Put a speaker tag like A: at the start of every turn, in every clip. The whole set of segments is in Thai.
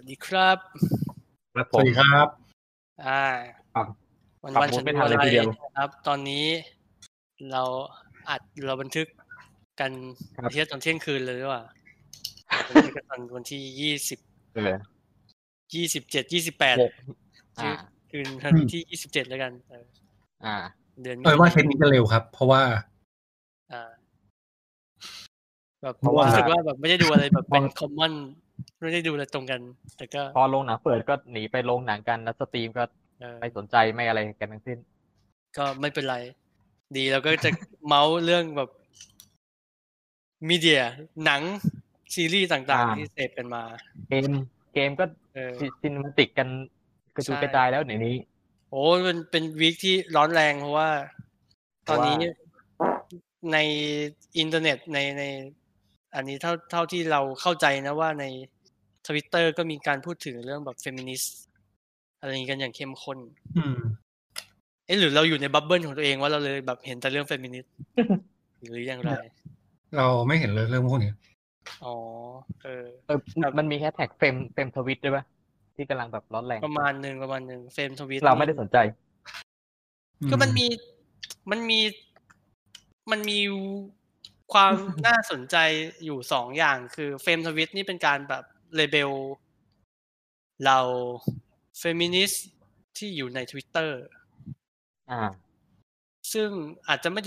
A: ดีครับ
B: สวัสดีครับ
A: วันฉันดูอะไรครับตอนนี้เราบันทึกกันเที่ยงตอนเที่ยงคืนเลยว่าวันที่27 คืนที่27แล้วกัน
B: เดือนว่าเทปนี้จะเร็วครับเพราะว่า
A: แบบรู้สึกว่าแบบไม่ได้ดูอะไรแบบเป็นคอมมอนไม่ได้ดูอะไรตรงกันแต่ก็
C: พอโรงหนังเปิดก็หนีไปโรงหนังกันแล้วสตรีมก็ไม่สนใจไม่อะไรกันทั้งสิ้น
A: ก็ไม่เป็นไรดีเราก็จะเมาส์เรื่องแบบมีเดียหนังซีรีส์ต่างๆที่เสพกันมา
C: เกมก็ซินิมาติกกันกระจุยกระจายแล้วในนี้
A: โอ้มันเป็นวีคที่ร้อนแรงเพราะว่าตอนนี้ในอินเทอร์เน็ตในอันนี้เท่าที่เราเข้าใจนะว่าใน Twitter ก็มีการพูดถึงเรื่องแบบเฟมินิสต์อะไรนี้กันอย่างเข้มข้นหรือเราอยู่ในบับเบิ้ลของตัวเองว่าเราเลยแบบเห็นแต่เรื่องเฟมินิสต์หรืออย่างไร
B: เราไม่เห็นเลยเรื่องพวกนี้
C: มันมีแฮชแท็กเฟมทวิตด้วยป่ะที่กำลังแบบร้อนแรง
A: ประมาณนึงเฟมทวิต
C: เราไม่ได้สนใจ
A: ก็มันมีความน่าสนใจอยู่2อย่างคือเฟมทวิตนี่เป็นการแบบเลเบลเราเฟมินิสต์ที่อยู่ใน Twitter ซึ่งอาจจะไม่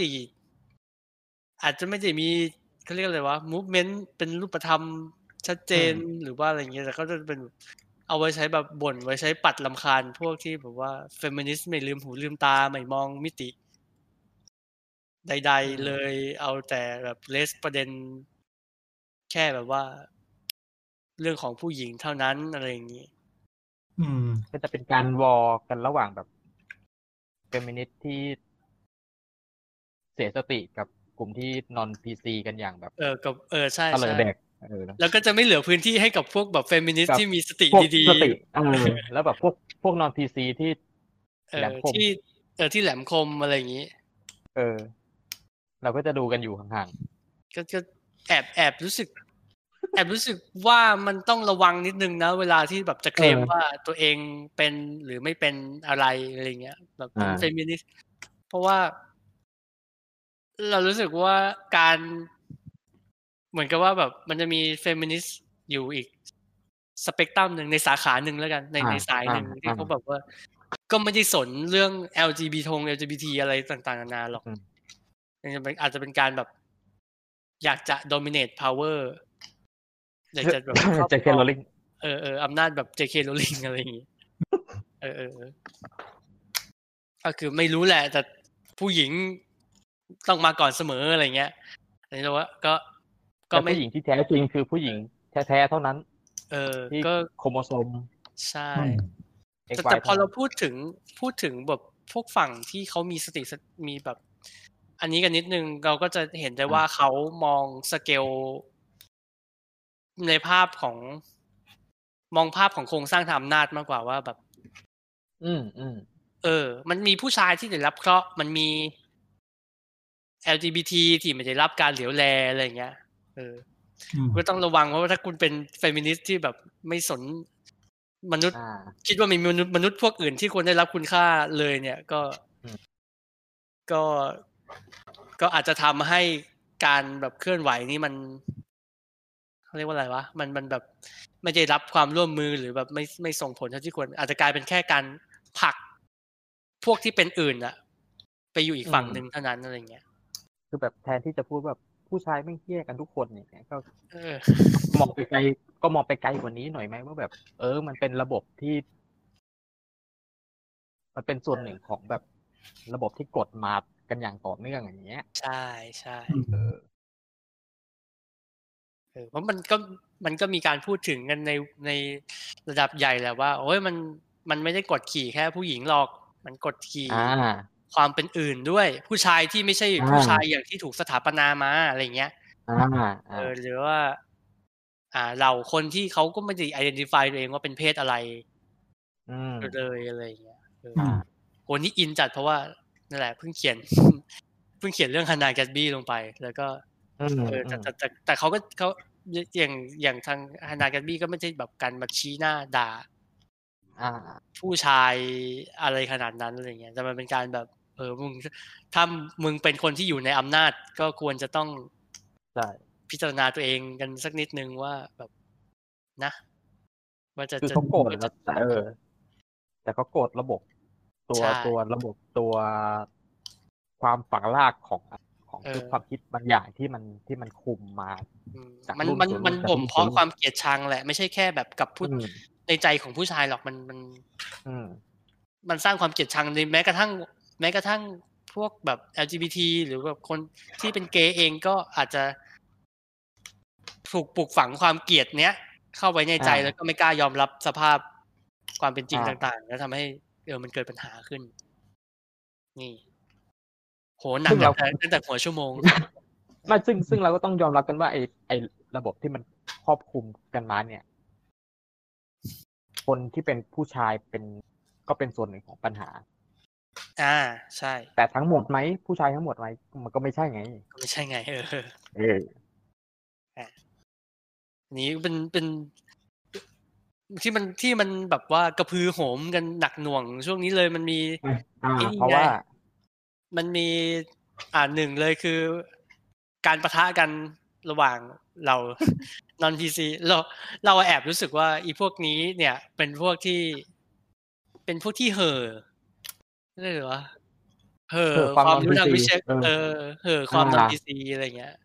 A: ได้มีเขาเรียกอะไรวะ movement เป็นรูปธรรมชัดเจนหรือว่าอะไรอย่างเงี้ยแต่ก็จะเป็นเอาไว้ใช้แบบบ่นไว้ใช้ปัดรำคาญพวกที่แบบว่าเฟมินิสต์ไม่ลืมหูลืมตาไม่มองมิติใดๆเลยเอาแต่แบบเลสประเด็นแค่แบบว่าเรื่องของผู้หญิงเท่านั้นอะไรอย่างนี้
C: ก็จะเป็นการวอลกันระหว่างแบบเฟมินิสต์ที่เสียสติกับกลุ่มที่นอนพีซีกันอย่างแบบ
A: กับใช่
C: ๆ
A: แล้วก็จะไม่เหลือพื้นที่ให้กับพวกแบบเฟมินิสต์ที่มีสติดี
C: ๆแล้วแบบพวกนอนพีซีที่แหลมคม
A: ที่แหลมคมอะไรอย่างนี้
C: เราก็จะดูกันอยู่ห่าง
A: ๆก็แอบรู้สึกว่ามันต้องระวังนิดนึงนะเวลาที่แบบจะเคลมว่าตัวเองเป็นหรือไม่เป็นอะไรเงี้ยแบบเป็นเฟมินิสต์เพราะว่าเรารู้สึกว่าการเหมือนกับว่าแบบมันจะมีเฟมินิสต์อยู่อีกสเปกตรัมนึงในสาขานึงแล้วกันในสายนึงที่เขาแบบว่าก็ไม่ได้สนเรื่อง LGBT อะไรต่างๆนานาหรอกอาจจะเป็นการแบบอยากจะ dominate power อยากจะแบบ
C: JK Rowling
A: อำนาจแบบ JK Rowling อะไรอย่างงี้ก็คือไม่รู้แหละแต่ผู้หญิงต้องมาก่อนเสมออะไรเงี้ยอันนี้เราว่าก็
C: ไม่ผู้หญิงที่แท้จริงคือผู้หญิงแท้ๆเท่านั้นที่โครโมโซม
A: ใช่แต่พอเราพูดถึงแบบพวกฝั่งที่เขามีสติมีแบบอันนี้กันนิดนึงเราก็จะเห็นได้ว่าเขามองสเกลในภาพของโครงสร้างทางอำนาจมากกว่าว่าแบบมันมีผู้ชายที่ได้รับเคราะห์มันมี LGBT ที่ไม่ได้รับการเหลียวแลอะไรอย่างเงี้ยก็ต้องระวังเพราะว่าถ้าคุณเป็นเฟมินิสต์ที่แบบไม่สนมนุษย์คิดว่ามีมนุษย์พวกอื่นที่ควรได้รับคุณค่าเลยเนี่ยก็อาจจะทำให้การแบบเคลื่อนไหวนี้มันเขาเรียกว่าอะไรวะมันแบบไม่ได้รับความร่วมมือหรือแบบไม่ส่งผลเท่าที่ควรอาจจะกลายเป็นแค่การผลักพวกที่เป็นอื่นอะไปอยู่อีกฝั่งนึงเท่านั้นอะไรเงี้ย
C: คือแบบแทนที่จะพูดแบบผู้ชายไม่เหี้ยกันทุกคนเนี่ยก็มองไปไกลกว่านี้หน่อยไหมว่าแบบมันเป็นระบบที่มันเป็นส่วนหนึ่งของแบบระบบที่กดมากันอย่างต่อเนื่องอย่างเงี้ย
A: ใช่เพราะมันก็มีการพูดถึงกันในระดับใหญ่แหละว่าโอ้ยมันไม่ได้กดขี่แค่ผู้หญิงหรอกมันกดขี่ความเป็นอื่นด้วยผู้ชายที่ไม่ใช่ผู้ชายอย่างที่ถูกสถาปนามาอะไรเงี้ยหรือว่าเราคนที่เขาก็ไม่ได้ identify ตัวเองว่าเป็นเพศอะไรเลยอะไรเงี้ยโหนี่อินจัดเพราะว่านั่นแหละเพิ่งเขียนเรื่องฮานาแกตบี้ลงไปแล้วก็แต่เขาอย่างทางฮานากามิก็ไม่ใช่แบบการมาชี้หน้าด่าผู้ชายอะไรขนาดนั้นอะไรเงี้ยแต่มันเป็นการแบบมึงถ้ามึงเป็นคนที่อยู่ในอำนาจก็ควรจะต้องพิจารณาตัวเองกันสักนิดนึงว่าแบบนะว่าจะ
C: คือเขาโกรธแต่เขาโกรธระบบตัวระบบตัวความฝังรากของความคิดบางอย่างที่มันคุมมาจากรุ่นสู่รุ่น
A: มันบ่มเพาะความเกลียดชังแหละไม่ใช่แค่แบบกับผู้ในใจของผู้ชายหรอกมันสร้างความเกลียดชังในแม้กระทั่งพวกแบบ LGBT หรือแบบคนที่เป็นเกย์เองก็อาจจะถูกปลูกฝังความเกลียดเนี้ยเข้าไว้ในใจแล้วก็ไม่กล้ายอมรับสภาพความเป็นจริงต่างๆแล้วทำให้มันเกิดปัญหาขึ้นนี่โหหนักตั้งแต่หัวชั่วโมง
C: ไม่ซึ่งเราก็ต้องยอมรับกันว่าไอระบบที่มันครอบคลุมกันมาเนี่ยคนที่เป็นผู้ชายก็เป็นส่วนหนึ่งของปัญหา
A: ใช่
C: แต่ทั้งหมดไหมผู้ชายทั้งหมดไหมมันก็ไม่ใช่ไง
A: นี้เป็นที่มันแบบว่ากระพือโหมกันหนักหน่วงช่วงนี้เลยมันมี
C: เพราะว่า
A: มันมีหนึ่งเลยคือการปะทะกันระหว่างเรานอน PC เราแอบรู้สึกว่าอีพวกนี้เนี่ยเป็นพวกที่เห่อเรียกว่าเห่อความรู้ทางวิชาเห่อความนอน PC อะไรเงี้ย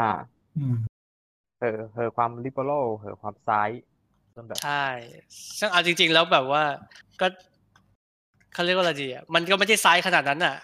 C: เห่อความลิเบอรัลเห่อความซ้าย
A: ใช่ซึ่งเอาจริงๆแล้วแบบว่าก็เขาเรียกว่าอะไรดีอ่ะมันก็ไม่ได้ซ้ายขนาดนั้นอ่ะ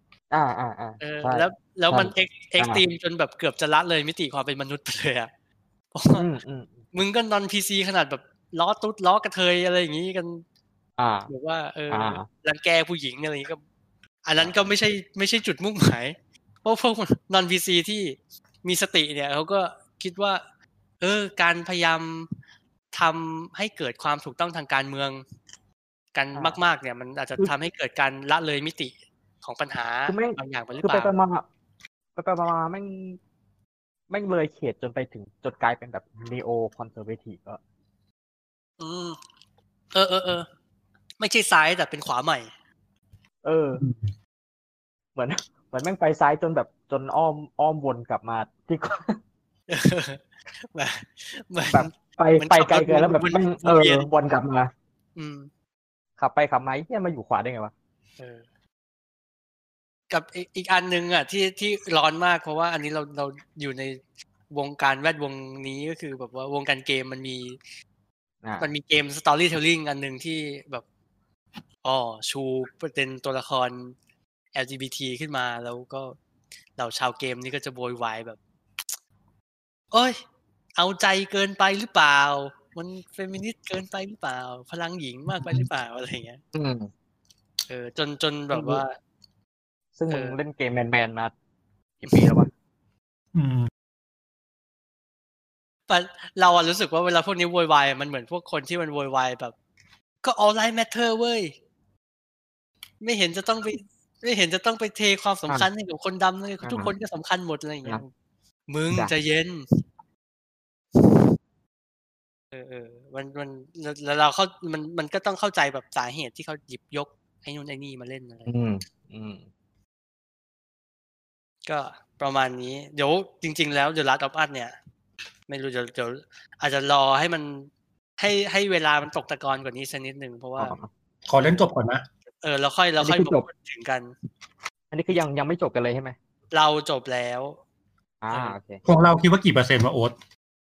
A: แล้วมันเอ็กซ์ตรีมจนแบบเกือบจะละเลยมิติความเป็นมนุษย์ไปเลยอ่ะมึงก็นอน PC ขนาดแบบล้อตุ๊ดล้อกระเทยอะไรอย่างงี้กันหรือว่ารังแกผู้หญิงอะไรอย่างงี้ก็อันนั้นก็ไม่ใช่จุดมุ่งหมายเพราะพวกนอน PC ที่มีสติเนี่ยเขาก็คิดว่าการพยายามทำให้เกิดความถูกต้องทางการเมืองกันมากๆเนี่ยมันอาจจะทำให้เกิดการละเลยมิติของปัญหาบางอย่างไปหรือเปล่า
C: คือไปมาแม่งเลยเขตจนไปถึงจนกลายเป็นแบบนีโอคอนเซอร์เวทีฟก็
A: ไม่ใช่ซ้ายแต่เป็นขวาใหม่
C: เหมือนแม่งไปซ้ายจนแบบจนอ้อมวนกลับมาที่แบบไปไกลเกินแล้วแบบแม่งวนกลับมาขับไปขับมาเฮียมาอยู่ขวาได้ไงวะ
A: กับอีกอันนึงอ่ะที่ร้อนมากเพราะว่าอันนี้เราอยู่ในวงการแวดวงนี้ก็คือแบบว่าวงการเกมมันมีเกม storytelling อันนึงที่แบบชูประเด็นตัวละคร LGBT ขึ้นมาแล้วก็เราชาวเกมนี่ก็จะโวยวายแบบโอ้ยเอาใจเกินไปหรือเปล่ามันเฟมินิสต์เกินไปหรือเปล่าพลังหญิงมากไปหรือเปล่าอะไรเงี้ยจนแบบว่า
C: ซึ่งมึงเล่นเกมแมนมากี่ปีแล้ววะ
A: เรารู้สึกว่าเวลาพวกนี้โวยวายมันเหมือนพวกคนที่มันโวยวายแบบก็ all life matter เว้ยไม่เห็นจะต้องไปเทความสำคัญให้กับคนดำเลยทุกคนก็สำคัญหมดอะไรอย่างเงี้ยมึงใจเย็นมันแล้วเรามันก็ต้องเข้าใจแบบสาเหตุที่เขาหยิบยกไอ้นู่นไอ้นี่มาเล่นอะไรก็ประมาณนี้เดี๋ยวจริงๆแล้ว The Last of Us เนี่ยไม่รู้เดี๋ยวอาจจะรอให้มันให้เวลามันตกตะกอนกว่านี้สักนิดนึงเพราะว่า
B: ขอเล่นจบก่อนนะ
A: เราค่อยมาพูดถึงกัน
C: อันนี้คือยังไม่จบกันเลยใช่ไหม
A: เราจบแล้ว
C: โอเค
B: ของเราคิดว่ากี่เปอร์เซ็นต์วะโอ๊ต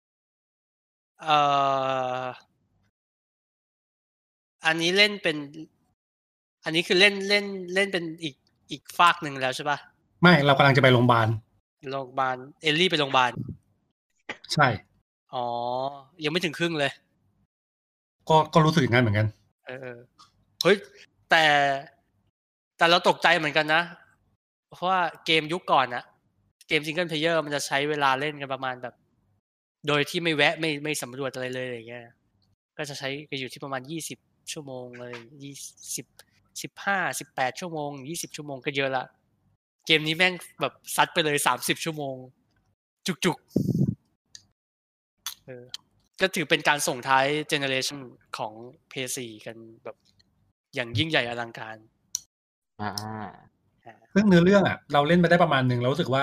A: อันนี้เล่นเป็นอันนี้คือเล่นเป็นอีกฝากหนึ่งแล้วใช่ป่ะ
B: ไม่เรากำลังจะไปโรงพยาบาล
A: เอลลี่ไปโรงพยาบาล
B: ใช่
A: ยังไม่ถึงครึ่งเลย
B: ก็รู้สึกอย่างนั้นเหมือนกัน
A: เฮ้ยแต่เราตกใจเหมือนกันนะเพราะว่าเกมยุคก่อนนะเกมซิงเกิลเพลเยอร์มันจะใช้เวลาเล่นกันประมาณแบบโดยที่ไม่แวะไม่สำรวจอะไรเลยอย่างเงี้ยก็จะใช้กันอยู่ที่ประมาณ20ชั่วโมงเลย15-18ชั่วโมง20ชั่วโมงก็เยอะละเกมนี้แม่งแบบซัดไปเลย30ชั่วโมงจุกก็ถือเป็นการส่งท้ายเจเนอเรชันของ PS4 กันแบบอย่างยิ่งใหญ่อลังการ
B: เรื่องเนื้อเรื่องเราเล่นไปได้ประมาณนึงแล้วรู้สึกว่า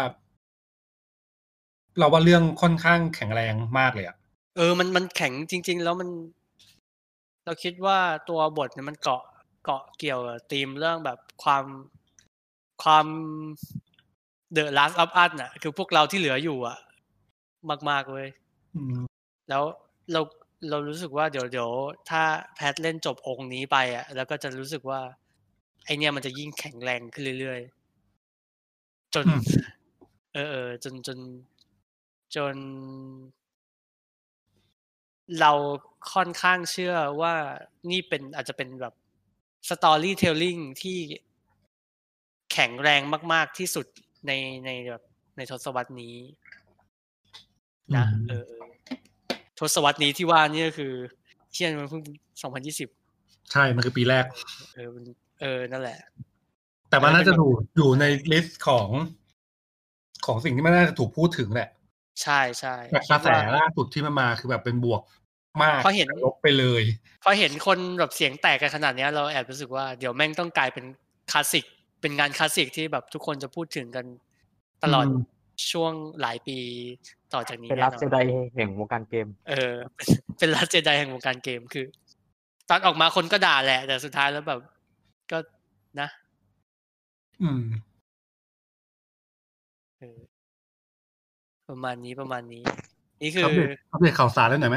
B: เราว่าเรื่องค่อนข้างแข็งแรงมากเลย
A: มันแข็งจริงๆแล้วมันเราคิดว่าตัวบทเนี่ยมันเกาะเกี่ยวกับธีมเรื่องแบบความ The Last of Us น่ะคือพวกเราที่เหลืออยู่มากๆเว้ยแล้วเรารู้สึกว่าเดี๋ยวถ้าแพทเล่นจบองค์นี้ไปแล้วก็จะรู้สึกว่าไอเนี่ยมันจะยิ่งแข็งแรงขึ้นเรื่อยๆจนจนเราค่อนข้างเชื่อว่านี่อาจจะเป็นแบบสตอรี่เทลลิ่งที่แข็งแรงมากๆที่สุดในแบบในทศวรรษนี้นะทศวรรษนี้ที่ว่านี่ก็คือเชี่ยมันเพิ่ง2020
B: ใช่มันคือปีแรก
A: นั่นแหละ
B: แต่มันน่าจะอยู่ในลิสต์ของสิ่งที่มันน่าจะถูกพูดถึงแหละ
A: ใช่ใช่
B: กระแสล่าสุดที่มันมาคือแบบเป็นบวกมาก
A: พอเห็น
B: ลบไปเลย
A: พอเห็นคนแบบเสียงแตกกันขนาดนี้เราแอบรู้สึกว่าเดี๋ยวแม่งต้องกลายเป็นคลาสสิกเป็นงานคลาสสิกที่แบบทุกคนจะพูดถึงกันตลอดช่วงหลายปีต่อจากนี้
C: เป็นลัสเจไดแห่งวงการเกม
A: เป็นลัสเจไดแห่งวงการเกมคือตอนออกมาคนก็ด่าแหละแต่สุดท้ายแล้วแบบก็นะประมาณนี้นี่คือ
B: อัปเดตข่าวสารแล้วหน่อยไหม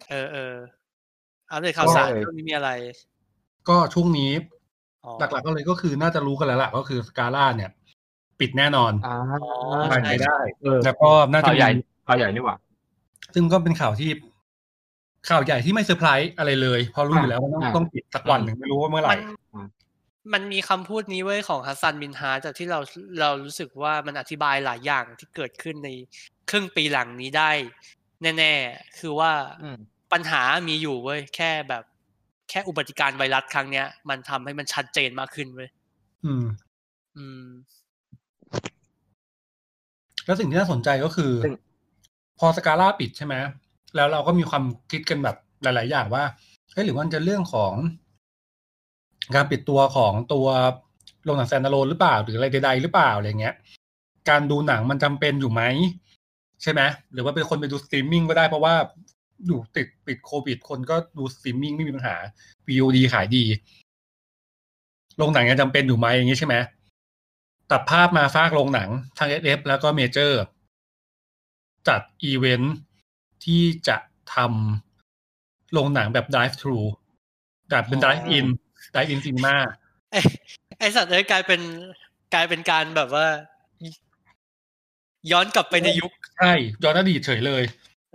A: อัปเดตข่าวสารช่วงนี้มีอะไร
B: ก็ช่วงนี้หลักๆก็เลยก็คือน่าจะรู้กันแล้วล่ะก็คือสกาล่าเนี่ยปิดแน่นอนไม่ได้แล้วก็น่าจะ
C: ข่าวใหญ่นี่หว่า
B: ซึ่งก็เป็นข่าวใหญ่ที่ไม่เซอร์ไพรส์อะไรเลยเพราะรู้อยู่แล้วว่าต้องปิดสักวันหนึ่งไม่รู้ว่าเมื่อไหร่
A: มันมีคำพูดนี้เว้ยของฮัสซันมินฮาจากที่เรารู้สึกว่ามันอธิบายหลายอย่างที่เกิดขึ้นในครึ่งปีหลังนี้ได้แน่ๆคือว่าปัญหามีอยู่เว้ยแค่อุบัติการไวรัสครั้งเนี้ยมันทำให้มันชัดเจนมากขึ้นเว้ย
B: แล้วสิ่งที่น่าสนใจก็คือพอสกาล่าปิดใช่ไหมแล้วเราก็มีความคิดกันแบบหลายๆอย่างว่าหรือว่ามันจะเรื่องของการปิดตัวของตัวโรงหนังแซนด์อะโลนหรือเปล่าหรืออะไรใดๆหรือเปล่าอะไรเงี้ยการดูหนังมันจำเป็นอยู่ไหมใช่ไหมหรือว่าเป็นคนไปดูสตรีมมิ่งก็ได้เพราะว่าอยู่ติดโควิดคนก็ดูสตรีมมิ่งไม่มีปัญหา VOD ขายดีโรงหนังยังจำเป็นอยู่ไหมอย่างนี้ใช่ไหมตัดภาพมาฟากโรงหนังทาง SF แล้วก็เมเจอร์จัดอีเวนท์ที่จะทำโรงหนังแบบ drive thru แบบเป็น drive in cinema
A: ไอสัตว์กลายเป็นการแบบว่าย้อนกลับไปในยุค
B: ใช่ย้อนอดีตเฉยเลย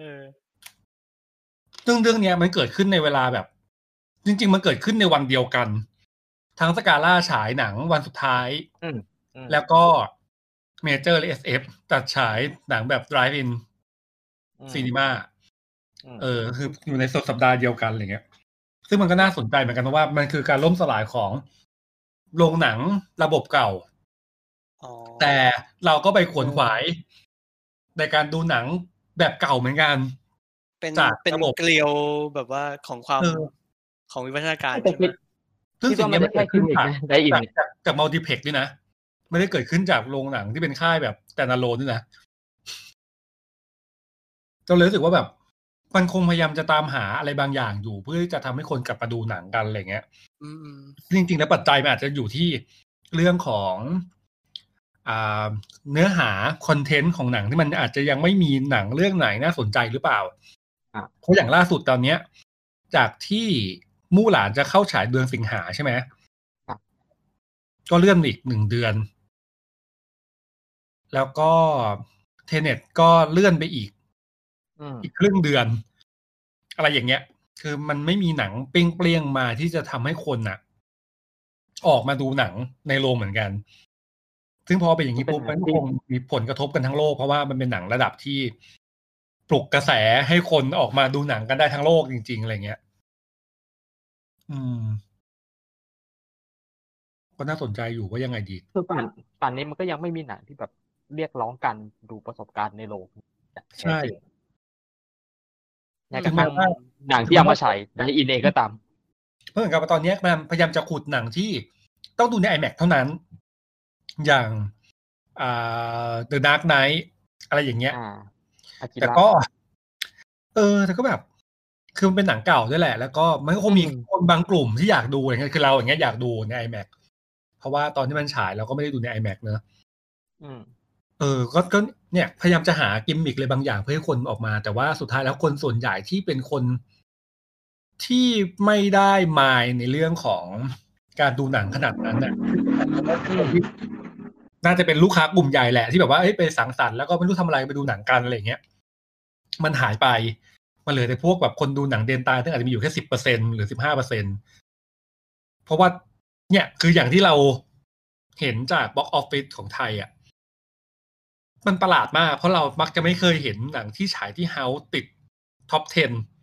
B: ซึ่งเรื่องนี้มันเกิดขึ้นในเวลาแบบจริงๆมันเกิดขึ้นในวันเดียวกันทั้งสกาล่าฉายหนังวันสุดท้ายแล้วก็เมเจอร์และ SF จัดฉายหนังแบบ drive in cinema คืออยู่ในสัปดาห์เดียวกันอะไรเงี้ยซึ่งมันก็น่าสนใจเหมือนกันเพราะว่ามันคือการล่มสลายของโรงหนังระบบเก่าแต่เราก็ไปขวนขวายในการดูหนังแบบเก่าเหมือนกัน
A: เป็นเกลียวแบบว่าของความของวิวัฒนาการใช่ไหม
B: ซึ่งสิ่งนี้มันเกิดขึ้นจากมัลติเพล็กซ์ด้วยนะไม่ได้เกิดขึ้นจากโรงหนังที่เป็นค่ายแบบแต่นาโลนด้วยนะเราเลยรู้สึกว่าแบบมันคงพยายามจะตามหาอะไรบางอย่างอยู่เพื่อจะทำให้คนกลับมาดูหนังกันอะไรเงี้ยจริงๆแล้วปัจจัยมันอาจจะอยู่ที่เรื่องของเนื้อหาคอนเทนต์ของหนังที่มันอาจจะยังไม่มีหนังเรื่องไหนน่าสนใจหรือเปล่าเพราะอย่างล่าสุดตอนนี้จากที่มู่หลานจะเข้าฉายเดือนสิงหาใช่ไหมก็เลื่อนอีก1 เดือนแล้วก็เทเน็ตก็เลื่อนไปอีกครึ่งเดือนอะไรอย่างเงี้ยคือมันไม่มีหนังเปรี้ยงๆมาที่จะทำให้คนออกมาดูหนังในโรงเหมือนกันซึ่งพอเป็นอย่างนี้ปุ๊บมันคงมีผลกระทบกันทั้งโลกเพราะว่ามันเป็นหนังระดับที่ปลุกกระแสให้คนออกมาดูหนังกันได้ทั้งโลกจริงๆอะไรเงี้ยก็น่าสนใจอยู่ว่ายังไงดี
C: คือป่านนี้มันก็ยังไม่มีหนังที่แบบเรียกร้องกันดูประสบการณ์ในโรง
B: ใช่
C: แม้กระทั่งหนังที่เอามาฉายในอินเองก็ตาม
B: เพราะเหมือนกับว่าตอนนี้มันพยายามจะขุดหนังที่ต้องดูใน IMAX เท่านั้นอย่างThe Dark Knight อะไรอย่างเงี้ยแต่ก็แต่ก็แบบคือมันเป็นหนังเก่าด้วยแหละแล้วก็มันก็คงมีคนบางกลุ่มที่อยากดูอย่างเงี้ยคือเราอย่างเงี้ยอยากดูใน IMAX เพราะว่าตอนที่มันฉายเราก็ไม่ได้ดูใน IMAX เนอะก็เนี่ยพยายามจะหากิมมิคอะไรบางอย่างเพื่อให้คนออกมาแต่ว่าสุดท้ายแล้วคนส่วนใหญ่ที่เป็นคนที่ไม่ได้มายในเรื่องของการดูหนังขนาดนั้นน่ะน่าจะเป็นลูกค้ากลุ่มใหญ่แหละที่แบบว่าไปสังสรรค์แล้วก็ไม่รู้ทำอะไรไปดูหนังกันอะไรอย่างเงี้ยมันหายไปมันเหลือแต่พวกแบบคนดูหนังเดนตายซึ่งอาจจะมีอยู่แค่ 10% หรือ 15% เพราะว่าเนี่ยคืออย่างที่เราเห็นจากบ็อกซ์ออฟฟิศของไทยอ่ะมันประหลาดมากเพราะเรามักจะไม่เคยเห็นหนังที่ฉายที่เฮาส์ติดท็อป 10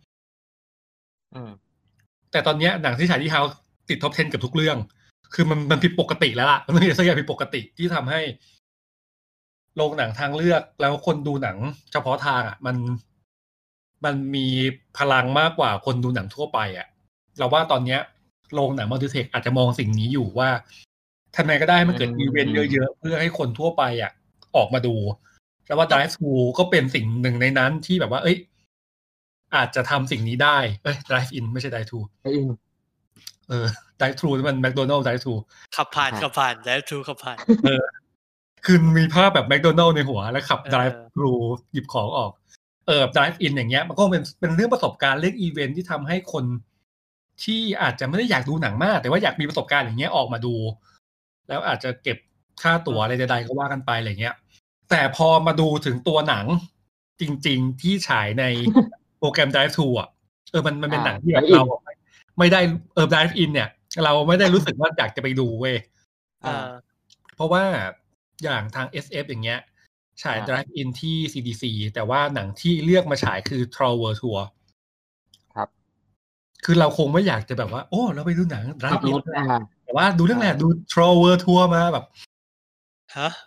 B: แต่ตอนนี้หนังที่ฉายที่เฮาส์ติดท็อป 10กับทุกเรื่องคือมันผิดปกติแล้วล่ะมันมีสักอย่างผิดปกติที่ทำให้โรงหนังทางเลือกแล้วคนดูหนังเฉพาะทางอ่ะมันมีพลังมากกว่าคนดูหนังทั่วไปอ่ะเราว่าตอนนี้โรงหนังมัลติเพล็กซ์อาจจะมองสิ่งนี้อยู่ว่าทำไงก็ได้มันเกิดอีเวนต์เยอะๆเพื่อให้คนทั่วไปอ่ะออกมาดูแล้วว่า Drive Thru ก็เป็นสิ่งหนึ่งในนั้นที่แบบว่าอาจจะทำสิ่งนี้ได้Drive In ไม่ใช่ Drive Thru Drive Thru มัน McDonald's Drive Thru
A: ขับผ่าน Drive Thru ขับผ่าน
B: คือมีภาพแบบ McDonald's ในหัวแล้วขับ Drive Thru หยิบของออกDrive In อย่างเงี้ยมันก็เป็นเรื่องประสบการณ์เรื่องอีเวนต์ที่ทำให้คนที่อาจจะไม่ได้อยากดูหนังมากแต่ว่าอยากมีประสบการณ์อย่างเงี้ยออกมาดูแล้วอาจจะเก็บค่าตั๋วอะไรใดๆก็ว่ากันไปอะไรเงี้ยแต่พอมาดูถึงตัวหนังจริงๆที่ฉายในโปรแกรม Drive Thru อ่ะมันเป็นหนังที่แบบเราไม่ได้Drive In เนี่ยเราไม่ได้รู้สึกว่าอยากจะไปดูเว้ยเพราะว่าอย่างทาง SF อย่างเงี้ยฉาย Drive In ที่ CDC แต่ว่าหนังที่เลือกมาฉายคือ Troll World Tour ครับคือเราคงไม่อยากจะแบบว่าเราไปดูหนัง Drive In แต่ว่าดูเรื่องแรกดู Troll World Tour มาแบบ
A: ฮะ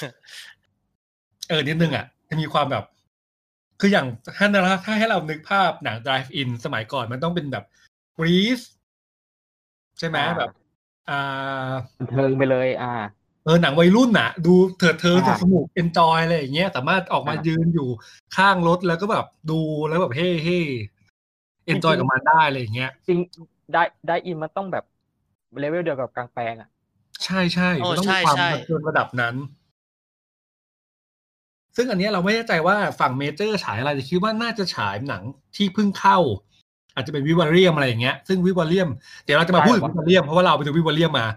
B: นิดนึงอ่ะจะมีความแบบคืออย่างถ้าให้เรานึกภาพหนัง Drive In สมัยก่อนมันต้องเป็นแบบ Grease ใช่ไหมแบบ
C: บันเทิงไปเลย
B: หนังวัยรุ่นน่ะดูเถิดเทิงสนุก enjoy อะไรอย่างเงี้ยสามารถออกมายืนอยู่ข้างรถแล้วก็แบบดูแล้วแบบเฮ้enjoy กับมันได้อะไรอย่างเงี้ย
C: จริงได้อินมันต้องแบบเลเวลเดียวกับกลางแปลงอ่ะ
B: ใช่ๆมันต้องมีความบันเทิงระดับนั้นซึ่งอันนี้เราไม่แน่ใจว่าฝั่งเมเจอร์ฉายอะไรแต่คิดว่าน่าจะฉายหนังที่เพิ่งเข้าอาจจะเป็นวิวาเรียมอะไรอย่างเงี้ยซึ่งวิวาเรียมเดี๋ยวเราจะมาพูดถึงวิวาเรียมเพราะว่าเราไปดูวิวาเรียมมา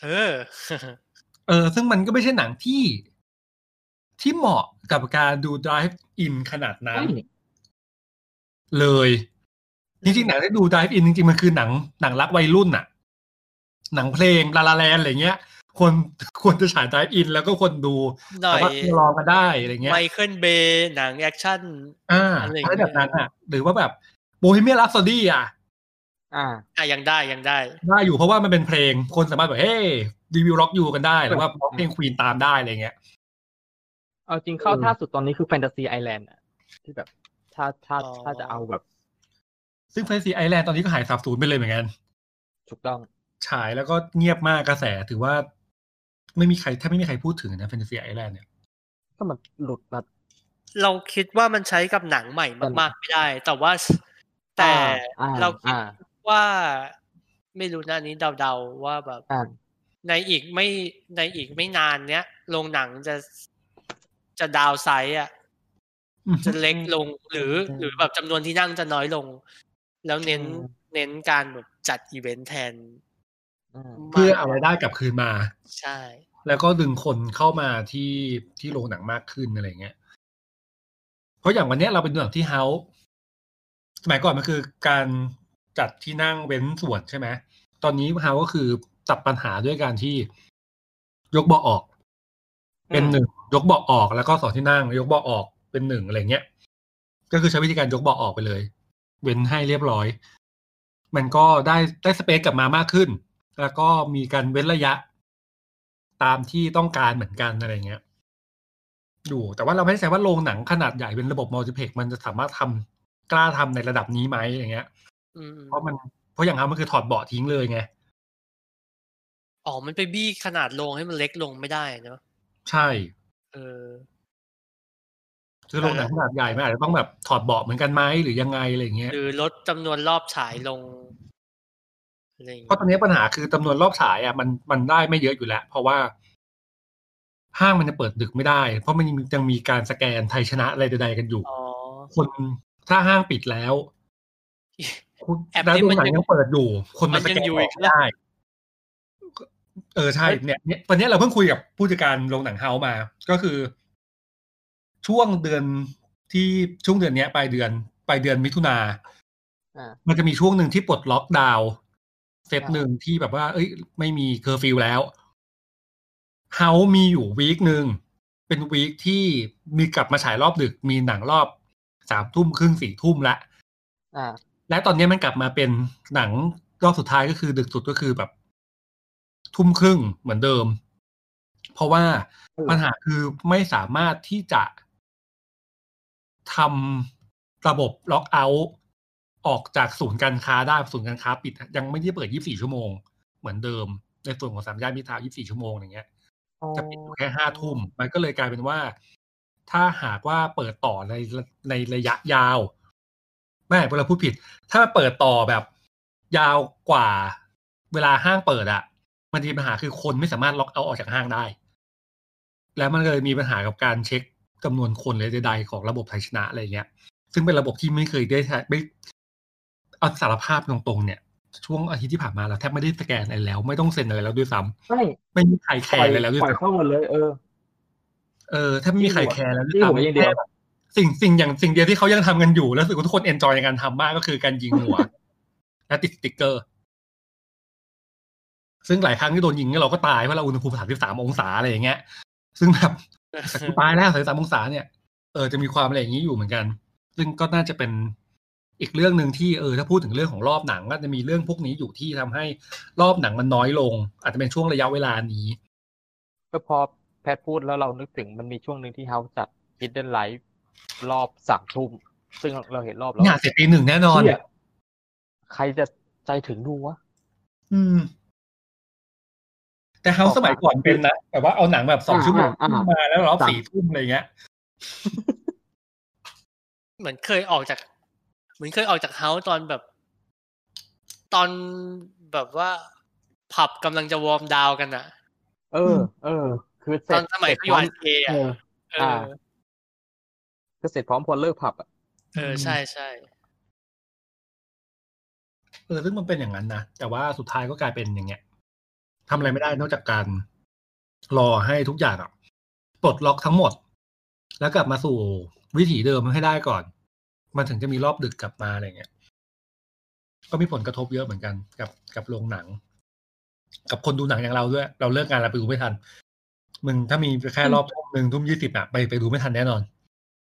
B: ซึ่งมันก็ไม่ใช่หนังที่เหมาะกับการดู Drive In ขนาดนั้นเลยจริงๆหนังที่ดู Drive In จริงๆมันคือหนังรักวัยรุ่นน่ะหนังเพลงลาลาแลนด์อะไรเงี้ยควรจะฉาย Drive In แล้วก็คนดูสามารถรอมาได้อะไรเงี้ย
A: ไมเคิลเบย์หนังแอคชั่น
B: อะไรแบบนั้นอ่ะหรือว่าแบบโบฮีเมียน แรปโซดี้
A: ยังได้
B: อยู่เพราะว่ามันเป็นเพลงคนสามารถแบบรีวิวร็อกยูกันได้หรือว่าร้องเพลงควีนตามได้อะไรเงี้ย
C: เอาจริงเข้าท่าสุดตอนนี้คือแฟนตาซีไอแลนด์ที่แบบถ้าจะเอาแบบ
B: ซึ่งแฟนตาซีไอแลนด์ตอนนี้ก็หายสาบสูญไปเลยเหมือนกัน
C: ถูกต้อง
B: ฉายแล้วก็เงียบมากกระแสถือว่าไม่มีใครพูดถึงนะแฟนตาซีไอแลนด์เนี่ย
C: ก็มันหลุดมา
A: เราคิดว่ามันใช้กับหนังใหม่มากๆไม่ได้แต่เราคิดว่าไม่รู้นะนี้เดาๆว่าแบบในอีกไม่นานเนี้ยโรงหนังจะดาวไซส์จะเล็กลงหรือแบบจำนวนที่นั่งจะน้อยลงแล้วเน้นการแบบจัดอีเวนต์แทน
B: เพื่อเอารายได้กลับคืนมา
A: ใช่
B: แล้วก็ดึงคนเข้ามาที่โรงหนังมากขึ้นอะไรเงี้ยเพราะอย่างวันนี้เราเป็นดูหนังที่เฮาส์สมัยก่อนมันคือการจัดที่นั่งเว้นส่วนใช่ไหมตอนนี้เฮาส์ก็คือตัดปัญหาด้วยการที่ยกเบาะออกเป็น1ยกเบาะออกแล้วก็2ที่นั่งยกเบาะออกเป็น1อะไรเงี้ยก็คือใช้วิธีการยกเบาะออกไปเลยเว้นให้เรียบร้อยมันก็ได้สเปซกลับมามากขึ้นแล้วก็มีการเว้นระยะตามที่ต้องการเหมือนกันอะไรเงี้ยอยู่แต่ว่าเราไม่แน่ใจว่าโรงหนังขนาดใหญ่เป็นระบบมัลติเพล็กซ์มันจะสามารถทกล้าทำในระดับนี้ไหมอย่างเงี้ยเพราะอย่างนั้นมันคือถอดเบาะทิ้งเลยไง
A: มันไปบี้ขนาดลงให้มันเล็กลงไม่ได้เนอะ
B: ใช่
A: คือ
B: โรงหนังขนาดใหญ่มันอาจจะต้องแบบถอดเบาะเหมือนกันไหมหรือยังไงอะไรเงี้ย
A: หรือลดจำนวนรอบฉายลง
B: เพราะตอนนี้ปัญหาคือจำนวนรอบฉายอ่ะมันได้ไม่เยอะอยู่แล้วเพราะว่าห้างมันจะเปิดดึกไม่ได้เพราะมันยังมีการสแกนไทยชนะอะไรใดๆกันอยู่คนถ้าห้างปิดแล้วแล้วโรงหนังยังเปิดอยู่คนมาสแกนออกได้ใช่เนี่ยตอนนี้เราเพิ่งคุยกับผู้จัดการโรงหนังเฮาส์มาก็คือช่วงเดือนนี้ปลายเดือนมิถุนามันจะมีช่วงหนึ่งที่ปลดล็อกดาวน์เซตหนึ่งที่แบบว่าไม่มีเคอร์ฟิวแล้วเฮามีอยู่วีคนึงเป็นวีคที่มีกลับมาฉายรอบดึกมีหนังรอบ3:30 4:00ละและตอนนี้มันกลับมาเป็นหนังรอบสุดท้ายก็คือดึกสุดก็คือแบบ20:30เหมือนเดิมเพราะว่าปัญหาคือไม่สามารถที่จะทำระบบล็อกเอาท์ออกจากศูนย์การค้าได้ศูนย์การค้าปิดยังไม่ได้เปิด24 ชั่วโมงเหมือนเดิมในส่วนของ3 ย่านมิตรทาวน์24 ชั่วโมงอย่างเงี้ยจะปิดอยู่แค่5:00 มันก็เลยกลายเป็นว่าถ้าหากว่าเปิดต่อในระยะยาวไม่เวลาพูดผิดถ้าเปิดต่อแบบยาวกว่าเวลาห้างเปิดอ่ะมันมีปัญหาคือคนไม่สามารถล็อกเอาท์ออกจากห้างได้แล้วมันเลยมีปัญหากับการเช็คจำนวนคนเลยใดๆของระบบไทยชนะอะไรเงี้ยซึ่งเป็นระบบที่ไม่เคยได้ใช้เอาสารภาพตรงๆเนี่ยช่วงอาทิตย์ที่ผ่านมาเราแทบไม่ได้สแกนอะไรแล้วไม่ต้องเซ็นอะไรแล้วด้วยซ้ำไม่มีใครแคร์อะไรแล้วด้วยซ้ำ
C: ปล่อยเข้าหมดเลย
B: ถ้าไม่มีใครแคร์แล้วด้วยซ้ำอย่างเดียวสิ่งเดียวที่เขายังทำกันอยู่แล้วรู้สึกว่าทุกคนเอนจอยในการทำมากก็คือการยิงหัวและติดสติ๊กเกอร์ซึ่งหลายครั้งที่โดนยิงเราก็ตายเพราะเราอุณหภูมิ33 องศาอะไรอย่างเงี้ยซึ่งแบบตายแล้ว33 องศาเนี่ยจะมีความอะไรอย่างนี้อยู่เหมือนกันซึ่งก็น่าจะเป็นอีกเรื่องนึงที่ถ้าพูดถึงเรื่องของรอบหนังก็จะมีเรื่องพวกนี้อยู่ที่ทำให้รอบหนังมันน้อยลงอาจจะเป็นช่วงระยะเวลานี้
C: ก็พอแพทพูดแล้วเรานึกถึงมันมีช่วงนึงที่เฮาจัด Hidden Life รอบ3:00 ซึ่งเราเห็นรอบแล้ว
B: เนี่ยเสร็จตี 1แน่นอน
C: ใครจะใจถึงดูวะ
B: แต่เฮาสมัยก่อนเป็นนะแบบว่าเอาหนังแบบ2 ชั่วโมงมาแล้วรอบ4:00อะไรเงี้ย
A: เหมือนเคยออกจากเฮาส์ตอนว่าผับกำลังจะวอร์มดาวกันอ่ะ
C: คือ
A: ตอนสมัยเขาอยู่อาร์เคอ่ะ
C: คือเสร็จพร้อมพอเลิกผับอ่ะ
A: ใช่ใช่
B: ซึ่งมันเป็นอย่างนั้นนะแต่ว่าสุดท้ายก็กลายเป็นอย่างเงี้ยทำอะไรไม่ได้นอกจากการรอให้ทุกอย่างปลดล็อกทั้งหมดแล้วกลับมาสู่วิถีเดิมให้ได้ก่อนมันถึงจะมีรอบดึกกลับมาอะไรเงี้ยก็มีผลกระทบเยอะเหมือนกันกับโรงหนังกับคนดูหนังอย่างเราด้วยเราเลิกงานเราไปดูไม่ทันมึงถ้ามีแค่รอบ20:20ไปดูไม่ทันแน่นอน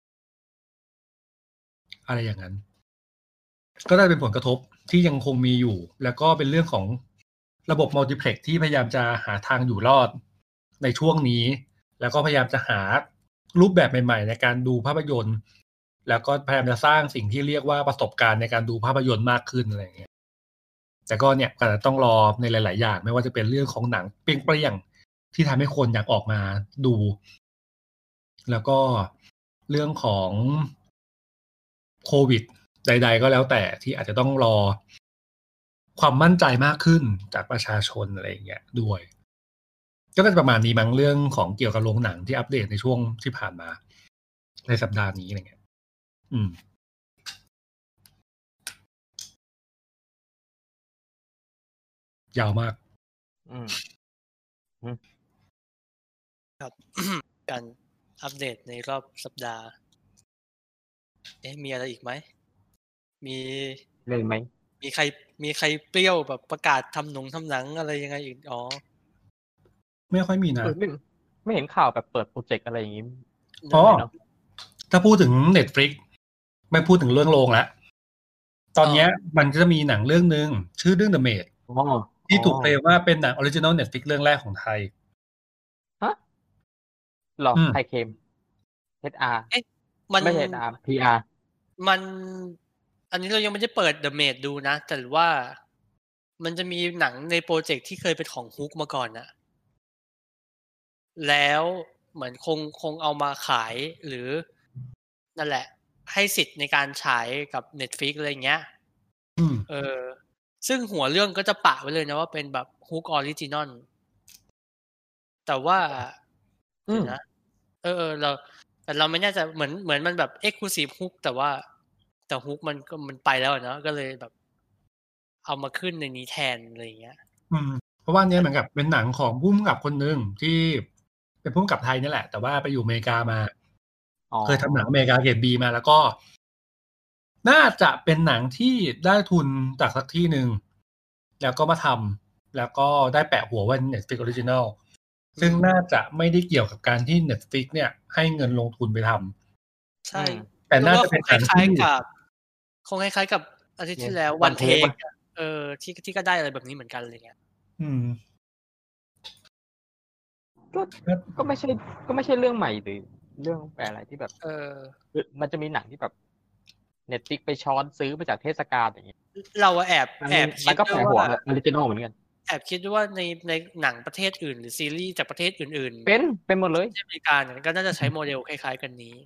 B: อะไรอย่างนั้นก็ได้เป็นผลกระทบที่ยังคงมีอยู่แล้วก็เป็นเรื่องของระบบมัลติเพล็กซ์ที่พยายามจะหาทางอยู่รอดในช่วงนี้แล้วก็พยายามจะหารูปแบบใหม่ๆในการดูภาพยนตร์แล้วก็พยายามจะสร้างสิ่งที่เรียกว่าประสบการณ์ในการดูภาพยนตร์มากขึ้นอะไรอย่างเงี้ยแต่ก็เนี่ยก็ต้องรอในหลายๆอย่างไม่ว่าจะเป็นเรื่องของหนังเปรี้ยงๆที่ทำให้คนอยากออกมาดูแล้วก็เรื่องของโควิดใดๆก็แล้วแต่ที่อาจจะต้องรอความมั่นใจมากขึ้นจากประชาชนอะไรอย่างเงี้ยด้วยก็เป็นประมาณนี้มั้งเรื่องของเกี่ยวกับโรงหนังที่อัปเดตในช่วงที่ผ่านมาในสัปดาห์นี้อะไรเงี้ยยาวมาก
A: ครับ การอัปเดตในรอบสัปดาห์มีอะไรอีกไหมมี
C: เลยไหม
A: มีใครเปรี้ยวแบบประกาศทำหนังอะไรยังไงอีก
B: ไม่ค่อยมีนะ
C: ไม่เห็นข่าวแบบเปิดโปรเจกต์อะไรอย่างงี้
B: ถ้าพูดถึง Netflix ไม่พูดถึงเรื่องโรงแล้วตอนนี้มันจะมีหนังเรื่องนึงชื่อเรื่อง The Maid ที่ถูกเคลมว่าเป็นหนังออริจินอล Netflix เรื่องแรกของไทย
C: ฮะหรอใครเคลม HR ไม่ใช่ PR
A: มันอันนี้เรายังไม่ได้เปิด The Maid ดูนะแต่ว่ามันจะมีหนังในโปรเจกต์ที่เคยเป็นของฮุกมาก่อนนะแล้วเหมือนคงเอามาขายหรือนั่นแหละให้สิทธิ์ในการฉายกับ Netflix อะไรเงี้ยซึ่งหัวเรื่องก็จะปะไว้เลยนะว่าเป็นแบบฮุกออริจินอลแต่ว่านะแต่เราไม่แน่ใจเหมือนมันแบบ Exclusive ฮุกแต่ฮุกมันไปแล้วเนาะก็เลยแบบเอามาขึ้นในนี้แทนอะไรเงี้ย
B: เพราะว่าเนี้ยเหมือนกับเป็นหนังของผู้กำกับคนหนึ่งที่เป็นผู้กำกับไทยนี่แหละแต่ว่าไปอยู่อเมริกามาเคยทำหนังอเมริกาเกรด B มาแล้วก็น่าจะเป็นหนังที่ได้ทุนจากสักที่หนึ่งแล้วก็มาทำแล้วก็ได้แปะหัวว่า Netflix Original ซึ่งน่าจะไม่ได้เกี่ยวกับการที่ Netflix เนี่ยให้เงินลงทุนไปท
A: ำใช่
B: แต่น่าจะเป็น
A: คล้ายๆกับคงคล้ายๆกับอาทิตย์ที่แล้ววันเทคที่ก็ได้อะไรแบบนี้เหมือนกันอะไรเงี้ย
C: ก็ไม่ใช่เรื่องใหม่หรือเรื่องแปลอะไรที่แบบมันจะมีหนังที่แบบ Netflix ไปช้อนซื้อมาจากเทศกาลอย่างเงี้ย
A: เราแอบ
C: มันก็แปลหัวออริจินอลเหมือนกัน
A: แอบคิดว่าในหนังประเทศอื่นหรือซีรีส์จากประเทศอื่นๆ
C: เป็นหมดเลย
A: อเมริกาเนี่ยก็น่าจะใช้โมเดลคล้ายๆกันนี้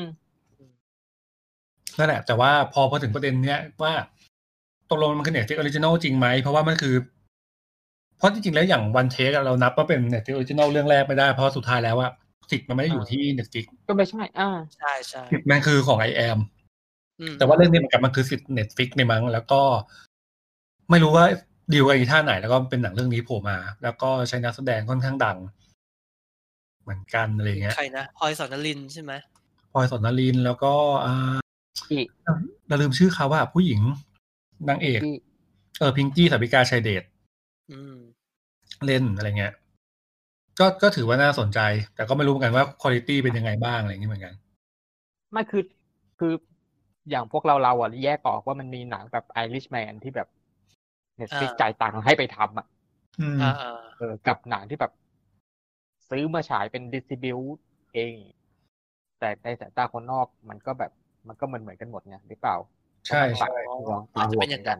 B: นั่นแหละแต่ว่าพอถึงประเด็นเนี้ยว่าตกลงมันคือ Netflix Original จริงไหมเพราะว่ามันคือเพราะจริงๆแล้วอย่าง One Take เรานับว่าเป็น Netflix Original เรื่องแรกไม่ได้เพราะสุดท้ายแล้วว่าสิทธิ์มันไม่ได้อยู่ที่ Netflix
C: ก็ไม่ใช่
A: ใช่
B: สิทธิ์มันคือของ IAM แต่ว่าเรื่องนี้มันคือสิทธิ์ Netflix ในมั้งแล้วก็ไม่รู้ว่าดีลกันอีท่าไหนแล้วก็เป็นหนังเรื่องนี้โผล่มาแล้วก็ใช้นักแสดงค่อนข้างดังเหมือนกันอะไรเงี้ย
A: ใครนะพลอยสนรินใช่ไหม
B: พลอยสนรินแล้วก็เราลืมชื่อเขาว่าผู้หญิงนางเอกพิงกี้สาวิกาชัยเดชเล่นอะไรเงี้ยก็ถือว่าน่าสนใจแต่ก็ไม่รู้เหมือนกันว่าควอลิตี้เป็นยังไงบ้างอะไรอย่างนี้เหมือนกัน
C: ไม่คืออย่างพวกเราแยกออกว่ามันมีหนังแบบ Irishman ที่แบบ Netflix จ่ายตังค์ให้ไปทำกับหนังที่แบบซื้อมาฉายเป็นดิสติบิวต์เองแต่ในสายตาคนนอกมันก็แบบมันก็เหมือนกันหมดไงหรือเปล่า
B: ใช่
A: จะเป็นอย่างนั้น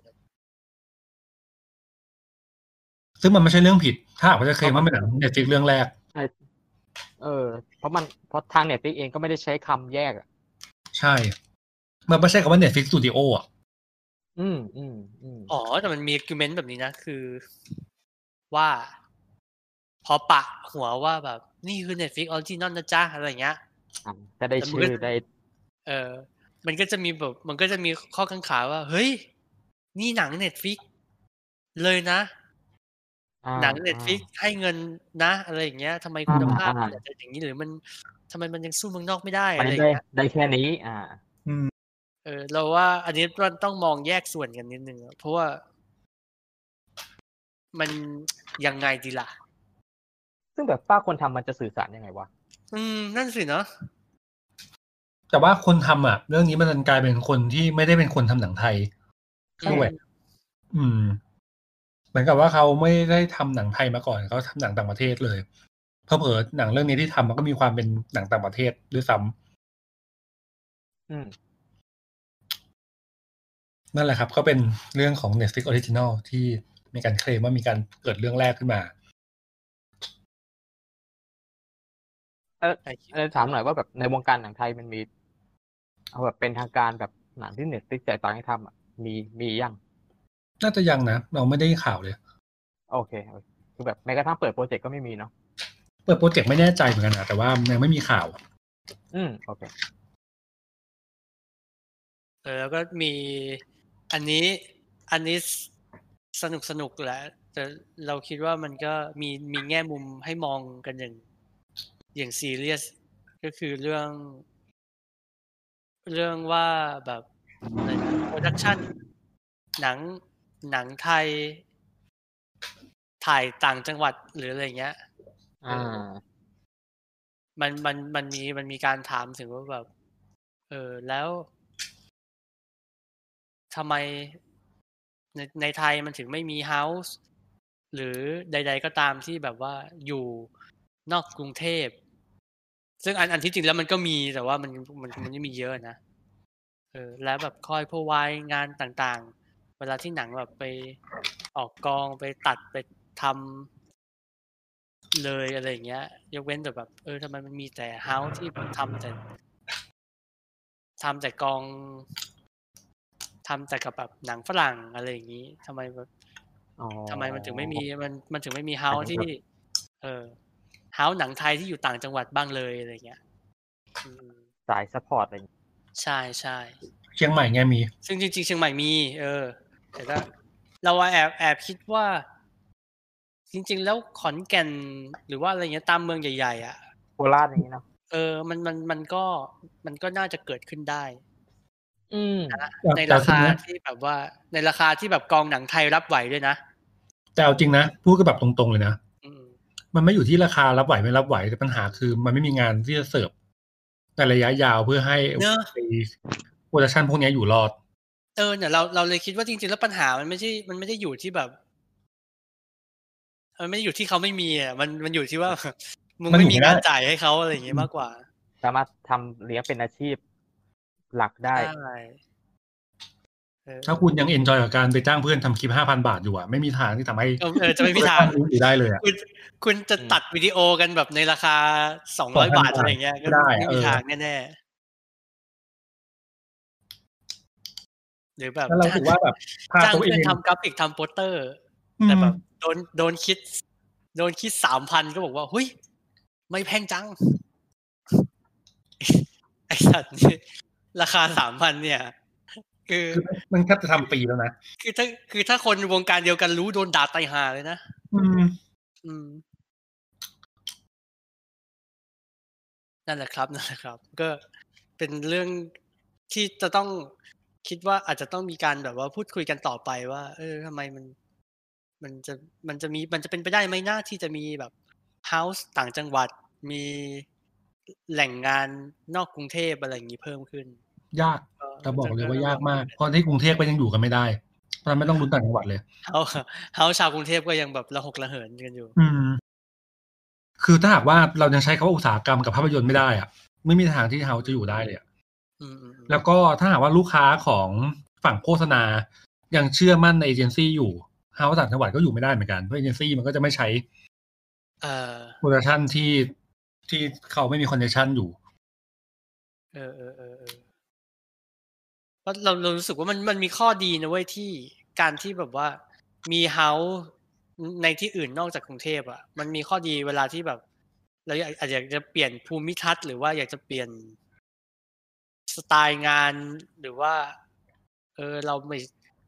B: ซึ่งมันไม่ใช่เรื่องผิดถ้าเขาจะเคลมว่าเป็นหนัง Netflix เรื่องแรก
C: เพราะทาง Netflix เองก็ไม่ได้ใช้คำแยก
B: ใช่มันไม่ใช่คำว่า Netflix Studio
A: แต่มันมี argument แบบนี้นะคือว่าพอปะหัวว่าแบบนี่คือ Netflix Original นะจ๊ะอะไรเงี้ย
C: จะได้ชื่อได้
A: มันก็จะมีแบบมันก็จะมีข้อกังขาว่าเฮ้ยนี่หนัง Netflix เลยนะหนัง Netflix ให้เงินนะอะไรอย่างเงี้ยทำไมคุณภาพมันจะอย่างนี้หรือมันทำไมมันยังสู้เมืองนอกไม่ได้อะไรอย่างเงี้ย
C: ได้แค่นี้
A: เราว่าอันนี้ต้องมองแยกส่วนกันนิดนึงเพราะว่ามันยังไงดีล่ะ
C: ซึ่งแบบป้าคนทำมันจะสื่อสารยังไงวะ
A: นั่นสิเนาะ
B: แต่ว่าคนทำเรื่องนี้มันกลายเป็นคนที่ไม่ได้เป็นคนทำหนังไทยด้วยเหมือนกับว่าเขาไม่ได้ทำหนังไทยมาก่อนเขาทำหนังต่างประเทศเลยเผลอหนังเรื่องนี้ที่ทำมันก็มีความเป็นหนังต่างประเทศด้วยซ้ำนั่นแหละครับก็เป็นเรื่องของ Netflix Original ที่มีการเคลมว่ามีการเกิดเรื่องแรกขึ้นมา
C: ถามหน่อยว่าแบบในวงการหนังไทยมันมีเอาแบบเป็นทางการแบบหนังที่ Netflix จ่ายตังค์ให้ทำมียัง
B: น่าจะยังนะเราไม่ได้ข่าวเลย
C: โอเคคือแบบแม้กระทั่งเปิดโปรเจกต์ก็ไม่มีเนาะ
B: เปิดโปรเจกต์ไม่แน่ใจเหมือนกันนะแต่ว่ายังไม่มีข่าว
C: โอเค
A: แล้วก็มีอันนี้สนุกแหละแต่เราคิดว่ามันก็มีแง่มุมให้มองกันอย่างซีเรียสก็คือเรื่องว่าแบบโปรดักชันหนังไทยถ่ายต่างจังหวัดหรืออะไรเงี้ยมันมีการถามถึงว่าแบบแล้วทำไมในไทยมันถึงไม่มีเฮาส์หรือใดๆก็ตามที่แบบว่าอยู่นอกกรุงเทพซึ่งอันที่จริงแล้วมันก็มีแต่ว่ามันไม่มีเยอะนะแล้วแบบคอยพรอไวด์งานต่างๆเวลาที่หนังแบบไปออกกองไปตัดไปทำเลยอะไรอย่างเงี้ยยกเว้นแต่แบบทำไมมันมีแต่เฮาส์ที่แบบทำแต่กองทำแต่กับแบบหนังฝรั่งอะไรอย่างนี้ทำไมมันถึงไม่มีมันถึงไม่มีเฮาส์ที่เฮาส์หนังไทยที่อยู่ต่างจังหวัดบ้างเลยอะไรเงี้ย
C: สายซัพพอร์ตอะไร
A: ใช่ใช่
B: เชียงใหม่ไงมี
A: ซึ่งจริงๆเชียงใหม่มีแต่ถ้าเราแอบคิดว่าจริงๆแล้วขอนแก่นหรือว่าอะไรเงี้ยตามเมืองใหญ่ๆอ่ะ
C: โคราชนี้เนาะ
A: มันก็น่าจะเกิดขึ้นได้ใน
B: รา
A: คาที่แบบว่าในราคาที่แบบกองหนังไทยรับไหวด้วยนะ
B: แต่เอาจริงนะพูดก็แบบตรงๆเลยนะมันไม่อยู่ที่ราคารับไหวไม่รับไหวแต่ปัญหาคือมันไม่มีงานที่จะเสิร์ฟในระยะยาวเพื่อให้โปรดักชันพวกนี้อยู่รอด
A: เนี่ยเราเลยคิดว่าจริงๆแล้วปัญหามันไม่ได้อยู่ที่แบบมันไม่ได้อยู่ที่เขาไม่มีอ่ะมันอยู่ที่ว่ามึงไม่มีงานจ่ายให้เขาอะไรอย่างเงี้ยมากกว่า
C: สามารถทำเลี้ยงเป็นอาชีพหลักได้
B: ถ้าคุณยังเอนจอยกับการไปจ้างเพื่อนทำคลิป 5,000 บาทอยู่อ่ะไม่มีทางที่ทำให้
A: จะไม่มีทาง
B: อยู่ได้เลยอ่ะ
A: คุณจะตัดวิดีโอกันแบบในราคา200 บาทอะไรอย่างเงี้ยก็ไม่มีทางแน่ๆหรือแบบ
B: เราถือว่าแบบ
A: จ้างเพื่อนทำกราฟิกทำโปสเตอร์แต่แบบโดนคิด 3,000 ก็บอกว่าเฮ้ยไม่แพงจังไอ้สัตว์ราคา 3,000 เนี่ยคือ
B: มันแทบจะทำปีแล้วนะ
A: คือถ้าคนวงการเดียวกันรู้โดนด่าตายห่าเลยนะนั่นแหละครับก็เป็นเรื่องที่จะต้องคิดว่าอาจจะต้องมีการแบบว่าพูดคุยกันต่อไปว่าทำไมมันจะเป็นไปได้ไหมนะที่จะมีแบบเฮาส์ต่างจังหวัดมีแหล่งงานนอกกรุงเทพอะไรอย่างนี้เพิ่มขึ้น
B: ยากแต่บอกเลยว่ายากมากเพราะที่กรุงเทพก็ยังอยู่กันไม่ได้เพราะไม่ต้องลุ้นต่างจังหวัดเลย
A: เฮาชาวกรุงเทพก็ยังแบบระหกระเหินกันอยู่
B: คือถ้าหากว่าเรายังใช้คำว่าอุตสาหกรรมกับภาพยนตร์ไม่ได้อ่ะไม่มีทางที่เฮาจะอยู่ได้เลยแล้วก็ถ้าหากว่าลูกค้าของฝั่งโฆษณายังเชื่อมั่นในเอเจนซี่อยู่เฮาต่างจังหวัดก็อยู่ไม่ได้เหมือนกันเพราะเอเจนซี่มันก็จะไม่ใช้โปรดักชั่นที่เขาไม่มีคอนเนคชั่นอยู่
A: เพราะเรารู้สึกว่ามันมีข้อดีนะเว้ยที่การที่แบบว่ามีเฮาส์ในที่อื่นนอกจากกรุงเทพอ่ะมันมีข้อดีเวลาที่แบบเราอาจจะอยากจะเปลี่ยนภูมิทัศน์หรือว่าอยากจะเปลี่ยนสไตล์งานหรือว่าเราไม่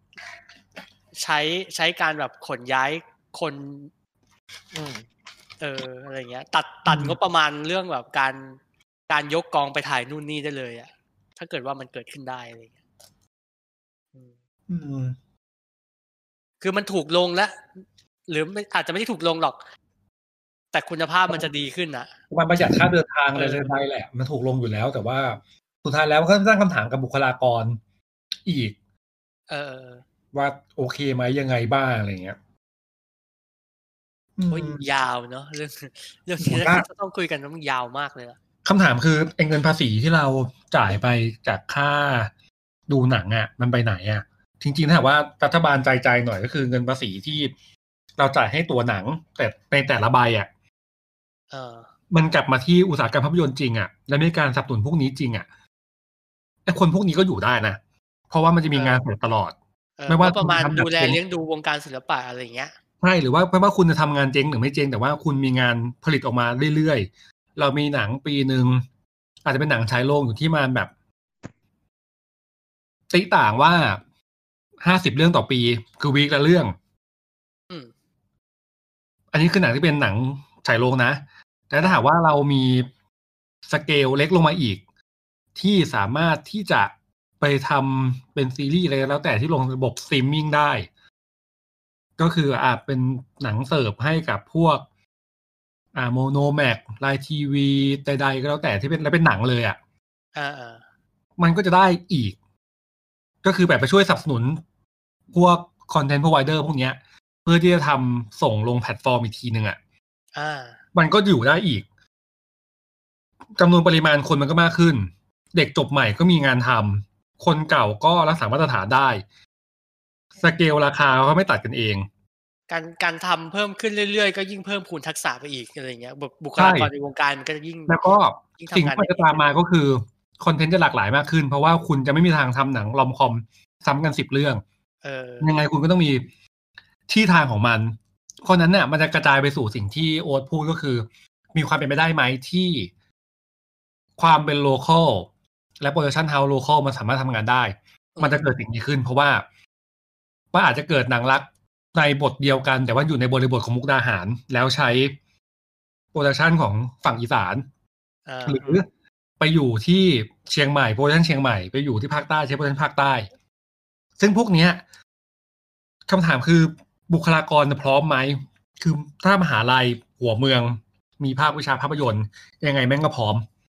A: ใช้การแบบขนย้ายคนอะไรเงี้ยตัดงบประมาณเรื่องแบบการยกกองไปถ่ายนู่นนี่ได้เลยอ่ะถ้าเกิดว่ามันเกิดขึ้นได้อะไรเงี้ยคือมันถูกลงแล้วหรืออาจจะไม่ได้ถูกลงหรอกแต่คุณภาพมันจะดีขึ้นอ่ะ
B: มันประหยัดค่าเดินทางอะไรได้แหละมันถูกลงอยู่แล้วแต่ว่าสุดท้ายแล้วก็ตั้งคำถามกับบุคลากรอีกว่าโอเคไหมยังไงบ้างอะไรเงี้ย
A: โอ้ยยาวเนาะเรื่องนี้จะต้องคุยกันมันยาวมากเลย
B: คำถามคือเงินภาษีที่เราจ่ายไปจากค่าดูหนังอ่ะมันไปไหนอ่ะจริงๆถ้าว่ารัฐบาลใจหน่อยก็คือเงินภาษีที่เราจ่ายให้ตัวหนังแต่ในแต่ละใบอ่ะมันกลับมาที่อุตสาหกรรมภาพยนตร์จริงอ่ะและมีการสนับสนุนพวกนี้จริงอ่ะไอ้คนพวกนี้ก็อยู่ได้นะเพราะว่ามันจะมีงานเปิดตลอด
A: ไม่ว่าประมาณดูแลเลี้ยงดูวงการศิลปะอะไรอย่างเงี้ย
B: ใช่หรือว่าไม่ว่าคุณจะทำงานเจ๊งหรือไม่เจ๊งแต่ว่าคุณมีงานผลิตออกมาเรื่อยๆเรามีหนังปีนึงอาจจะเป็นหนังฉายโรงอยู่ที่มาแบบติต่างว่า50 เรื่องต่อปีคือวีคละเรื่องอันนี้คือหนังที่เป็นหนังฉายโรงนะแต่ถ้าหากว่าเรามีสเกลเล็กลงมาอีกที่สามารถที่จะไปทำเป็นซีรีส์อะไรแล้วแต่ที่ลงระบบสตรีมมิ่งได้ก็คือเป็นหนังเสิร์ฟให้กับพวกโมโนแม็กไลน์ทีวีใดๆก็แล้วแต่ที่เป็นหนังเลยมันก็จะได้อีกก็คือแบบไปช่วยสนับสนุนพวกคอนเทนต์พรอไวเดอร์พวกเนี้ยเพื่อที่จะทำส่งลงแพลตฟอร์มอีกทีนึงมันก็อยู่ได้อีกจำนวนปริมาณคนมันก็มากขึ้นเด็กจบใหม่ก็มีงานทคนเก่าก็รักษามาตรฐานได้สเกลราคาเขาไม่ตัดกันเอง
A: การทำเพิ่มขึ้นเรื่อยๆก็ยิ่งเพิ่มพูนทักษะไปอีกอะไรเงี้ยบุคลากรในวงการมันก็จะยิ่ง
B: แล้วก็สิ่งที่จะตามมาก็คือคอนเทนต์จะหลากหลายมากขึ้นเพราะว่าคุณจะไม่มีทางทำหนังรอมคอมซ้ำกัน10เรื่องยังไงคุณก็ต้องมีที่ทางของมันเพราะนั้นเนี่ยมันจะกระจายไปสู่สิ่งที่โอ๊ตพูดก็คือมีความเป็นไปได้ไหมที่ความเป็นโลคอลและโปรดักชันเฮาส์โลคอลมันสามารถทำงานได้มันจะเกิดสิ่งนี้ขึ้นเพราะว่าอาจจะเกิดหนังรักในบทเดียวกันแต่ว่าอยู่ในบริบทของมุกดาหารแล้วใช้โปรดักชันของฝั่งอีสานหรือไปอยู่ที่เชียงใหม่โปรดักชันเชียงใหม่ไปอยู่ที่ภาคใต้ใช้โปรดักชันภาคใต้ซึ่งพวกเนี้ยคำถามคือบุคลากรพร้อมไหมคือถ้ามหาลัยหัวเมืองมีภาควิชาภาพยนตร์ยังไงแม่งก็พร้อม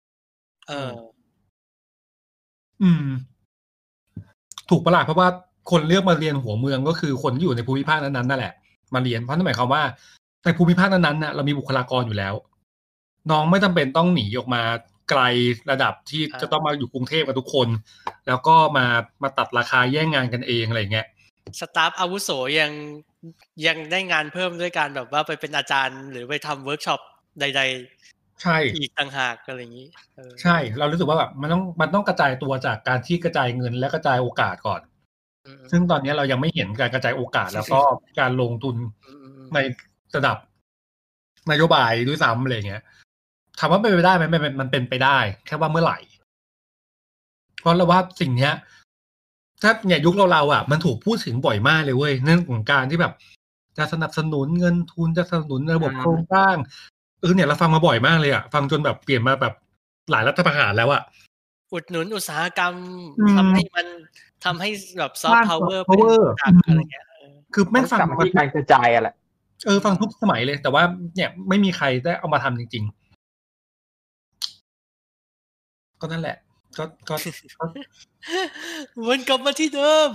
B: ถูกประหลาดเพราะว่าคนเลือกมาเรียนหัวเมืองก็คือคนที่อยู่ในภูมิภาคนั้นๆนั่นแหละมาเรียนเพราะนั่นหมายความว่าในภูมิภาคนั้นๆน่ะเรามีบุคลากรอยู่แล้วน้องไม่จำเป็นต้องหนีออกมาไกลระดับที่จะต้องมาอยู่กรุงเทพกับทุกคนแล้วก็มาตัดราคาแย่งงานกันเองอะไรเงี้ย
A: สตาฟอาวุโสยังได้งานเพิ่มด้วยการแบบว่าไปเป็นอาจารย์หรือไปทำเวิร์กช็อปใดๆ
B: ใช่
A: อีกต่างหากอะไรอย่างนี้
B: ใช่เรารู้สึกว่าแบบมันต้องกระจายตัวจากการที่กระจายเงินและกระจายโอกาสก่อนซึ่งตอนนี้เรายังไม่เห็นการกระจายโอกาสแล้วก็การลงทุนในระดับนโยบายด้วยซ้ำอะไรเงี้ยถามว่าเป็นไปได้ไหมมันเป็นไปได้แค่ว่าเมื่อไหร่เพราะเราว่าสิ่งเนี้ยถ้าเนี่ยยุคเราอ่ะมันถูกพูดถึงบ่อยมากเลยเว้ยเรื่องของการที่แบบจะสนับสนุนเงินทุนจะสนับสนุนระบบโครงสร้างเนี่ยเราฟังมาบ่อยมากเลยอ่ะฟังจนแบบเปลี่ยนมาแบบหลายรัฐประหารแล้วอ่ะ
A: อุดหนุนอุตสาหกรรมทำให้แบบซอฟต์พาวเวอร์เป็นอะไรเงี้ย
B: คือแม่งฟัง
C: ที่การกระจายอะแหละ
B: ฟังทุกสมัยเลยแต่ว่าเนี่ยไม่มีใครได้เอามาทำจริงๆก็นั่นแหละก็
A: วนกลับมาที่เดิม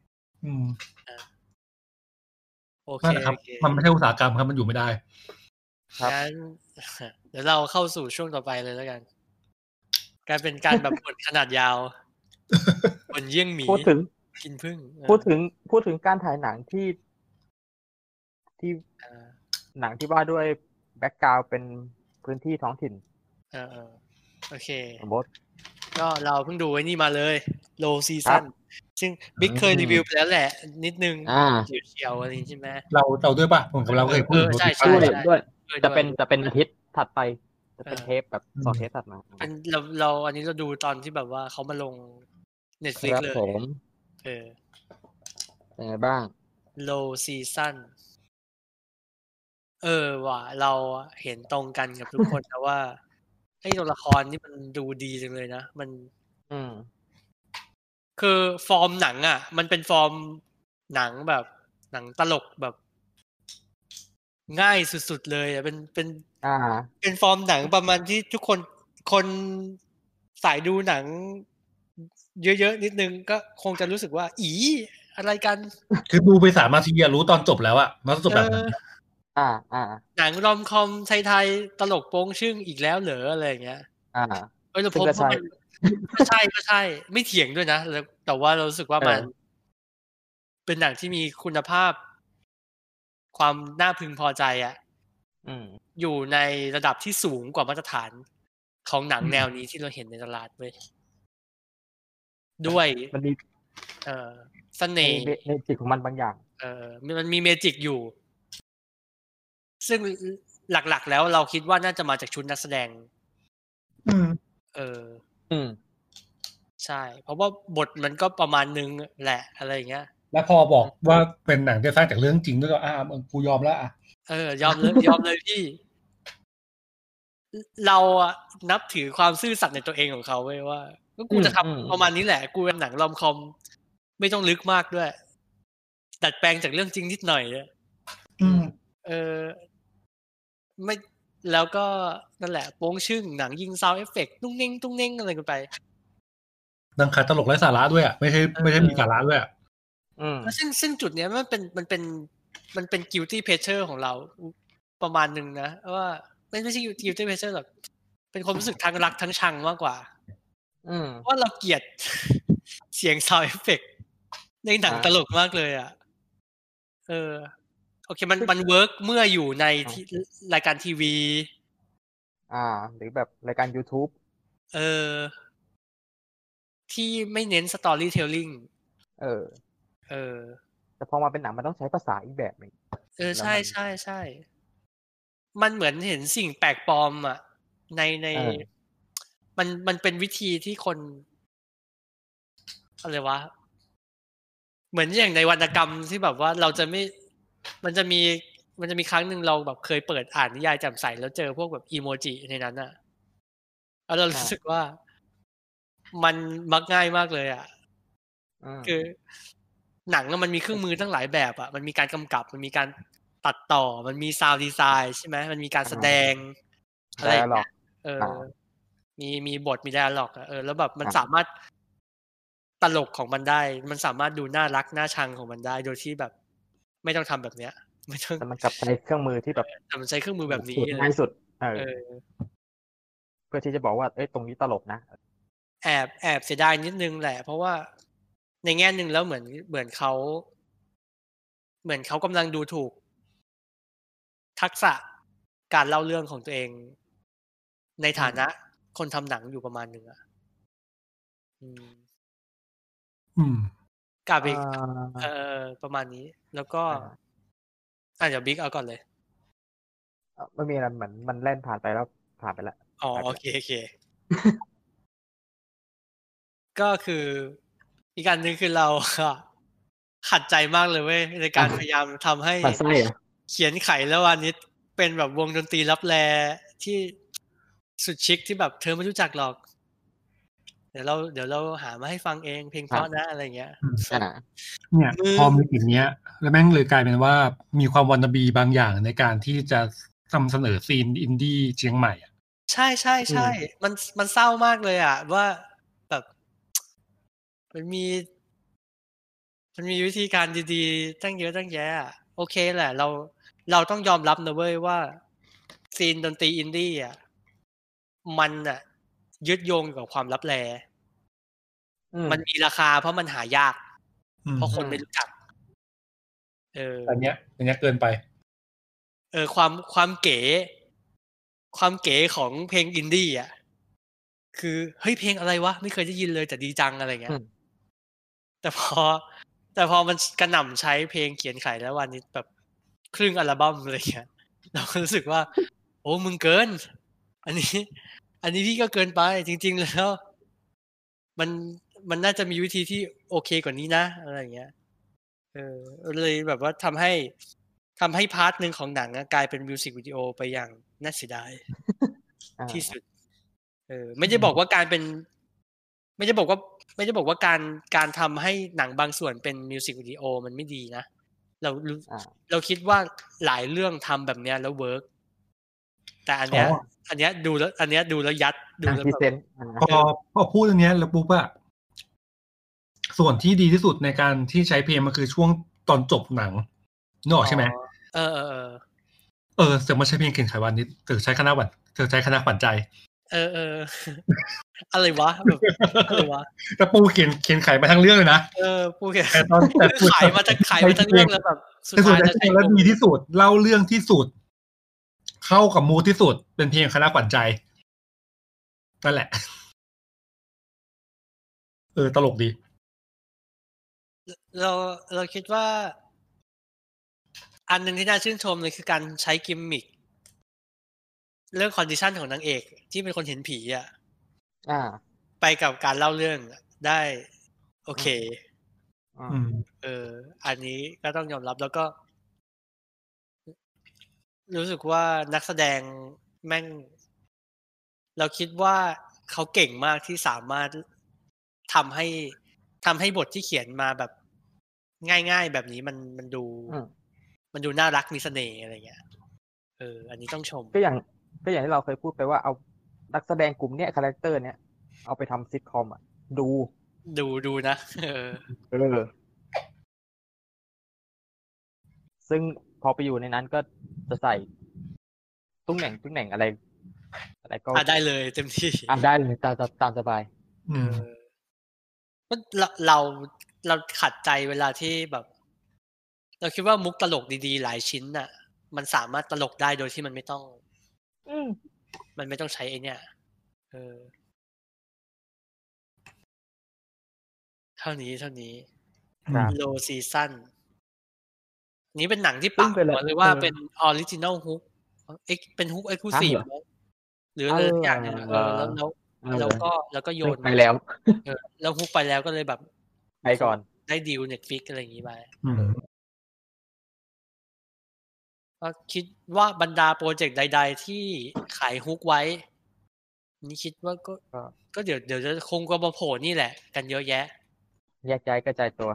A: โอเค
B: ครับมันไม่ใช่อุตสาหกรรมครับมันอยู่ไม่ได้
A: งั้นเดี๋ยวเราเข้าสู่ช่วงต่อไปเลยแล้วกันกลายเป็นการแบบบทขนาดยาวบนเยี่ยงหมี
C: พูดถึง
A: กินพึ่ง
C: พูดถึงการถ่ายหนังที่หนังที่ว่าด้วยแบ็คกราวด์เป็นพื้นที่ท้องถิ่น
A: โอเคก็เราเพิ่งดูไว้นี่มาเลยโลซีซั่นซึ่งบิ๊กเคยรีวิวไปแล้วแหละนิดนึงเฉียวอะไรใช่ไหม
B: เราด้วยป่ะผมกับเราเคยพูด
A: ใช่
C: ด้วยจะเป็นอาทิตย์ถัดไปจะเป็นเทปแบบ2เทปถัดมา
A: เราอันนี้เราดูตอนที่แบบว่าเขามาลง Netflix เลย
C: เป็นไงบ้าง
A: Low Season ว่ะเราเห็นตรงกันกับทุกคนนะว่าไอ้ตัวละครนี่มันดูดีจังเลยนะมันคือฟอร์มหนังอ่ะมันเป็นฟอร์มหนังแบบหนังตลกแบบง่ายสุดๆเลยเป็นฟอร์มหนังประมาณที่ทุกคนสายดูหนังเยอะๆนิดนึงก็คงจะรู้สึกว่าอีอะไรกัน
B: คือดูไป3 นาทีรู้ตอนจบแล้วอะมันจบแบบ
A: หนังรอมคอมไทยๆตลกโป้งชึ่งอีกแล้วเหรออะไรอย่างเงี้ยเราพบว่ามันก็ใช่ไม่เถียงด้วยนะแต่ว่าเรารู้สึกว่ามันเป็นหนังที่มีคุณภาพความน่าพึงพอใจอยู่ในระดับที่สูงกว่ามาตรฐานของหนังแนวนี้ที่เราเห็นในตลาดเว้ยด้วย
C: มันมี
A: เสน่ห์
C: เมจิกของมันบางอย่าง
A: มันมีเมจิกอยู่ซึ่งหลักๆแล้วเราคิดว่าน่าจะมาจากชุดนักแสดงใช่เพราะว่าบทมันก็ประมาณนึงแหละอะไรอย่างเงี้ย
B: แล้วพอบอกว่าเป็นหนังที่สร้างจากเรื่องจริงด้วยก็กูยอมแล้ว
A: ยอมเลยพี่เรานับถือความซื่อสัตย์ในตัวเองของเขาเว้ยว่าก็กูจะทำประมาณนี้แหละกูเป็นหนังรอมคอมไม่ต้องลึกมากด้วยดัดแปลงจากเรื่องจริงนิดหน่อยเนี่ยไม่แล้วก็นั่นแหละโป้งชึ่งหนังยิงซาวด์เอฟเฟคตุ้งเน่งอะไรกันไป
B: หนังขายตลกไร้สาระด้วยไม่ใช่มีสาระด้วย
A: ซึ่งจุดเนี้ยมันเป็น guilty pleasure ของเราประมาณนึงนะว่าไม่ใช่ guilty pleasure หรอกเป็นความรู้สึกทั้งรักทั้งชังมากกว่าว่าเราเกลียดเสียง sound effect ในหนังตลกมากเลยอ่ะโอเคมันเวิร์กเมื่ออยู่ในรายการทีวี
C: หรือแบบรายการ YouTube
A: ที่ไม่เน้น storytelling
C: แต่พอมาเป็นหนังมันต้องใช้ภาษาอีกแบบนึง
A: ใช่มันเหมือนเห็นสิ่งแปลกปลอมอ่ะในมันเป็นวิธีที่คนอะไรวะเหมือนอย่างในวรรณกรรมที่แบบว่าเราจะไม่มันจะมีครั้งหนึ่งเราแบบเคยเปิดอ่านนิยายแจ่มใสแล้วเจอพวกแบบอีโมจิในนั้นอ่ะแล้วเรารู้สึกว่ามันมักง่ายมากเลยอ่ะคือหนังมันมีเครื่องมือตั้งหลายแบบอ่ะมันมีการกำกับมันมีการตัดต่อมันมีซาวด์ดีไซน์ใช่ไหมมันมีการแสดงอะไรอย่างเงี้ยมีบทมีไดอะล็อกแล้วแบบมันสามารถตลกของมันได้มันสามารถดูน่ารักน่าชังของมันได้โดยที่แบบไม่ต้องทำแบบเนี้ยไม่ต้อง
C: แต่มันกลับใช้เครื่องมือที่แบบ
A: มันใช้เครื่องมือแบบนี้
C: ง่ายสุดเพื่อที่จะบอกว่าตรงนี้ตลกนะ
A: แอบเสียดายนิดนึงแหละเพราะว่าในแง่นึงแล้วเหมือนเขากำลังดูถูกทักษะการเล่าเรื่องของตัวเองในฐานะคนทำหนังอยู่ประมาณนึงอ่ะกับอีกประมาณนี้แล้วก็เดี๋ยวบิ๊กเอาก่อนเลย
C: ไม่มีอะไรเหมือนมันเล่นผ่านไปแล้วผ่านไปแล้ว
A: โอเคก็คืออีกการนึงคือเราขัดใจมากเลยเว้ยในการพยายามทำให้เขียนไขแล้ววันนี้เป็นแบบวงดนตรีลับแลที่สุดชิคที่แบบเธอไม่รู้จักหรอกเดี๋ยวเราหามาให้ฟังเองเพลงเพราะนะอะไรเงี้ย
B: เนี่ยพอมีสิ่งเนี้ยแล้วแม่งเลยกลายเป็นว่ามีความวานาบีบางอย่างในการที่จะนำเสนอซีนอินดี้เชียงใหม่อ่ะ
A: ใช่มันเศร้ามากเลยอ่ะว่าแบบมันมีวิธีการดีๆตั้งเยอะตั้งแยะโอเคแหละเราต้องยอมรับนะเว้ยว่าซีนดนตรีอินดี้อ่ะมันอ่ะยึดโยงกับความลับแลมันมีราคาเพราะมันหายากเพราะคนไม่รู้จัก
B: อันเนี้ยเกินไป
A: ความเก๋ของเพลงอินดี้อ่ะคือเฮ้ยเพลงอะไรวะไม่เคยได้ยินเลยแต่ดีจังอะไรเงี้ยแต่พอมันกระหน่ำใช้เพลงเขียนไขแล้ววันนี้แบบครึ่งอัลบั้มอะไรเงี้ยเราก็รู้สึกว่าโอ้มึงเกินอันนี้พี่ก็เกินไปจริงๆแล้วมันน่าจะมีวิธีที่โอเคกว่านี้นะอะไรเงี้ยเลยแบบว่าทำให้พาร์ทนึงของหนังกลายเป็นมิวสิกวิดีโอไปอย่างน่าเสียดายที่สุดไม่ได้บอกว่าการทำให้หนังบางส่วนเป็นมิวสิกวิดีโอมันไม่ดีนะเราคิดว่าหลายเรื่องทำแบบเนี้ยแล้วเวิร์กแต่อันเนี้ยดูแล้วยัดดูแล้วแบบ
B: พอพูดอันเนี้ยแล้วปุ๊บอะส่วนที่ดีที่สุดในการที่ใช้เพลงมันคือช่วงตอนจบหนังนึกออกใช่ไหมเสือมาใช้เพลงเขียนไขวันนิดเสือใช้คณะขวัญใจ
A: อะไรวะแบบอะไรวะ
B: แต่ปูเขียนไขมาทั้งเรื่องเลยนะ
A: ปูเขียนแต่ขายมาทั้งเรื่องแล้วแบบ
B: สุดท้ายแล้วดีที่สุดเล่าเรื่องที่สุดเข้ากับมูดที่สุดเป็นเพลงคณะขวัญใจนั่นแหละตลกดี
A: เราคิดว่าอันนึงที่น่าชื่นชมเลยคือการใช้กิมมิคเรื่องคอนดิชันของนางเอกที่เป็นคนเห็นผีไปกับการเล่าเรื่องได้โอเคอันนี้ก็ต้องยอมรับแล้วก็รู้สึกว่านักแสดงแม่งเราคิดว่าเขาเก่งมากที่สามารถทำให้บทที่เขียนมาแบบง่ายๆแบบนี้มันดูน่ารักมีเสน่ห์อะไรเงี้ยอันนี้ต้องชม
C: ก็อย่างที่เราเคยพูดไปว่าเอานักแสดงกลุ่มเนี้ยคาแรคเตอร์เนี้ยเอาไปทำซิทคอม
A: ดูนะ
C: ซึ่งพอไปอยู่ในนั้นก็จะใส่ตุ้งแหน่งอะไรก็
A: ได้เลยเต็มที่
C: ได้เลยตามสบาย
A: เราขัดใจเวลาที่แบบเราคิดว่ามุกตลกดีๆหลายชิ้นน่ะมันสามารถตลกได้โดยที่มันไม่ต้องใช้ไอ้เนี่ยเท่านี้โลซีซั่นนี้เป็นหนังที่ปักหัวเลยว่าเป็นออริจินอลฮุกเป็นฮุกเอ็กซ์คลูซีฟหรืออะไรอย่างเงี้ยแล้วก็โยน
C: ไปแล้ว
A: แล้วฮุกไปแล้วก็เลยแบบ
C: ไปก่อน
A: ได้ดีล Netflix อะไรอย่างงี้ไปก็คิดว่าบรรดาโปรเจกต์ใดๆที่ขายฮุกไว้นี่คิดว่าก็เดี๋ยวจะคงก็มาโผล่นี่แหละกันเยอะแยะ
C: แยกย้ายกระจายตัว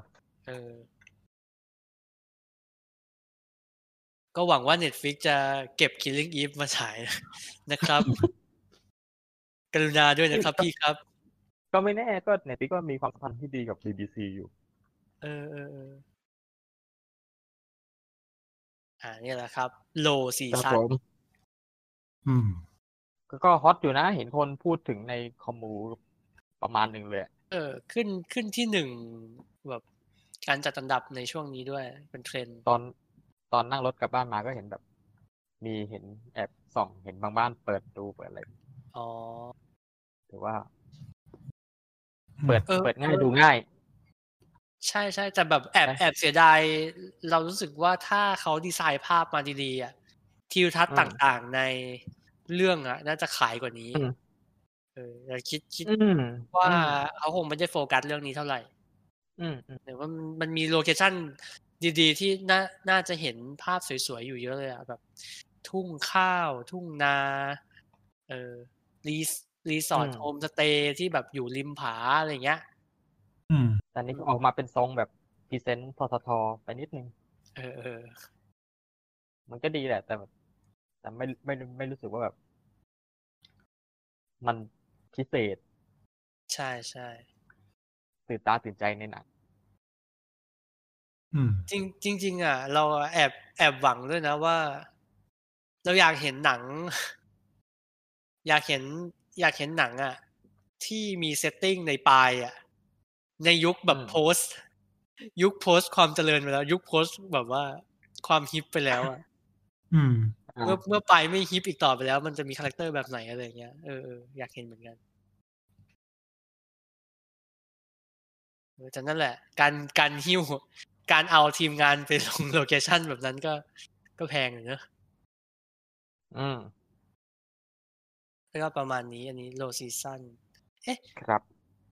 A: ก็หวังว่า Netflix จะเก็บ Killing Eve มาฉายนะครับกรุณาด้วยนะครับพี่ครับ
C: ก็ไม่แน่ก็ Netflix ก็มีความสัมพันธ์ที่ดีกับ BBC อยู่
A: นี่แหละครับ Low Season
C: ก็ฮอตอยู่นะเห็นคนพูดถึงในคอมมูประมาณหนึ่งเลย
A: ขึ้นที่หนึ่งแบบการจัดอันดับในช่วงนี้ด้วยเป็นเทรนด์
C: ตอนนั่งรถกลับบ้านมาก็เห็นแบบมีเห็นแอบส่องเห็นบางบ้านเปิดอะไรถือว่าเปิดง่ายดูง่าย
A: ใช่แต่แบบแอบเสียดายเรารู้สึกว่าถ้าเขาดีไซน์ภาพมาดีๆอ่ะทิวทัศน์ต่างๆในเรื่องอ่ะน่าจะขายกว่านี้แต่คิดว่าเขาคงไม่ได้โฟกัสเรื่องนี้เท่าไหร่แต่ว่ามันมีโลเคชั่นดีๆที่น่าจะเห็นภาพสวยๆอยู่เยอะเลยอ่ะแบบทุ่งข้าวทุ่งนารีสอร์ทโฮมสเตย์ที่แบบอยู่ริมผาอะไรเงี้ย
C: ตอนนี้ก็ออกมาเป็นทรงแบบพรีเซนต์ททไปนิดนึงมันก็ดีแหละแต่ไม่รู้สึกว่าแบบมันพิเศษ
A: ใช่
C: ตื่นตาตื่นใจในหนัง
A: จริงอ่ะเราแอบหวังด้วยนะว่าเราอยากเห็นหนังอยากเห็นหนังอ่ะที่มีเซตติ้งในปลายอ่ะในยุคแบบโพสความเจริญไปแล้วยุคโพสแบบว่าความฮิปไปแล้วอ่ะเมื่อปลายไม่ฮิปอีกต่อไปแล้วมันจะมีคาแรคเตอร์แบบไหนอะไรเงี้ยอยากเห็นเหมือนกันแต่นั่นแหละการหิ้วการเอาทีมงานไปลงโลเคชั่นแบบนั้นก็แพงอยู่เนอะแล้วก็ประมาณนี้อันนี้โลซีซั่น
C: ครับ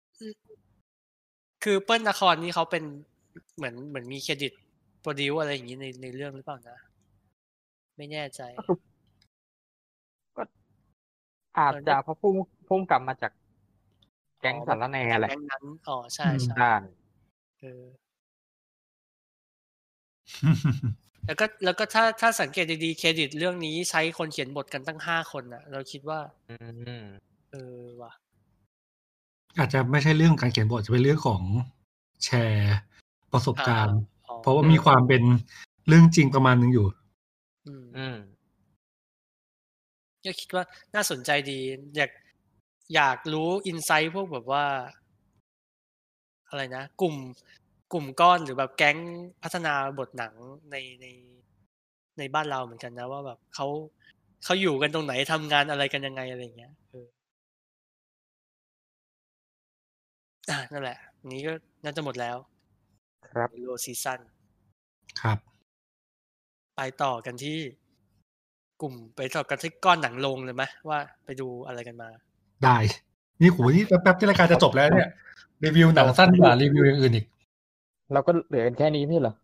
A: คือเปิ้ลนครนี่เขาเป็นเหมือนมีเครดิตโปรดิวอะไรอย่างนี้ในเรื่องหรือเปล่านะไม่แน่ใจ
C: ก็อาจจะเพราะพุ่งกลับมาจากแก๊งสารแหน่แหละ
A: แก๊งนั้นใช่แล้วก็ถ้าสังเกตดีๆเครดิตเรื่องนี้ใช้คนเขียนบทกันตั้ง5 คนน่ะเราคิดว่าว่ะ
B: อาจจะไม่ใช่เรื่องการเขียนบทจะเป็นเรื่องของแชร์ประสบการณ์เพราะว่ามีความเป็นเรื่องจริงประมาณนึงอยู่
A: ก็คิดว่าน่าสนใจดีอยากรู้อินไซต์พวกแบบว่าอะไรนะกลุ่มก้อนหรือแบบแก๊งพัฒนาบทหนังในบ้านเราเหมือนกันนะว่าแบบเขาอยู่กันตรงไหนทำงานอะไรกันยังไงอะไรเงี้ยนั่นแหละนี้ก็น่าจะหมดแล้ว
C: ครับ
A: โลซีซั่น
B: ครับ
A: ไปต่อกันที่ไปต่อกันที่ก้อนหนังลงเลยไหมว่าไปดูอะไรกันมา
B: ได้นี่โหนี่แป๊บที่รายการจะจบแล้วเนี่ยรีวิวหนังสั้นกว่ารีวิวอย่างอื่นอีก
C: เราก็เหลือแค่นี้ไม่เหรอ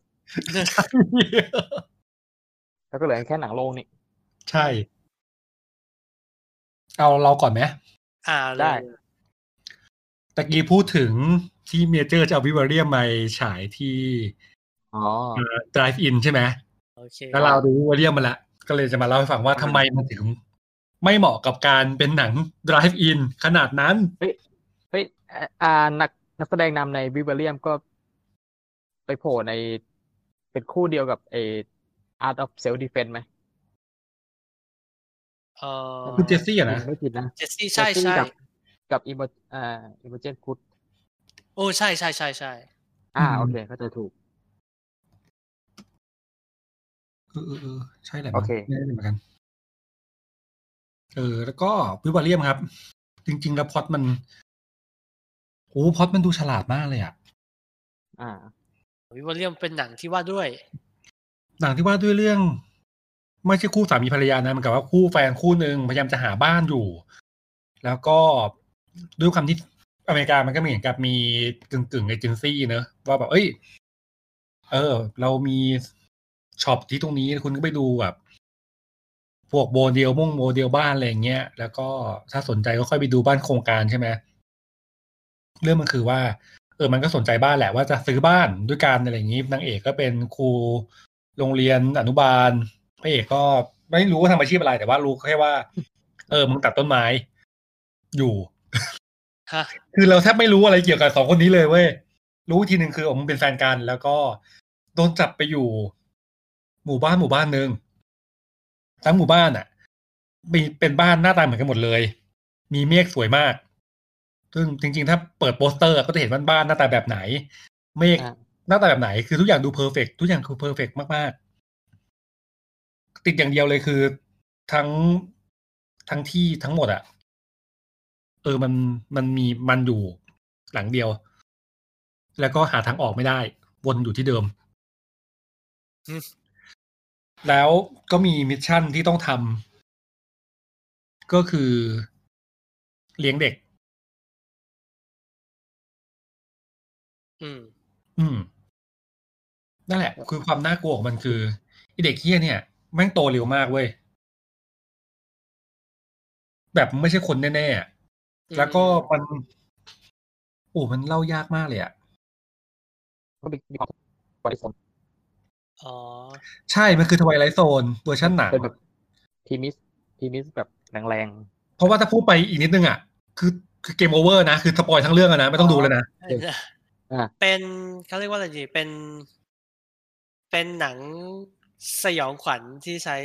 C: แล้วก็เหลือแค่หนังโรงนี่
B: ใช่เอาเราก่อนไหม
C: ได้
B: ตะกี้พูดถึงที่เมเจอร์จะเอาวิวาเรียมมาฉายที่Drive In ใช่ไหมแล้วเราดูวิวาเรียมมาแล้วก็เลยจะมาเล่าให้ฟังว่าทำไมมันถึงไม่เหมาะกับการเป็นหนัง Drive In ขนาดนั้น
C: เฮ้ยนักแสดงนำในวิวาเรียมก็ไปโผล่ในเป็นคู่เดียวกับArt of Self Defense ไหม
B: คุณเจสซี่นะ
C: ไม่ผิดนะ
A: เจสซี่ใช่
C: กับImogen Good
A: โอ้ใช่ใช่ใช่ใช่
C: โอเคเข้าใจถูก
B: ใช่แหละ
C: โอเค
B: ไม่ได้เหมือนกันแล้วก็วิวาเลียมครับจริงๆแล้วพล็อตมันดูฉลาดมากเลยอ่ะ
A: วิวอลเลียมเป็นหนังที่ว่าด้วย
B: หนังที่ว่าด้วยเรื่องไม่ใช่คู่สามีภรรยานะมันกับว่าคู่แฟนคู่หนึ่งพยายามจะหาบ้านอยู่แล้วก็ด้วยความที่อเมริกามันก็เหมือนกับมีกึ่งเอเจนซี่เนอะว่าแบบเรามีช็อปที่ตรงนี้คุณก็ไปดูแบบพวกโมเดลบ้านอะไรอย่างเงี้ยแล้วก็ถ้าสนใจก็ค่อยไปดูบ้านโครงการใช่ไหมเรื่องมันคือว่ามันก็สนใจบ้านแหละว่าจะซื้อบ้านด้วยกันอะไรอย่างงี้นางเอกก็เป็นครูโรงเรียนอนุบาลพระเอกก็ไม่รู้ว่าทำอาชีพอะไรแต่ว่ารู้แค่ว่ามึงตัดต้นไม้อยู่คือเราแทบไม่รู้อะไรเกี่ยวกับสองคนนี้เลยเว้ยรู้ทีหนึ่งคือมึงเป็นแฟนกันแล้วก็โดนจับไปอยู่หมู่บ้านหนึ่งทั้งหมู่บ้านอ่ะมีเป็นบ้านหน้าตาเหมือนกันหมดเลยมีเมฆสวยมากซึ่งจริงๆถ้าเปิดโปสเตอร์ก็จะเห็นบ้านหน้าตาแบบไหนเมฆหน้าตาแบบไหนคือทุกอย่างดูเพอร์เฟกต์ทุกอย่างคือเพอร์เฟกต์มากๆติดอย่างเดียวเลยคือทั้งที่ทั้งหมดอ่ะมันมีมันอยู่หลังเดียวแล้วก็หาทางออกไม่ได้วนอยู่ที่เดิมแล้วก็มีมิชชั่นที่ต้องทำก็คือเลี้ยงเด็กนั่นแหละคือความน่ากลัวของมันคือไอเด็กเหี้ยเนี่ยแม่งโตเร็วมากเว้ยแบบไม่ใช่คนแน่ๆแล้วก็มันเล่ายากมากเลยอ่ะ
C: ก็มีความไวโซน
B: ใช่มันคือทไวไลท์โซนเวอร์ชันหนัง
C: เป็นแบบทีมิสแบบแรง
B: เพราะว่าถ้าพูดไปอีกนิดนึงอ่ะคือเกมโอเวอร์นะคือสปอยทั้งเรื่องนะไม่ต้องดูแล้วนะ
A: เป็นเขาเรียกว่าอะไรดีเป็นหนังสยองขวัญที่ใช้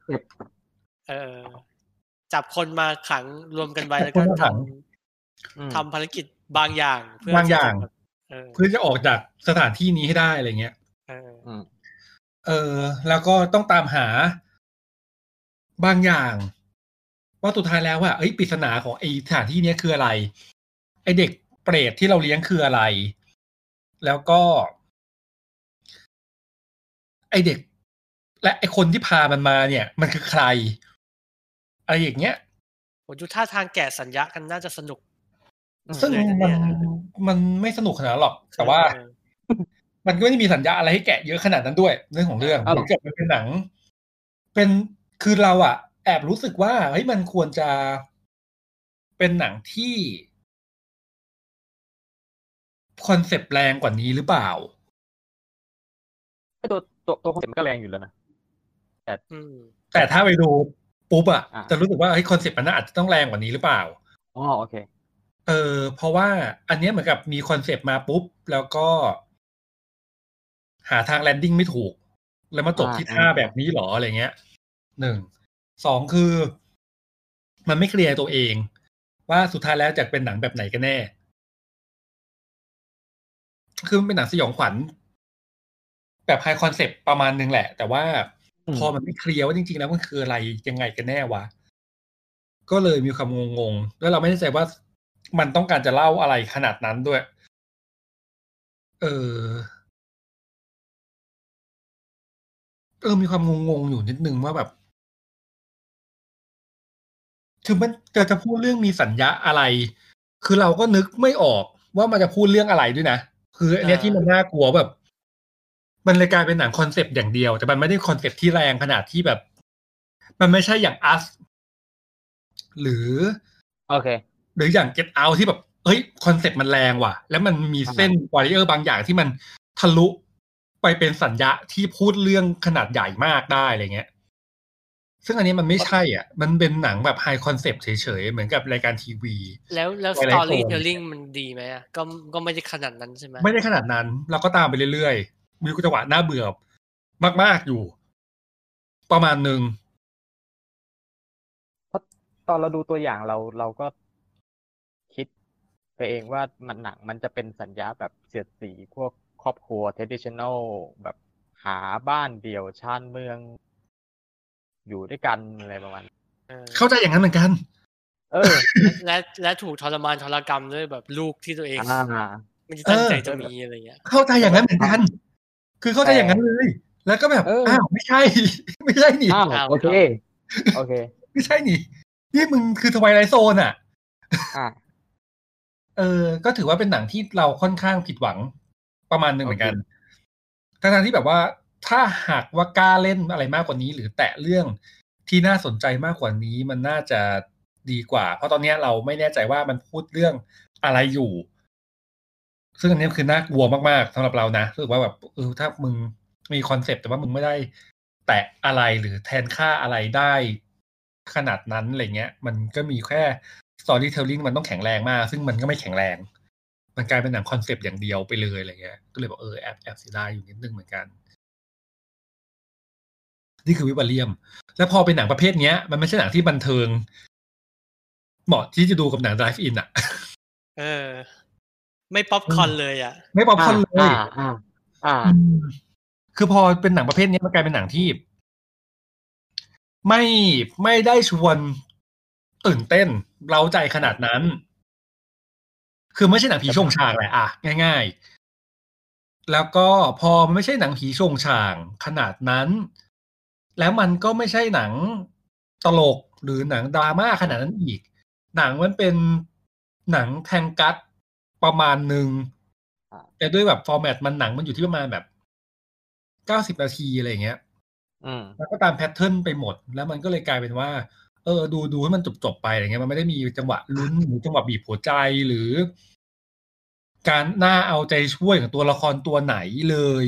A: จับคนมาขังรวมกันไว้แล้วก็ทำภารกิจบางอย่างเพื่อ
B: จะออกจากสถานที่นี้ให้ได้อะไรเงี้ยแล้วก็ต้องตามหาบางอย่างว่าสุดท้ายแล้วว่าปริศนาของไอ้สถานที่นี้คืออะไรไอ้เด็กเปรตที่เราเลี้ยงคืออะไรแล้วก็ไอ้เด็กและไอ้คนที่พามันมาเนี่ยมันคือใครอะไรอย่างเงี้ย
A: ผมดูท่าทางแกะสัญญากันน่าจะสนุก
B: ซึ่งมันไม่สนุกขนาดนั้นหรอกแต่ว่ามันก็ไม่ได้มีสัญญาอะไรให้แกะเยอะขนาดนั้นด้วยเรื่องของเรื่องเหมือนกับมันเป็นหนังคือเราอ่ะแอบรู้สึกว่ามันควรจะเป็นหนังที่คอนเซปต์แรงกว่านี้หรือเปล่า
C: ตัวคอนเซปต์มันก็แรงอยู่แล้วนะ
B: แต่ถ้าไปดูปุ๊บอ่ะจะรู้สึกว่าคอนเซปต์มันอาจจะต้องแรงกว่านี้หรือเปล่า
C: โอเค
B: เพราะว่าอันนี้เหมือนกับมีคอนเซปต์มาปุ๊บแล้วก็หาทางแลนดิ้งไม่ถูกแล้วมาจบที่ท่าแบบนี้หรออะไรเงี้ย1 2คือมันไม่เคลียร์ตัวเองว่าสุดท้ายแล้วจะเป็นหนังแบบไหนกันแน่คือมันเป็นหนังสยองขวัญแบบไฮคอนเซปต์ประมาณนึงแหละแต่ว่าพอมันไม่เคลียร์ว่าจริงๆแล้วมันคืออะไรยังไงกันแน่วะก็เลยมีความงงๆแล้วเราไม่แน่ใจว่ามันต้องการจะเล่าอะไรขนาดนั้นด้วยมีความงงๆอยู่นิดนึงว่าแบบคือมันจะพูดเรื่องมีสัญญาอะไรคือเราก็นึกไม่ออกว่ามันจะพูดเรื่องอะไรด้วยนะคืออันนี้ที่มันน่ากลัวแบบมันเลยกลายเป็นหนังคอนเซปต์อย่างเดียวแต่มันไม่ได้คอนเซปต์ที่แรงขนาดที่แบบมันไม่ใช่อย่างอัสหรือ
C: โอเค
B: หรืออย่าง Get Out ที่แบบคอนเซปต์มันแรงว่ะแล้วมันมีเส้นบาริเออร์บางอย่างที่มันทะลุไปเป็นสัญญาที่พูดเรื่องขนาดใหญ่มากได้อะไรเงี้ยซึ่งอันนี้มันไม่ใช่อ่ะมันเป็นหนังแบบไฮคอนเซปต์เฉยๆเหมือนกับรายการทีวี
A: แล้วสตอรี่เทลลิ่งมันดีไหมอ่ะก็ไม่ได้ขนาดนั้นใช่ไหม
B: ไม่ได้ขนาดนั้นเราก็ตามไปเรื่อยๆมีจังหวะน่าเบื่อมากๆอยู่ประมาณนึง
C: เพราะตอนเราดูตัวอย่างเราก็คิดตัวเองว่ามันหนังมันจะเป็นสัญญาแบบเสียดสีพวกครอบครัว traditional แบบหาบ้านเดี่ยวชานเมืองอยู่ด้วยกันอะไรประมาณ
B: เข้าใจอย่างนั้นเหมือนกัน
A: และถูกทรมานทรกรรมด้วยแบบลูกที่ตัวเองไม่ได้ตั้งใจจะมีอะไรเงี้ย
B: เข้าใจอย่างนั้นเหมือนกันคือเข้าใจอย่างนั้นเลยแล้วก็แบบอ้าวไม่ใช่นี่
C: โอเค
B: ไม่ใช่นี่มึงคือทวายไลท์โซนอ่ะก็ถือว่าเป็นหนังที่เราค่อนข้างผิดหวังประมาณนึงเหมือนกันทั้งที่แบบว่าถ้าหากว่ากล้าเล่นอะไรมากกว่านี้หรือแตะเรื่องที่น่าสนใจมากกว่านี้มันน่าจะดีกว่าเพราะตอนนี้เราไม่แน่ใจว่ามันพูดเรื่องอะไรอยู่ซึ่งอันนี้คือน่ากลัวมากๆสำหรับเรานะรู้สึกว่าแบบถ้ามึงมีคอนเซ็ปต์แต่ว่ามึงไม่ได้แตะอะไรหรือแทนค่าอะไรได้ขนาดนั้นอะไรเงี้ยมันก็มีแค่ storytelling มันต้องแข็งแรงมากซึ่งมันก็ไม่แข็งแรงมันกลายเป็นหนังคอนเซ็ปต์อย่างเดียวไปเลยอะไรเงี้ยก็เลยบอกแอบเสียดายอยู่นิดนึงเหมือนกันนี่คือวิบาเลียมแล้วพอเป็นหนังประเภทเนี้ยมันไม่ใช่หนังที่บันเทิงเหมาะที่จะดูกับหนัง drive in อ่ะ
A: ไม่ป๊อปคอร์นเลยอ่ะ
B: ไม่ป๊อปคอร์นเลยคือพอเป็นหนังประเภทนี้มันกลายเป็นหนังที่ไม่ได้ชวนตื่นเต้นเร้าใจขนาดนั้นคือไม่ใช่หนังผีโชงชางแหละง่ายๆแล้วก็พอมันไม่ใช่หนังผีโชงชางขนาดนั้นแล้วมันก็ไม่ใช่หนังตลกหรือหนังดราม่าขนาดนั้นอีกหนังมันเป็นหนังแทงกัสประมาณนึงแต่ด้วยแบบฟอร์แมตมันหนังมันอยู่ที่ประมาณแบบ90 นาทีอะไรอย่างเงี้ยแล้วก็ตามแพทเทิร์นไปหมดแล้วมันก็เลยกลายเป็นว่าดูให้มันจบไปอะไรเงี้ยมันไม่ได้มีจังหวะลุ้นหรือจังหวะบีบหัวใจหรือการน่าเอาใจช่วยของตัวละครตัวไหนเลย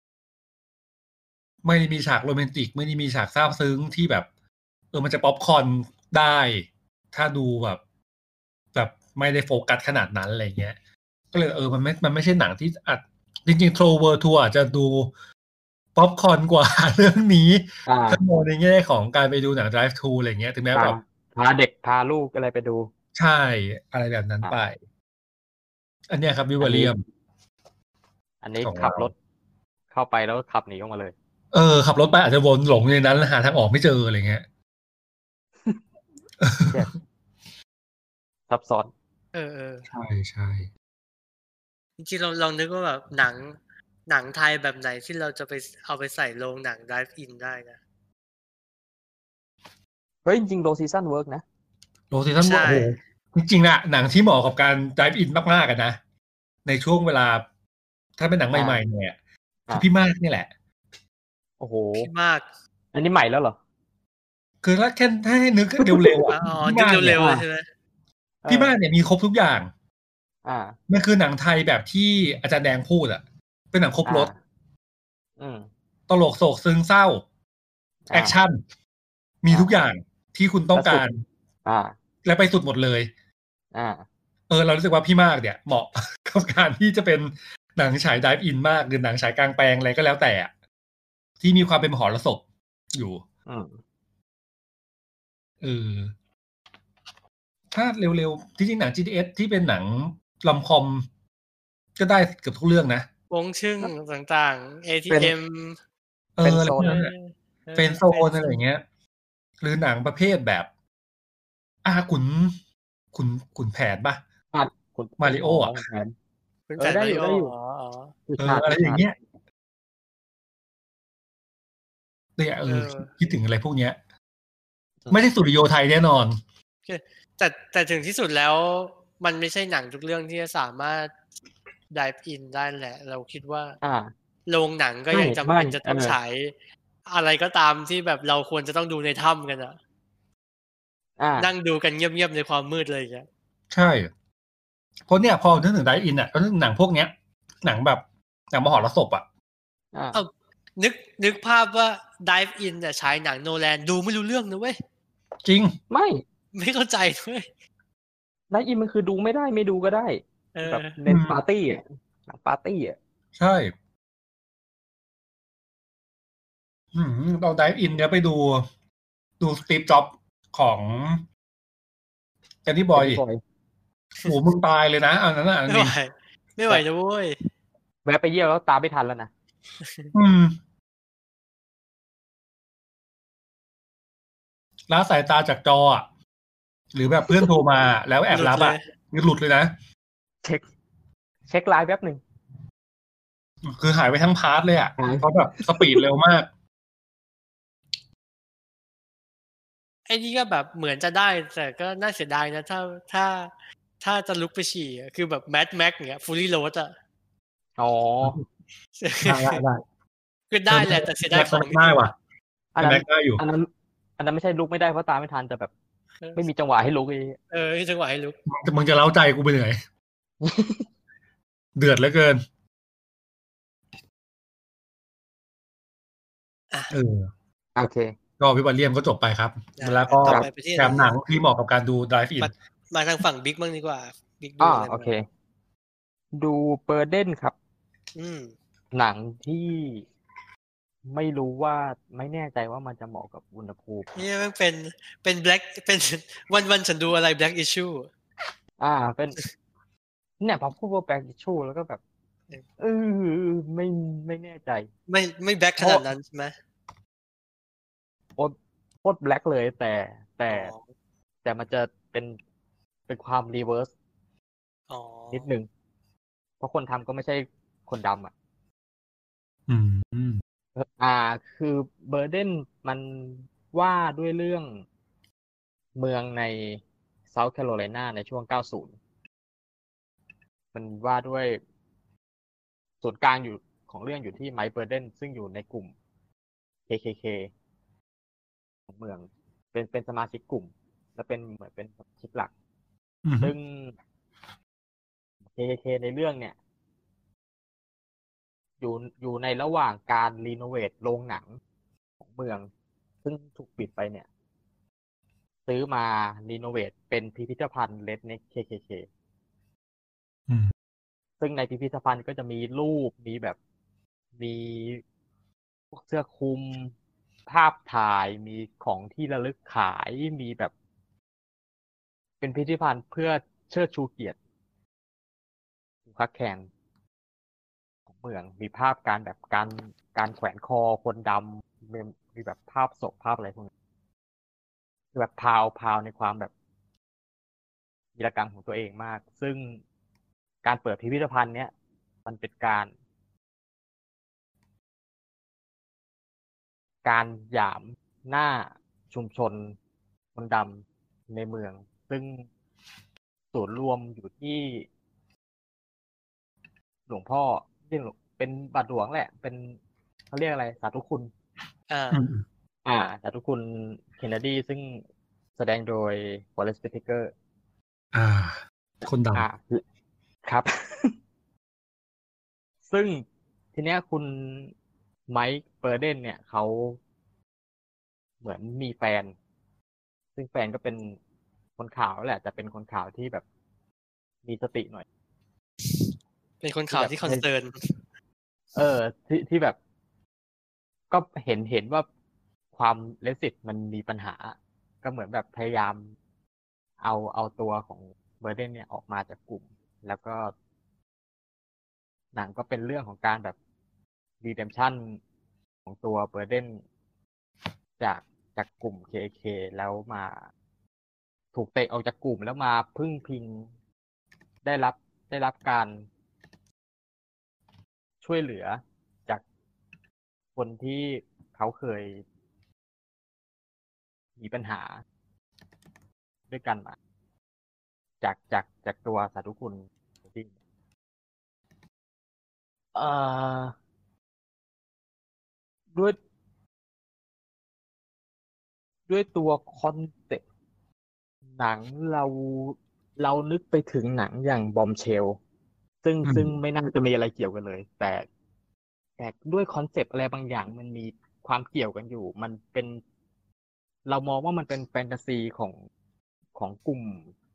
B: ไม่ได้มีฉากโรแมนติกไม่ได้มีฉากซาบซึ้งที่แบบมันจะป๊อปคอร์นได้ถ้าดูแบบไม่ได้โฟกัสขนาดนั้นอะไรเงี้ยก็เลยมันไม่ใช่หนังที่จริงๆ Troll World Tour อาจจะดูป๊อปคอร์นกว่าเรื่องนี้ถ้ามองในแง่ของการไปดูหนัง Drive to อะไรเงี้ยถึงแม้แบบ
C: พาเด็กพาลูกอะไรไปดู
B: ใช่อะไรแบบนั้นไปอันนี้ครับวิวาเลียม
C: อันนี้ขับรถเข้าไปแล้วขับหนีออกมาเลย
B: ขับรถไปอาจจะวนหลงในนั้นหาทางออกไม่เจออะไรเงี้ย
C: ซับซ้อน
B: ใช่
A: จริงๆเราลองนึกว่าแบบหนังไทยแบบไหนที่เราจะไปเอาไปใส่โรงหนัง Drive In ได้นะ
C: เฮ้ยจริงๆโลซีซั่นเวิร์กนะ
B: โลซีซั่นเวิร์กโอ้จริงๆนะหนังที่เหมาะกับการ Drive In มากๆกันนะในช่วงเวลาถ้าเป็นหนังใหม่ๆเนี่ยคือพี่มากนี่แหละ
C: โอ้โห
A: พี่มาก
C: อันนี้ใหม่แล้วเหรอ
B: คือถ้าให้นึกเร็วๆ
A: นึกเร็วๆใช่ไหม
B: พี่มากเนี่ยมีครบทุกอย่างมันคือหนังไทยแบบที่อาจารย์แดงพูดอ่ะเป็นหนังครบรสตลกโศกซึ้งเศร้าแอคชั่นมีทุกอย่างที่คุณต้องการและไปสุดหมดเลยเรารู้สึกว่าพี่มากเนี่ยเหมาะกับการที่จะเป็นหนังฉายไดฟ์อินมากหรือหนังฉายกลางแปลงอะไรก็แล้วแต่ที่มีความเป็นมหรสพอยู่ถ้าเร็วๆที่จริงหนัง GDS ที่เป็นหนังลอมคอมก็ได้เกือบทุกเรื่องนะ
A: วงชึ่งต่างๆ ATM
C: เป็นโซน
B: เป็นโซนอะไรอย่างเงี้ยหรือหนังประเภทแบบขุนแผนป่ะมาริโออ่ะ
A: ได้อยู่
B: อะไรอย่างเงี้ยเนี่ยคิดถึงอะไรพวกเนี้ยไม่ใช่สตูดิโอไทยแน่นอน
A: แต่ถึงที่สุดแล้วมันไม่ใช่หนังทุกเรื่องที่จะสามารถ dive in ได้แหละเราคิดว่าโรงหนังก็ยังจำเป็นจะต้องฉายอะไรก็ตามที่แบบเราควรจะต้องดูในถ้ำกันนั่งดูกันเงียบๆในความมืดเลยอย่างเงี้ย
B: ใช่เพราะเนี่ยพอนึกถึง dive in ก็นึกถึงหนังพวกเนี้ยหนังแบบหนังมหรสพ
A: นึกภาพว่า dive in ฉายหนังโนแลนดูไม่รู้เรื่องนะเว้ย
B: จริง
A: ไม่เข้าใจด้วย
C: dive in มันคือดูไม่ได้ไม่ดูก็ได้แบบเน้นปาร์ตี้หนังปาร์ตี้
B: ใช่เรา dive in เนี่ยไปดูสตีฟจ็อบของแอนดี้บอยโหมึงตายเลยนะอันนั้นอ่ะ
A: ไม่ไหวไม่ไหวนะเว้ย
C: แวะไปเยี่ยวแล้วตามไม่ทันแล้วนะ
B: ละสายตาจากจออ่ะหรือแบบเพื่อนโทรมาแล้วแอบรับอ่ะนี่หลุดเลยนะ
C: เช็คไลน์แป๊บหนึ่ง
B: คือหายไปทั้งพาร์ทเลยอ่ะเพราะแบบสปีดเร็วมาก
A: ไอ้นี่ก็แบบเหมือนจะได้แต่ก็น่าเสียดายนะถ้าจะลุกไปฉี่คือแบบแมทแม็กอย่างเงี้ยฟูลี่โรดอ่ะ
C: อ๋อ
B: ได้
A: คือได้แหละแต่เสียดายของ
B: ได้ว่ะ
C: อันนั้นไม่ใช่ลุกไม่ได้เพราะตามไม่ทันแต่แบบไม่มีจังหวะให้ลุก
A: จังหวะให้ลุก
B: มึงจะเล้าใจกูไปเหนื่อยเดือดเหลือเกิน
C: โอเค
B: ก็วิวัลเลียมก็จบไปครับแล้วก็แถมหนังที่เหมาะกับการดู Drive In
A: มาทางฝั่งบิ๊กบ้างดีกว่าบิ๊กดูอะไร
C: โอเคดูเบอร์เดนครับหนังที่ไม่รู้ว่าไม่แน่ใจว่ามันจะเหมาะกับอุณหภูมิ
A: นี่มันเป็นแบล็คเป็นวันฉันดูอะไร Black Issue
C: เป็นเนี่ยพอพูดว่า Black Issue แล้วก็แบบไม่แน่ใจ
A: ไม่แบล็คขนาดนั้นใช่ไหม
C: โคตรแบล็คเลยแต่มันจะเป็นความรีเวิร์สนิดนึงเพราะคนทำก็ไม่ใช่คนดำคือเบอร์เดนมันว่าด้วยเรื่องเมืองในเซาท์แคโรไลนาในช่วง 90 มันว่าด้วยศูนย์กลางอยู่ของเรื่องอยู่ที่ไมค์เบอร์เดนซึ่งอยู่ในกลุ่ม KKK ของเมืองเป็นสมาชิกกลุ่มและเป็นเหมือนเป็นสมาชิกหลักซึ่ง KKK ในเรื่องเนี่ยอยู่ในระหว่างการรีโนเวทโรงหนังของเมืองซึ่งถูกปิดไปเนี่ยซื้อมารีโนเวทเป็นพิพิธภัณฑ์ Redneck KKK ซึ่งในพิพิธภัณฑ์ก็จะมีรูปมีพวกเสื้อคลุมภาพถ่ายมีของที่ระลึกขายมีแบบเป็นพิพิธภัณฑ์เพื่อเชิดชูเกียรติพักแคนของเมืองมีภาพการแขวนคอคนดำมีแบบภาพศพภาพอะไรพวกนี้แบบพาวในความแบบวีรกรรมของตัวเองมากซึ่งการเปิดพิพิธภัณฑ์เนี้ยมันเป็นการหยามหน้าชุมชนคนดำในเมืองซึ่งศูนย์รวมอยู่ที่หลวงพ่อที่เป็นบาทหลวงแหละเป็นเขาเรียกอะไรสาธุคุณสาธุคุณเคนเนดีซึ่งแสดงโดย Forest Whitaker
B: คนด
C: ำครับ ซึ่งทีเนี้ยคุณไมค์เบอร์เดนเนี่ยเขาเหมือนมีแฟนซึ่งแฟนก็เป็นคนขาวแหละแต่เป็นคนขาวที่แบบมีสติหน่อย
A: เป็นคนขาวที่คอนเซิร์น
C: ที่แบบก็เห็นว่าความเลสิตมันมีปัญหาก็เหมือนแบบพยายามเอาตัวของเบอร์เดนเนี่ยออกมาจากกลุ่มแล้วก็หนังก็เป็นเรื่องของการแบบredemption ของตัวเบอร์เดนจากกลุ่ม KK แล้วมาถูกเตะออกจากกลุ่มแล้วมาพึ่งพิงได้รับการช่วยเหลือจากคนที่เขาเคยมีปัญหาด้วยกันมาจากตัวสาธุคุณที่ด้วยตัวคอนเซ็ปต์หนังเรานึกไปถึงหนังอย่างบอมเชลซึ่งไม่น่าจะมีอะไรเกี่ยวกันเลยแต่ด้วยคอนเซ็ปต์อะไรบางอย่างมันมีความเกี่ยวกันอยู่มันเป็นเรามองว่ามันเป็นแฟนตาซีของกลุ่ม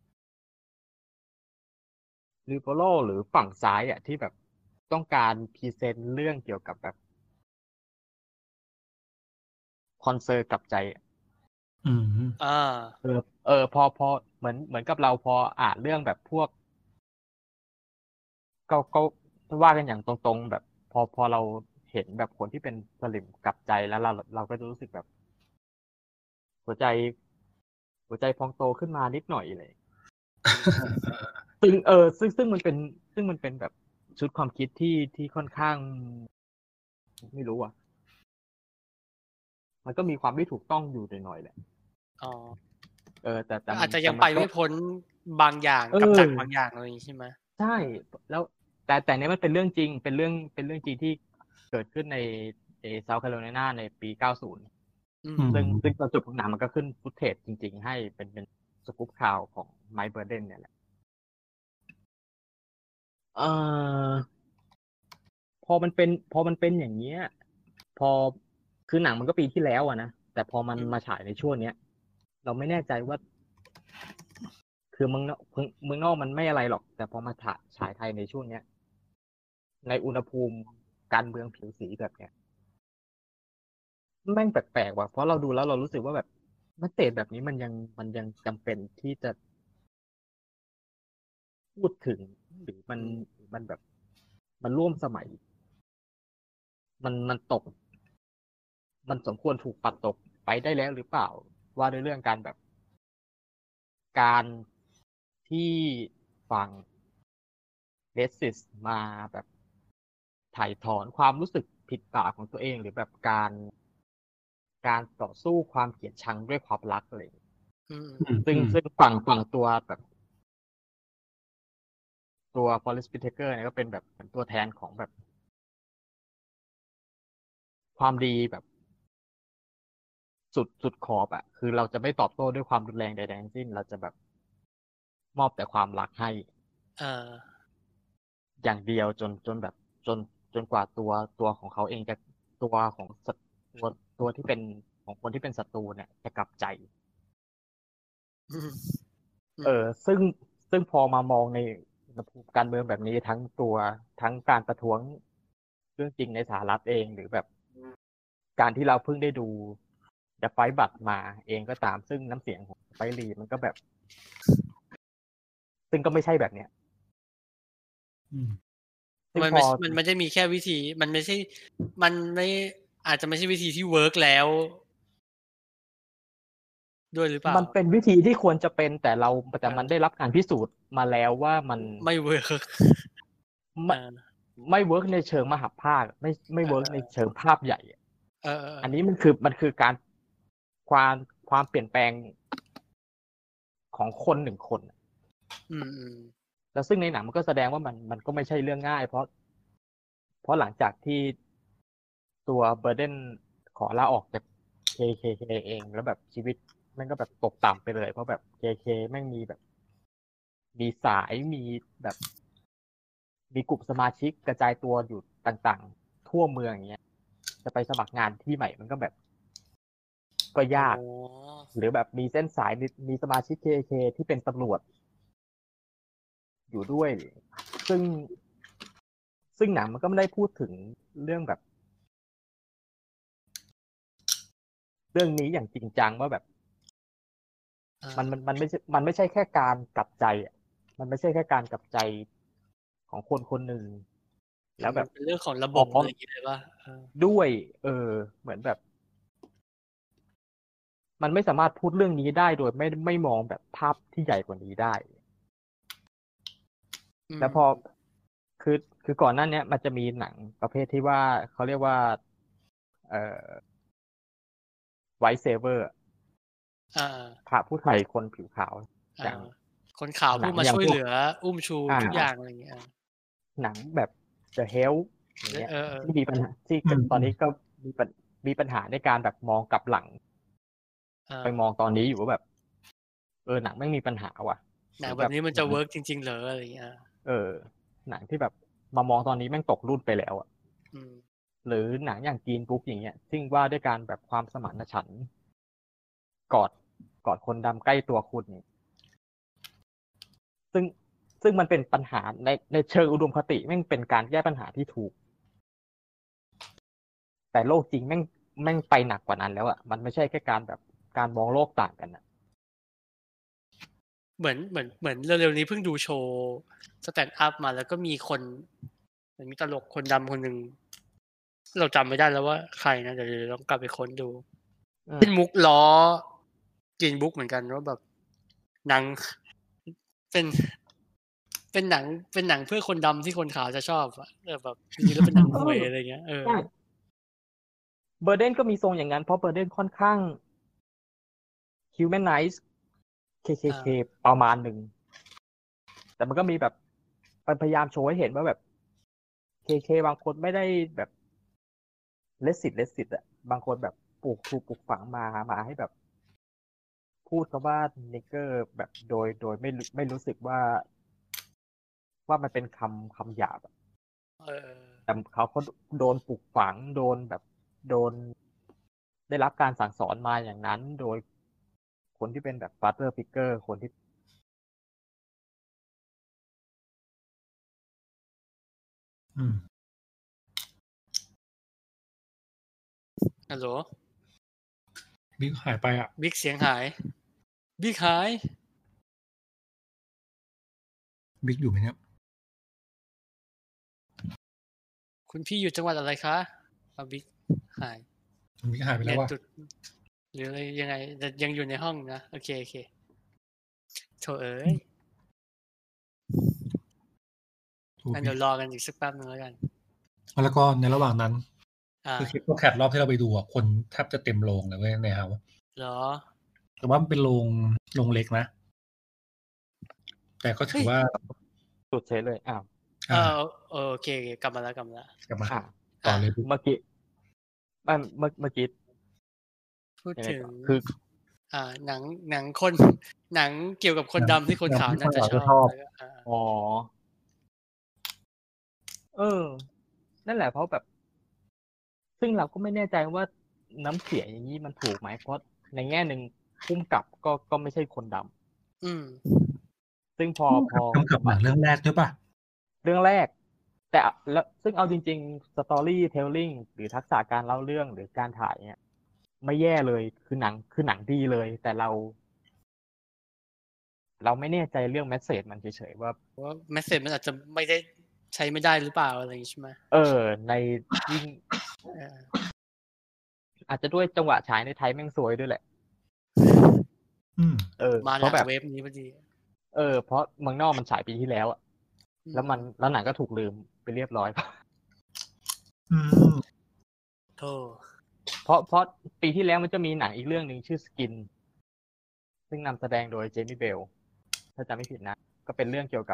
C: ลิเบอรัลหรือฝั่งซ้ายที่แบบต้องการพรีเซนต์เรื่องเกี่ยวกับแบบคอนเซอร์กับใจพอเหมือนกับเราพออ่านเรื่องแบบพวกก็ว่ากันอย่างตรงๆแบบพอเราเห็นแบบคนที่เป็นสลิมกลับใจแล้วเราก็จะรู้สึกแบบหัวใจหัวใจพองโตขึ้นมานิดหน่อยเลยซึ่งมันเป็นแบบชุดความคิดที่ค่อนข้างไม่รู้อ่ะมันก็มีความไม่ถูกต้องอยู่หน่อยๆแหละ
A: อ๋อ
C: แต่
A: อาจจะยัง
C: มัน
A: ไป
C: ก็
A: ไม่พ้นบางอย่างกับดักบางอย่างอะไรอย่างนี้ใช่ไหม
C: ใช่แล้วแต่เนี้ยมันเป็นเรื่องจริงเป็นเรื่องจริงที่เกิดขึ้นในเซาท์แคโรไลนาในปี90ซึ่งตอนจบของหนังมันก็ขึ้นฟุตเทจจริงๆให้เป็นสกู๊ปข่าวของไมค์เบอร์เดนเนี่ยแหละเอ่อพอมันเป็นอย่างเงี้ยพอคือหนังมันก็ปีที่แล้วอะนะแต่พอมันมาฉายในช่วงเนี้ยเราไม่แน่ใจว่าคือเมืองนอกมันไม่อะไรหรอกแต่พอมาฉายไทยในช่วงเนี้ยในอุณหภูมิการเมืองผิวสีแบบเนี้ยแม่งแปลกๆว่ะเพราะเราดูแล้วเรารู้สึกว่าแบบนักเตะแบบนี้มันยังจำเป็นที่จะพูดถึงหรือมันแบบมันร่วมสมัยมันตกมันสมควรถูกปัดตกไปได้แล้วหรือเปล่าว่าในเรื่องการแบบการที่ฝั่งเรสซิสมาแบบถ่ายถอนความรู้สึกผิดบาปของตัวเองหรือแบบการต่อสู้ความเกลียดชังด้วยความรักอะไรอย่างเงี้ยซึ่งฝั่งตัวแบบตัว Forest Whitaker เนี่ยก็เป็นแบบเป็นตัวแทนของแบบความดีแบบสุดขอบอ่ะคือเราจะไม่ตอบโต้ด้วยความรุนแรงใดๆทั้งสิ้นเราจะแบบมอบแต่ความรักให้อย่างเดียวจนแบบจนจนกว่าตัวของเขาเองจะตัวของตัวที่เป็นของคนที่เป็นศัตรูเนี่ยจะกลับใจเออซึ่งซึ่งพอมามองในอุณหภูมิการเมืองแบบนี้ทั้งการประท้วงเรื่องจริงในสหรัฐเองหรือแบบการที่เราเพิ่งได้ดูThe Fight บัตมาเองก็ตามซึ่งน้ำเสียงของไปรีมันก็แบบซึ่งก็ไม่ใช่แบบเนี้ยซึ่งพอ
A: มันไม่ได้มีแค่วิธีมันไม่ใช่มันไม่อาจจะไม่ใช่วิธีที่เวิร์กแล้วด้วยหรือเปล่า
C: มันเป็นวิธีที่ควรจะเป็นแต่มันได้รับการพิสูจน์มาแล้วว่ามัน
A: ไม่เวิร์ก
C: ไม่ไม่เวิร์กในเชิงมหภาคไม่เวิร์กในเชิงภาพใหญ่อันนี้มันคือการความความเปลี่ยนแปลงของคนหนึ่งคนแล้วซึ่งในหนังมันก็แสดงว่ามันก็ไม่ใช่เรื่องง่ายเพราะหลังจากที่ตัวเบอร์เดนขอลาออกจาก KKK เองแล้วแบบชีวิตแม่งก็แบบตกต่ำไปเลยเพราะแบบ KK แม่งมีแบบมีสายมีแบบมีกลุ่มสมาชิกกระจายตัวอยู่ต่างๆทั่วเมืองอย่างเงี้ยจะไปสมัครงานที่ใหม่มันก็แบบก็ยากหรือแบบมีเส้นสายมีสมาชิก KK ที่เป็นตำรวจอยู่ด้วยซึ่งซึ่งหนังมันก็ไม่ได้พูดถึงเรื่องแบบเรื่องนี้อย่างจริงจังว่าแบบมันไม่ใช่แค่การกลับใจอ่ะมันไม่ใช่แค่การกลับใจของคนคนหนึ่งแล้วแบบ
A: เป็นเรื่องของระบบอะไรอย่างเงี้ยเลยว่า
C: ด้วยเหมือนแบบมันไม่สามารถพูดเรื่องนี้ได้โดยไม่มองแบบภาพที่ใหญ่กว่านี้ได้แล้วพอคือก่อนหน้านี้มันจะมีหนังประเภทที่ว่าเขาเรียกว่าเอ่อไวท์เซเวอร์พระผู้ไทยคนผิวขาวอย่าง
A: คนขาวผู้มาช่วยเหลืออุ้มชูทุกอย่างอะไรอย่างเงี้ย
C: หนังแบบ The Help อย่างเงี้ยที่มีปัญหาที่ตอนนี้ก็มีปัญหาในการแบบมองกลับหลังไปมองตอนนี้อยู่ว่าแบบหนังไม่มีปัญหาว่ะ
A: หนังแบบนี้มันจะเวิร์กจริงๆเหรออะไรอย่างเงี้ย
C: หนังที่แบบมามองตอนนี้แม่งตกรุ่นไปแล้วอ่ะหรือหนังอย่างกรีนบุ๊กอย่างเงี้ยซึ่งว่าด้วยการแบบความสมานฉันท์กอดคนดำใกล้ตัวคุณซึ่งมันเป็นปัญหาในเชิงอุดมคติแม่งเป็นการแก้ปัญหาที่ถูกแต่โลกจริงแม่งไปหนักกว่านั้นแล้วอ่ะมันไม่ใช่แค่การแบบการมองโลกต่างกันอ่ะ
A: เหมือนเร็วๆนี้เพิ่งดูโชว์สแตนด์อัพมาแล้วก็มีคนเหมือนมีตลกคนดำคนหนึ่งเราจำไม่ได้แล้วว่าใครนะเดี๋ยวลองกลับไปค้นดูเป็นมุกล้อกินบุ๊กเหมือนกันว่าแบบหนังเป็นหนังเพื่อคนดำที่คนขาวจะชอบอะแบบจริงๆแล้วเป็นหนังห่วยอะไรเงี้ย
C: เบอร์เดนก็มีทรงอย่างนั้นเพราะเบอร์เดนค่อนข้าง humanize KKK ประมาณหนึ่งแต่มันก็มีแบบพยายามโชว์ให้เห็นว่าแบบ KK บางคนไม่ได้แบบเลสสิตอ่ะบางคนแบบปลูกฝังมาให้แบบพูดคำว่านิกเกอร์แบบโดยไม่รู้สึกว่ามันเป็นคำหยาบแต่เขาโดนปลูกฝังโดนแบบโดนได้รับการสั่งสอนมาอย่างนั้นโดยคนที่เป็นแบบ father figure คนที่
A: ฮัลโหล
B: บิ๊กหายไปอ่ะ
A: บิ๊กเสียงหายบิ๊กหาย
B: บิ๊กอยู่ไหมเนี่ย
A: คุณพี่อยู่จังหวัดอะไรคะบิ๊กหาย
B: ไปแล้วว่ะ
A: หรืออะไรยังไงแต่ยังอยู่ในห้องนะโอเคโถเอ้ยงั้นเดี๋ยวรอกันอีกสักแป๊บนึงแล้วกัน
B: แล้วก็ในระหว่างนั้นคือคลิปแคทรอบที่เราไปดูอ่ะคนแทบจะเต็มโรงเลยเว้ยในเฮา
A: เหรอ
B: แต่ว่ามันเป็นโรงเล็กนะแต่ก็ถือว่า
C: สุดเฉยเลย
A: โอเคกลับมา
B: ต่อเลย
C: เมื่อกี้
A: พูดถึงคือหนังเกี่ยวกับคนดำที่คนขาวน่าจะชอบ
C: นั่นแหละเพราะแบบซึ่งเราก็ไม่แน่ใจว่าน้ำเสียงอย่างนี้มันถูกไหมเพราะในแง่หนึ่งพุ่มกับก็ไม่ใช่คนดำซึ่งพอก
B: ำกับหนังเรื่องแรกด้วยป่ะ
C: เรื่องแรกแต่แล้วซึ่งเอาจริงๆ storytelling หรือทักษะการเล่าเรื่องหรือการถ่ายเนี่ยไม่แย่เลยคือหนังดีเลยแต่เราไม่แน่ใจเรื่องแมสเสจมันเฉยๆว่า
A: แมสเสจมันอาจจะไม่ได้ใช้ไม่ได้หรือเปล่าอะไรอย่างนี้ใช่ไหม
C: ในยิ่งอาจจะด้วยจังหวะฉายในไทยแม่งสวยด้วยแหละ
A: มาหนังเว็บนี้พอดี
C: เพราะเมืองนอกมันฉายปีที่แล้วอะแล้วหนังก็ถูกลืมไปเรียบร้อยเพราะปีที่แล้วมันจะมีหนังอีกเรื่องหนึ่งชื่อสกินซึ่งนำแสดงโดยเจมี่เบลถ้าจำไม่ผิดนะก็เป็นเรื่องเกี่ยวกับ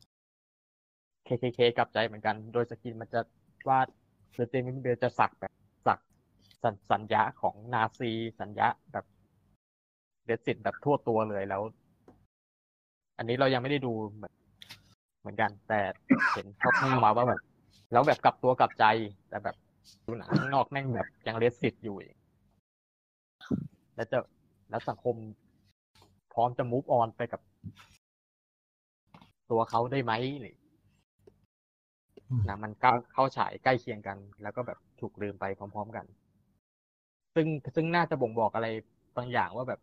C: KKK กลับใจเหมือนกันโดยสกินมันจะวาดเจมี่เบลจะสักสัญญาของนาซีสัญญาแบบเดซิตแบบทั่วตัวเลยแล้วอันนี้เรายังไม่ได้ดูเหมือนกันแต่เห็นเขาพูดมาว่าแบบแล้วแบบกลับตัวกลับใจแต่แบบดูหนังข้างนอกแม่งแบบยังเดซิตอยู่แล้วสังคมพร้อมจะ move on ไปกับตัวเขาได้ไหมหนังมันเข้าฉายใกล้เคียงกันแล้วก็แบบถูกลืมไปพร้อมๆกันซึ่งน่าจะบ่งบอกอะไรบางอย่างว่าแบบ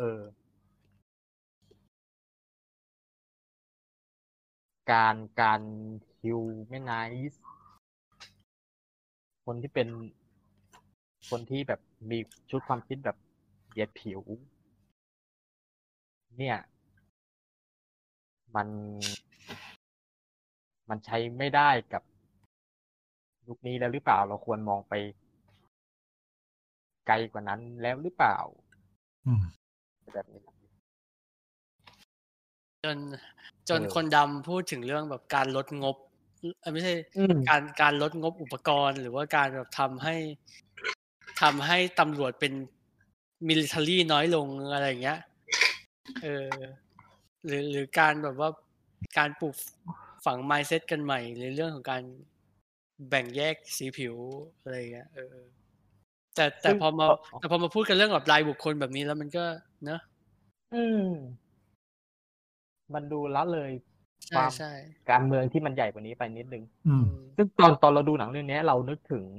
C: การฮิวแม่ไนซ์คนที่เป็นคนที่แบบมีชุดความคิดแบบเหยียดผิวเนี่ยมันใช้ไม่ได้กับยุคนี้แล้วหรือเปล่าเราควรมองไปไกลกว่านั้นแล้วหรือเปล่าแบบนี้
A: จนคนดำพูดถึงเรื่องแบบการลดงบไม่ใช่การลดงบอุปกรณ์หรือว่าการแบบทำให้ตำรวจเป็นมิลิเทอรี่น้อยลงอะไรอย่างเงี้ยหรือการแบบว่าการปลูกฝัง mindset กันใหม่ในเรื่องของการแบ่งแยกสีผิวอะไรอย่างเงี้ยแต่พอมาพูดกันเรื่องแบบรายบุคคลแบบนี้แล้วมันก็เนอะ
C: มันดูละเลยความการเมืองที่มันใหญ่กว่านี้ไปนิดนึงซึ่งตอนเราดูหนังเรื่องนี้เรานึกถึง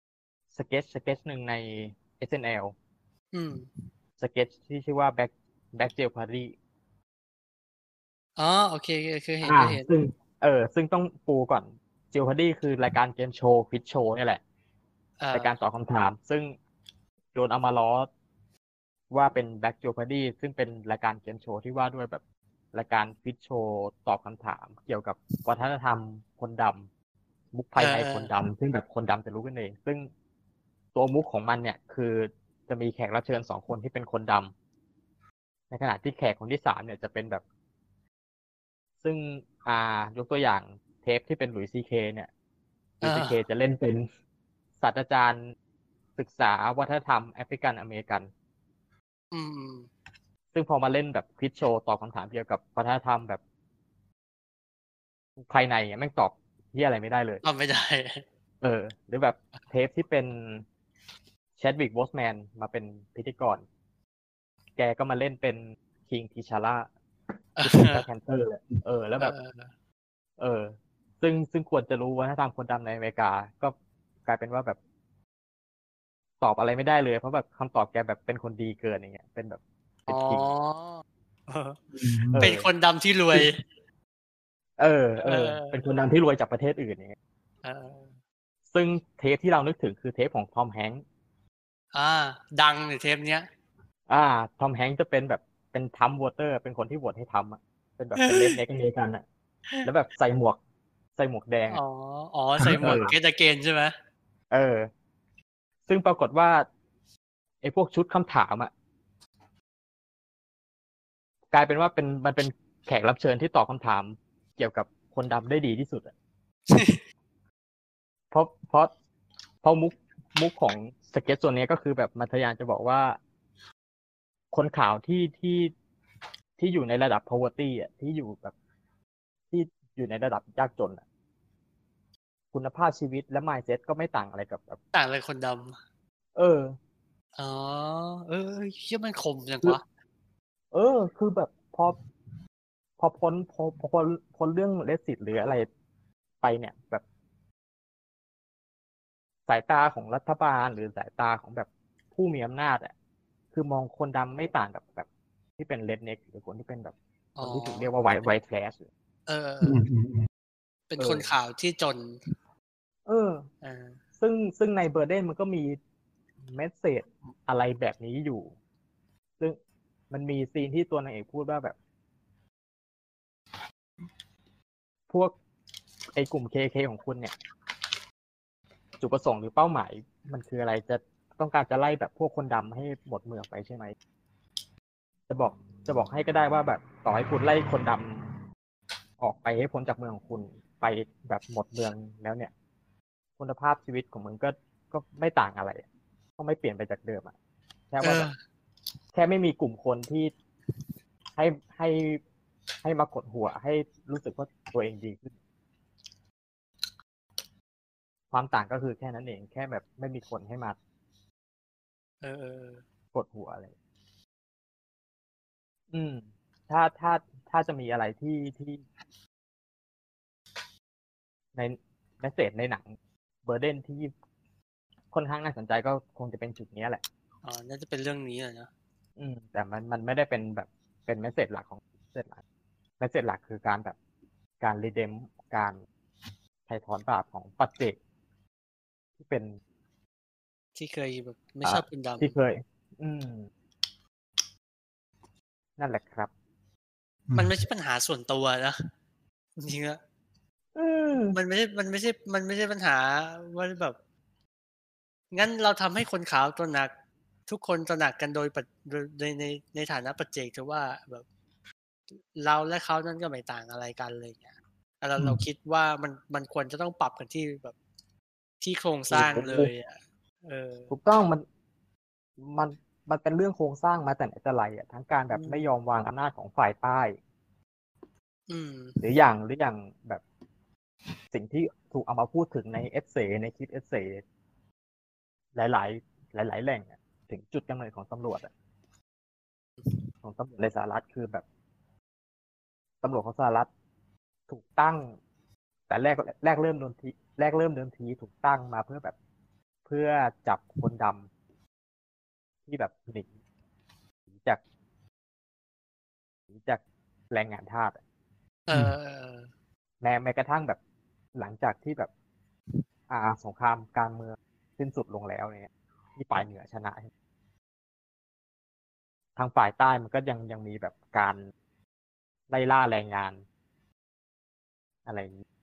C: สเก็ตหนึ่งใน SNL สเก็ตที่ชื่อว่า Black Jeopardy
A: อ๋อโอเคเคยเห็น
C: ซึ่งต้องปูก่อน Jeopardy คือรายการเกมโชว์ควิซโชว์นี่แหละรายการตอบคำถามซึ่งโดนเอามาล้อว่าเป็น Black Jeopardy ซึ่งเป็นรายการเกมโชว์ที่ว่าด้วยแบบรายการควิซโชว์ตอบคำถามเกี่ยวกับวัฒนธรรมคนดำมุกภายในคนดำซึ่งแบบคนดำจะรู้กันเองซึ่งตัวมุกของมันเนี่ยคือจะมีแขกรับเชิญ2 คนที่เป็นคนดำในขณะที่แขกคนที่3เนี่ยจะเป็นแบบซึ่งยกตัวอย่างเทปที่เป็นหลุยส์ซีเคเนี่ยหลุยส์ซีเคจะเล่นเป็นศาสตราจารย์ศึกษาวัฒนธรรมแอฟริกันอเมริกันซึ่งพอมาเล่นแบบควิซโชว์ตอบคำถามเกี่ยวกับวัฒนธรรมแบบภายในแม่งตอบที่อะไรไม่ได้เลย
A: ตอบไม่ได้
C: หรือแบบเทปที่เป็นแชดวิก โบสแมนมาเป็นพิธีกรแกก็มาเล่นเป็นคิงทิชาร่าที่เป็นแบล็คแพนเตอร์เลยแล้วแบบซึ่งควรจะรู้วัฒนธรรมคนดำในอเมริกาก็กลายเป็นว่าแบบตอบอะไรไม่ได้เลยเพราะแบบคำตอบแกแบบเป็นคนดีเกินอย่างเงี้ยเป็นแบบเป็นคิง
A: เป็นคนดำที่รวย
C: เป็นคนดำที่รวยจากประเทศอื่นอย่างเงี้ยซึ่งเทปที่เรานึกถึงคือเทปของทอมแฮงค์
A: ดังในเทปเนี้ย
C: ทอมแฮงค์จะเป็นแบบเป็นทัมป์วอเตอร์เป็นคนที่โหวตให้ทำเป็นแบบเป็นเลดเน็กอเมริกันอ่ะแล้วแบบใส่หมวกแดง
A: ใส่หมวกเกตเกนใช่ไหม
C: ซึ่งปรากฏว่าไอ้พวกชุดคำถามกลายเป็นว่ามันเป็นแขกรับเชิญที่ตอบคำถามเกี่ยวกับคนดำได้ดีที่สุดเพราะมุกของสเก็ตส่วนนี้ก็คือแบบมันพยายามจะบอกว่าคนขาวที่อยู่ในระดับ poverty ที่อยู่แบบที่อยู่ในระดับยากจนคุณภาพชีวิตและ mindset ก็ไม่ต่างอะไรกับแบบ
A: ต่างเลยคนด
C: ำ
A: เชื่อมันคมจังวะ
C: คือแบบพอพ้นเรื่องเลสิตหรืออะไรไปเนี่ยแบบสายตาของรัฐบาลหรือสายตาของแบบผู้มีอำนาจคือมองคนดำไม่ต่างกับแบบที่เป็นเลดเน็กหรือคนที่เป็นแบบคนที่ถูกเรียกว่าไวท์แคลส
A: เป็นคนขาวที่จน
C: ซึ่งในเบอร์เดนมันก็มีเมสเสจอะไรแบบนี้อยู่ ซึ่งมันมีซีนที่ตัวนางเอกพูดว่าแบบพวกไอ้กลุ่ม KK ของคุณเนี่ยจุดประสงค์หรือเป้าหมายมันคืออะไรจะต้องการจะไล่แบบพวกคนดำให้หมดเมืองไปใช่ไหมจะบอกให้ก็ได้ว่าแบบต่อให้คุณไล่คนดำออกไปให้พ้นจากเมืองของคุณไปแบบหมดเมืองแล้วเนี่ยคุณภาพชีวิตของมึงก็ไม่ต่างอะไรก็ไม่เปลี่ยนไปจากเดิมแค่ว่าแบบแค่ไม่มีกลุ่มคนที่ให้มากดหัวให้รู้สึกว่าตัวเองดีขึ้นความต่างก็คือแค่นั้นเองแค่แบบไม่มีคนให้มากดหัวอะไรถ้าจะมีอะไรที่ในเมสเสจในหนังเบอร์เดนที่ค่อนข้างน่าสนใจก็คงจะเป็นจุดนี้แหละ
A: น่าจะเป็นเรื่องนี้แหละนะ
C: แต่มันไม่ได้เป็นแบบเป็นเมสเสจหลักของเมสเสจหลักคือการแบบการรีเดมการไถ่ถอนบาปของปัจเจกที่เป็น
A: ที่เคยแบบไม่ชอบคนดำ
C: ที่เคยนั่นแหละครับ
A: มันไม่ใช่ปัญหาส่วนตัวนะจริงๆอะมันไม่ใช่ปัญหาว่าแบบงั้นเราทำให้คนขาวตระหนักทุกคนตระหนักกันโดยในฐานะปัจเจกถือว่าแบบเราและเขานั่นก็ไม่ต่างอะไรกันเลยเนี่ยเราคิดว่ามันควรจะต้องปรับกันที่แบบที่โครงสร้างเลย
C: ถูกต้องมันเป็นเรื่องโครงสร้างมาแต่ไหนแต่ไรทั้งการแบบไม่ยอมวางอำนาจของฝ่ายใต้หรืออย่างแบบสิ่งที่ถูกเอามาพูดถึงในเอเซในคลิปเอเซหลายแหล่งถึงจุดกำเนิดของตำรวจของตำรวจในสหรัฐคือแบบตำรวจของสหรัฐถูกตั้งแต่แรกเริ่มเดิมทีถูกตั้งมาเพื่อแบบเพื่อจับคนดำที่แบบหนีจากจากแรงงานทาสแม้กระทั่งแบบหลังจากที่แบบสงครามการเมืองสิ้นสุดลงแล้วเนี่ยที่ฝ่ายเหนือชนะทางฝ่ายใต้มันก็ยังมีแบบการไล่ล่าแรงงานอะไรอย่างนี้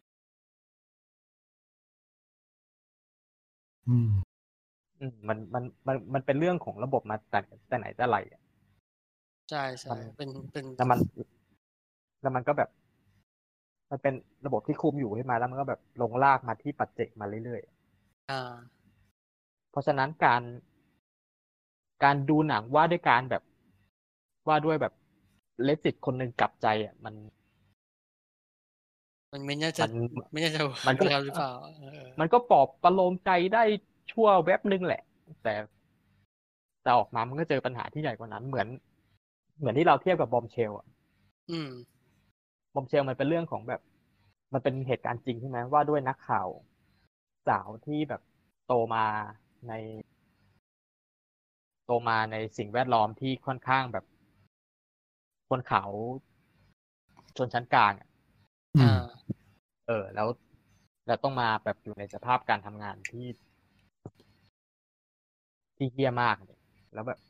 C: มันเป็นเรื่องของระบบมาแต่ไหนแต่ไร
A: ใช่ใช่เป็น
C: แล้วมันก็แบบมันเป็นระบบที่คุมอยู่ขึ้นมาแล้วมันก็แบบลงลากมาที่ปัจเจกมาเรื่อยๆเพราะฉะนั้นการดูหนังว่าด้วยการแบบว่าด้วยแบบเลสิตคนหนึ่งกลับใจมัน
A: ไม่น่าจะ
C: มันก็
A: หรือเปล่า
C: มันก็ปลอบประโลมใจได้ชั่วแวบนึงแหละแต่ออกมามันก็เจอปัญหาที่ใหญ่กว่านั้นเหมือนที่เราเทียบกับบอมเชลบอมเชลมันเป็นเรื่องของแบบมันเป็นเหตุการณ์จริงใช่ไหมว่าด้วยนักข่าวสาวที่แบบโตมาในสิ่งแวดล้อมที่ค่อนข้างแบบคนขาวชนชั้นกลางแล้วต้องมาแบบอยู่ในสภาพการทำงานที่เหี้ยมากแล้วแบบ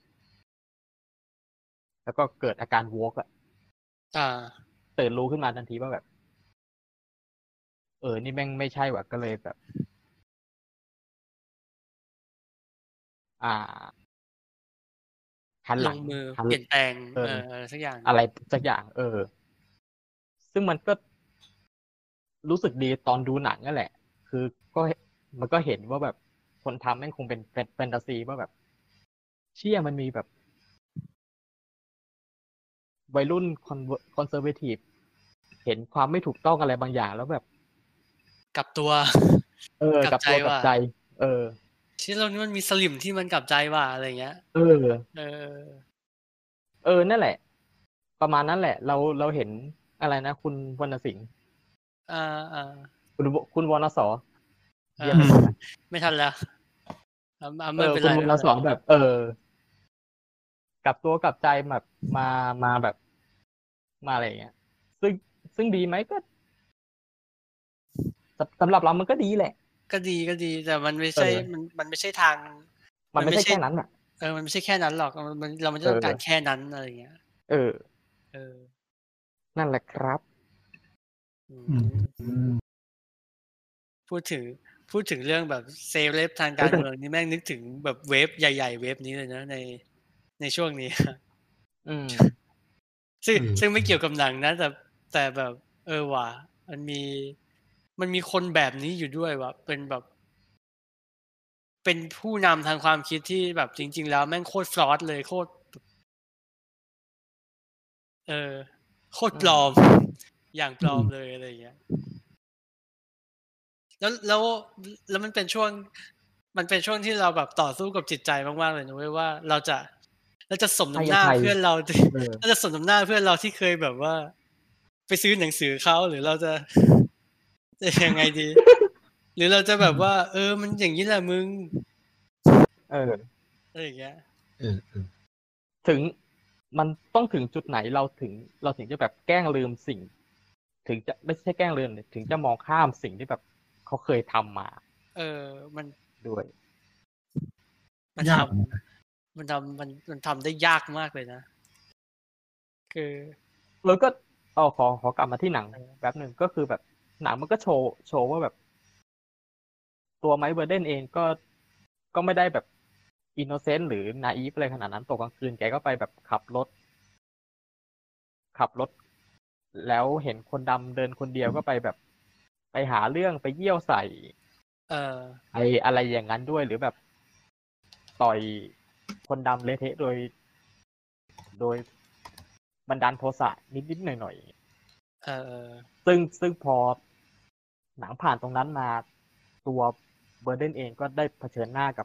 C: แล้วก็เกิดอาการวอล์กตื่นรู้ขึ้นมาทันทีว่าแบบนี่แม่งไม่ใช่ว่ะก็เลยแบบหันหลัง
A: มือเปลี่ยนแปลงสักอย่าง
C: อะไรสักอย่างซึ่งมันก็รู้สึกดีตอนดูหนังนั่นแหละคือก็มันก็เห็นว่าแบบคนทำแม่งคงเป็นแฟนตาซีว่าแบบเชี่ยมันมีแบบวัยรุ่นคอนเซอร์เวทีฟเห็นความไม่ถูกต้องอะไรบางอย่างแล้วแบบ
A: กลับตัว
C: กลับตัวกลับใจ
A: ที่เรานี่มันมีสลิมที่มันกลับใจว่าอะไรเงี้ย
C: นั่นแหละประมาณนั้นแหละเราเห็นอะไรนะคุณวรรณสิงห์คุณวรรณสเยี่ยม
A: ไม่ทันแล้ว
C: คุณวรรณสแบบกลับตัวกลับใจแบบมาแบบมาอะไรเงี้ยซึ่งดีไหมก็สำหรับเรามันก็ดีแหละ
A: ก็ดีแต่มันไม่ใช่มันไม่ใช่ทาง
C: มันไม่ใช่แค่นั้น
A: มันไม่ใช่แค่นั้นหรอกเราไม่ต้องการแค่นั้นอะไรเงี้ย
C: นั่นแหละครับ
A: พูดถึงเรื่องแบบเซเลบทางการเมืองนี่แม่งนึกถึงแบบเวฟใหญ่ๆเวฟนี้เลยนะในช่วงนี้ซึ่งไม่เกี่ยวกับหนังนะแต่แบบว่ะมันมีคนแบบนี้อยู่ด้วยว่ะเป็นแบบเป็นผู้นำทางความคิดที่แบบจริงๆแล้วแม่งโคตรฟลอสเลยโคตรโคตรปลอมอย่างปลอมเลยอะไรอย่างเงี้ยแล้วมันเป็นช่วงที่เราแบบต่อสู้กับจิตใจมากๆเลยนะเว้ยว่าเราจะสมน้ำหน้าเพื่อนเราจะสมน้ำหน้าเพื่อนเราที่เคยแบบว่าไปซื้อหนังสือเขาหรือเราจะยังไงดีหรือเราจะแบบว่ามันอย่างนี้แหละมึงอะไรอย่างเงี้ย
C: ถึงมันต้องถึงจุดไหนเราถึงจะแบบแกล้งลืมสิ่งถึงจะไม่ใช่แกล้งลืมถึงจะมองข้ามสิ่งที่แบบเขาเคยทำมา
A: มัน
C: ด้วย
A: มันทำได้ยากมากเลยนะคือ
C: แล้วก็ขอกลับมาที่หนังแป๊บนึงก็คือแบบหนังมันก็โชว์ว่าแบบตัวไมค์เบอร์เดนเองก็ไม่ได้แบบอินโนเซนต์หรือนาอีฟอะไรขนาดนั้นตกกลางคืนแกก็ไปแบบขับรถแล้วเห็นคนดำเดินคนเดียวก็ไปแบบไปหาเรื่องไปเยี่ยวใส่อะไรอย่างนั้นด้วยหรือแบบต่อยคนดำเละเทะโดยบันดาลโทสะนิดๆหน่อยๆซึ่งพอหนังผ่านตรงนั้นมาตัวเบอร์เดนเองก็ได้เผชิญหน้ากับ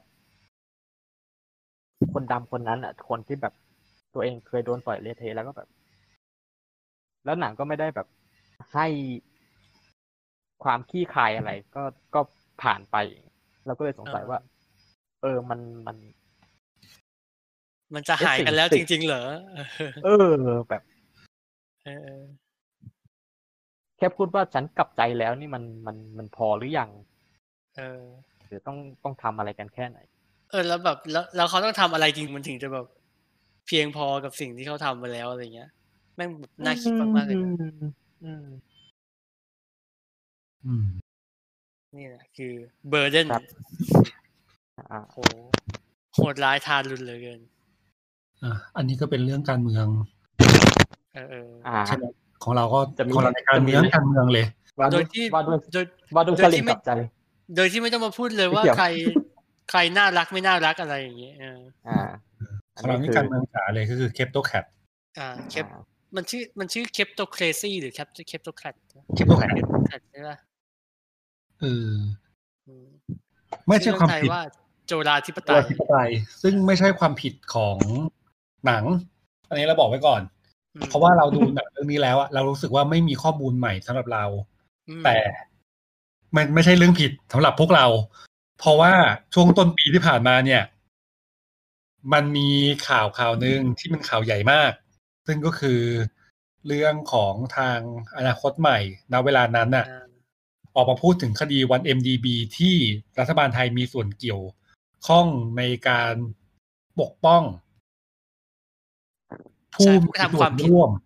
C: คนดำคนนั้นอ่ะคนที่แบบตัวเองเคยโดนต่อยเละเทะแล้วก็แบบแล้วหนังก็ไม่ได้แบบให้ความขี้คายอะไรก็ผ่านไปเราก็เลยสงสัยว่า
A: มันจะหายกันแล้วจริงๆเหรอ
C: แบบแค่พูดว่าฉันกลับใจแล้วนี่มันพอหรือยังหรือต้องทำอะไรกันแค่ไหน
A: แล้วแบบแล้วเขาต้องทำอะไรจริงมันถึงจะแบบเพียงพอกับสิ่งที่เขาทำไปแล้วอะไรเงี้ยแม่งน่าคิดมากๆเลยนี่แหละคือเบอร์เดนโหดร้ายทารุณเหลือเกิน
B: อันนี้ก็เป็นเรื่องการเมืองใช่ไหมของเราก็ของเราในการเมืองเลย
C: โดยที่สลิมกับใจ
A: โดยที่ไม่ต้องมาพูดเลยว่าใครน่ารักไม่น่ารักอะไรอย่างเงี้ย
B: ของเรานี่การเมืองจ๋าเลยก็คือเคปโตแคท
A: เคปมันชื่อเคปโตเครซี่หรือเคปโตแคทใช่ป่ะ
B: ไม่ใช่ความผิด
A: ว่าโจราธิปไต
B: ยซึ่งไม่ใช่ความผิดของหนังอันนี้เราบอกไว้ก่อนเพราะว่าเราดูหนังเรื่องนี้แล้วเรารู้สึกว่าไม่มีข้อมูลใหม่สำหรับเราแต่มันไม่ใช่เรื่องผิดสำหรับพวกเราเพราะว่าช่วงต้นปีที่ผ่านมาเนี่ยมันมีข่าวนึงที่เป็นข่าวใหญ่มากซึ่งก็คือเรื่องของทางอนาคตใหม่ณเวลานั้นน่ะออกมาพูดถึงคดี 1MDB ที่รัฐบาลไทยมีส่วนเกี่ยวข้องในการปกป้องผู้มีส่วนร่วม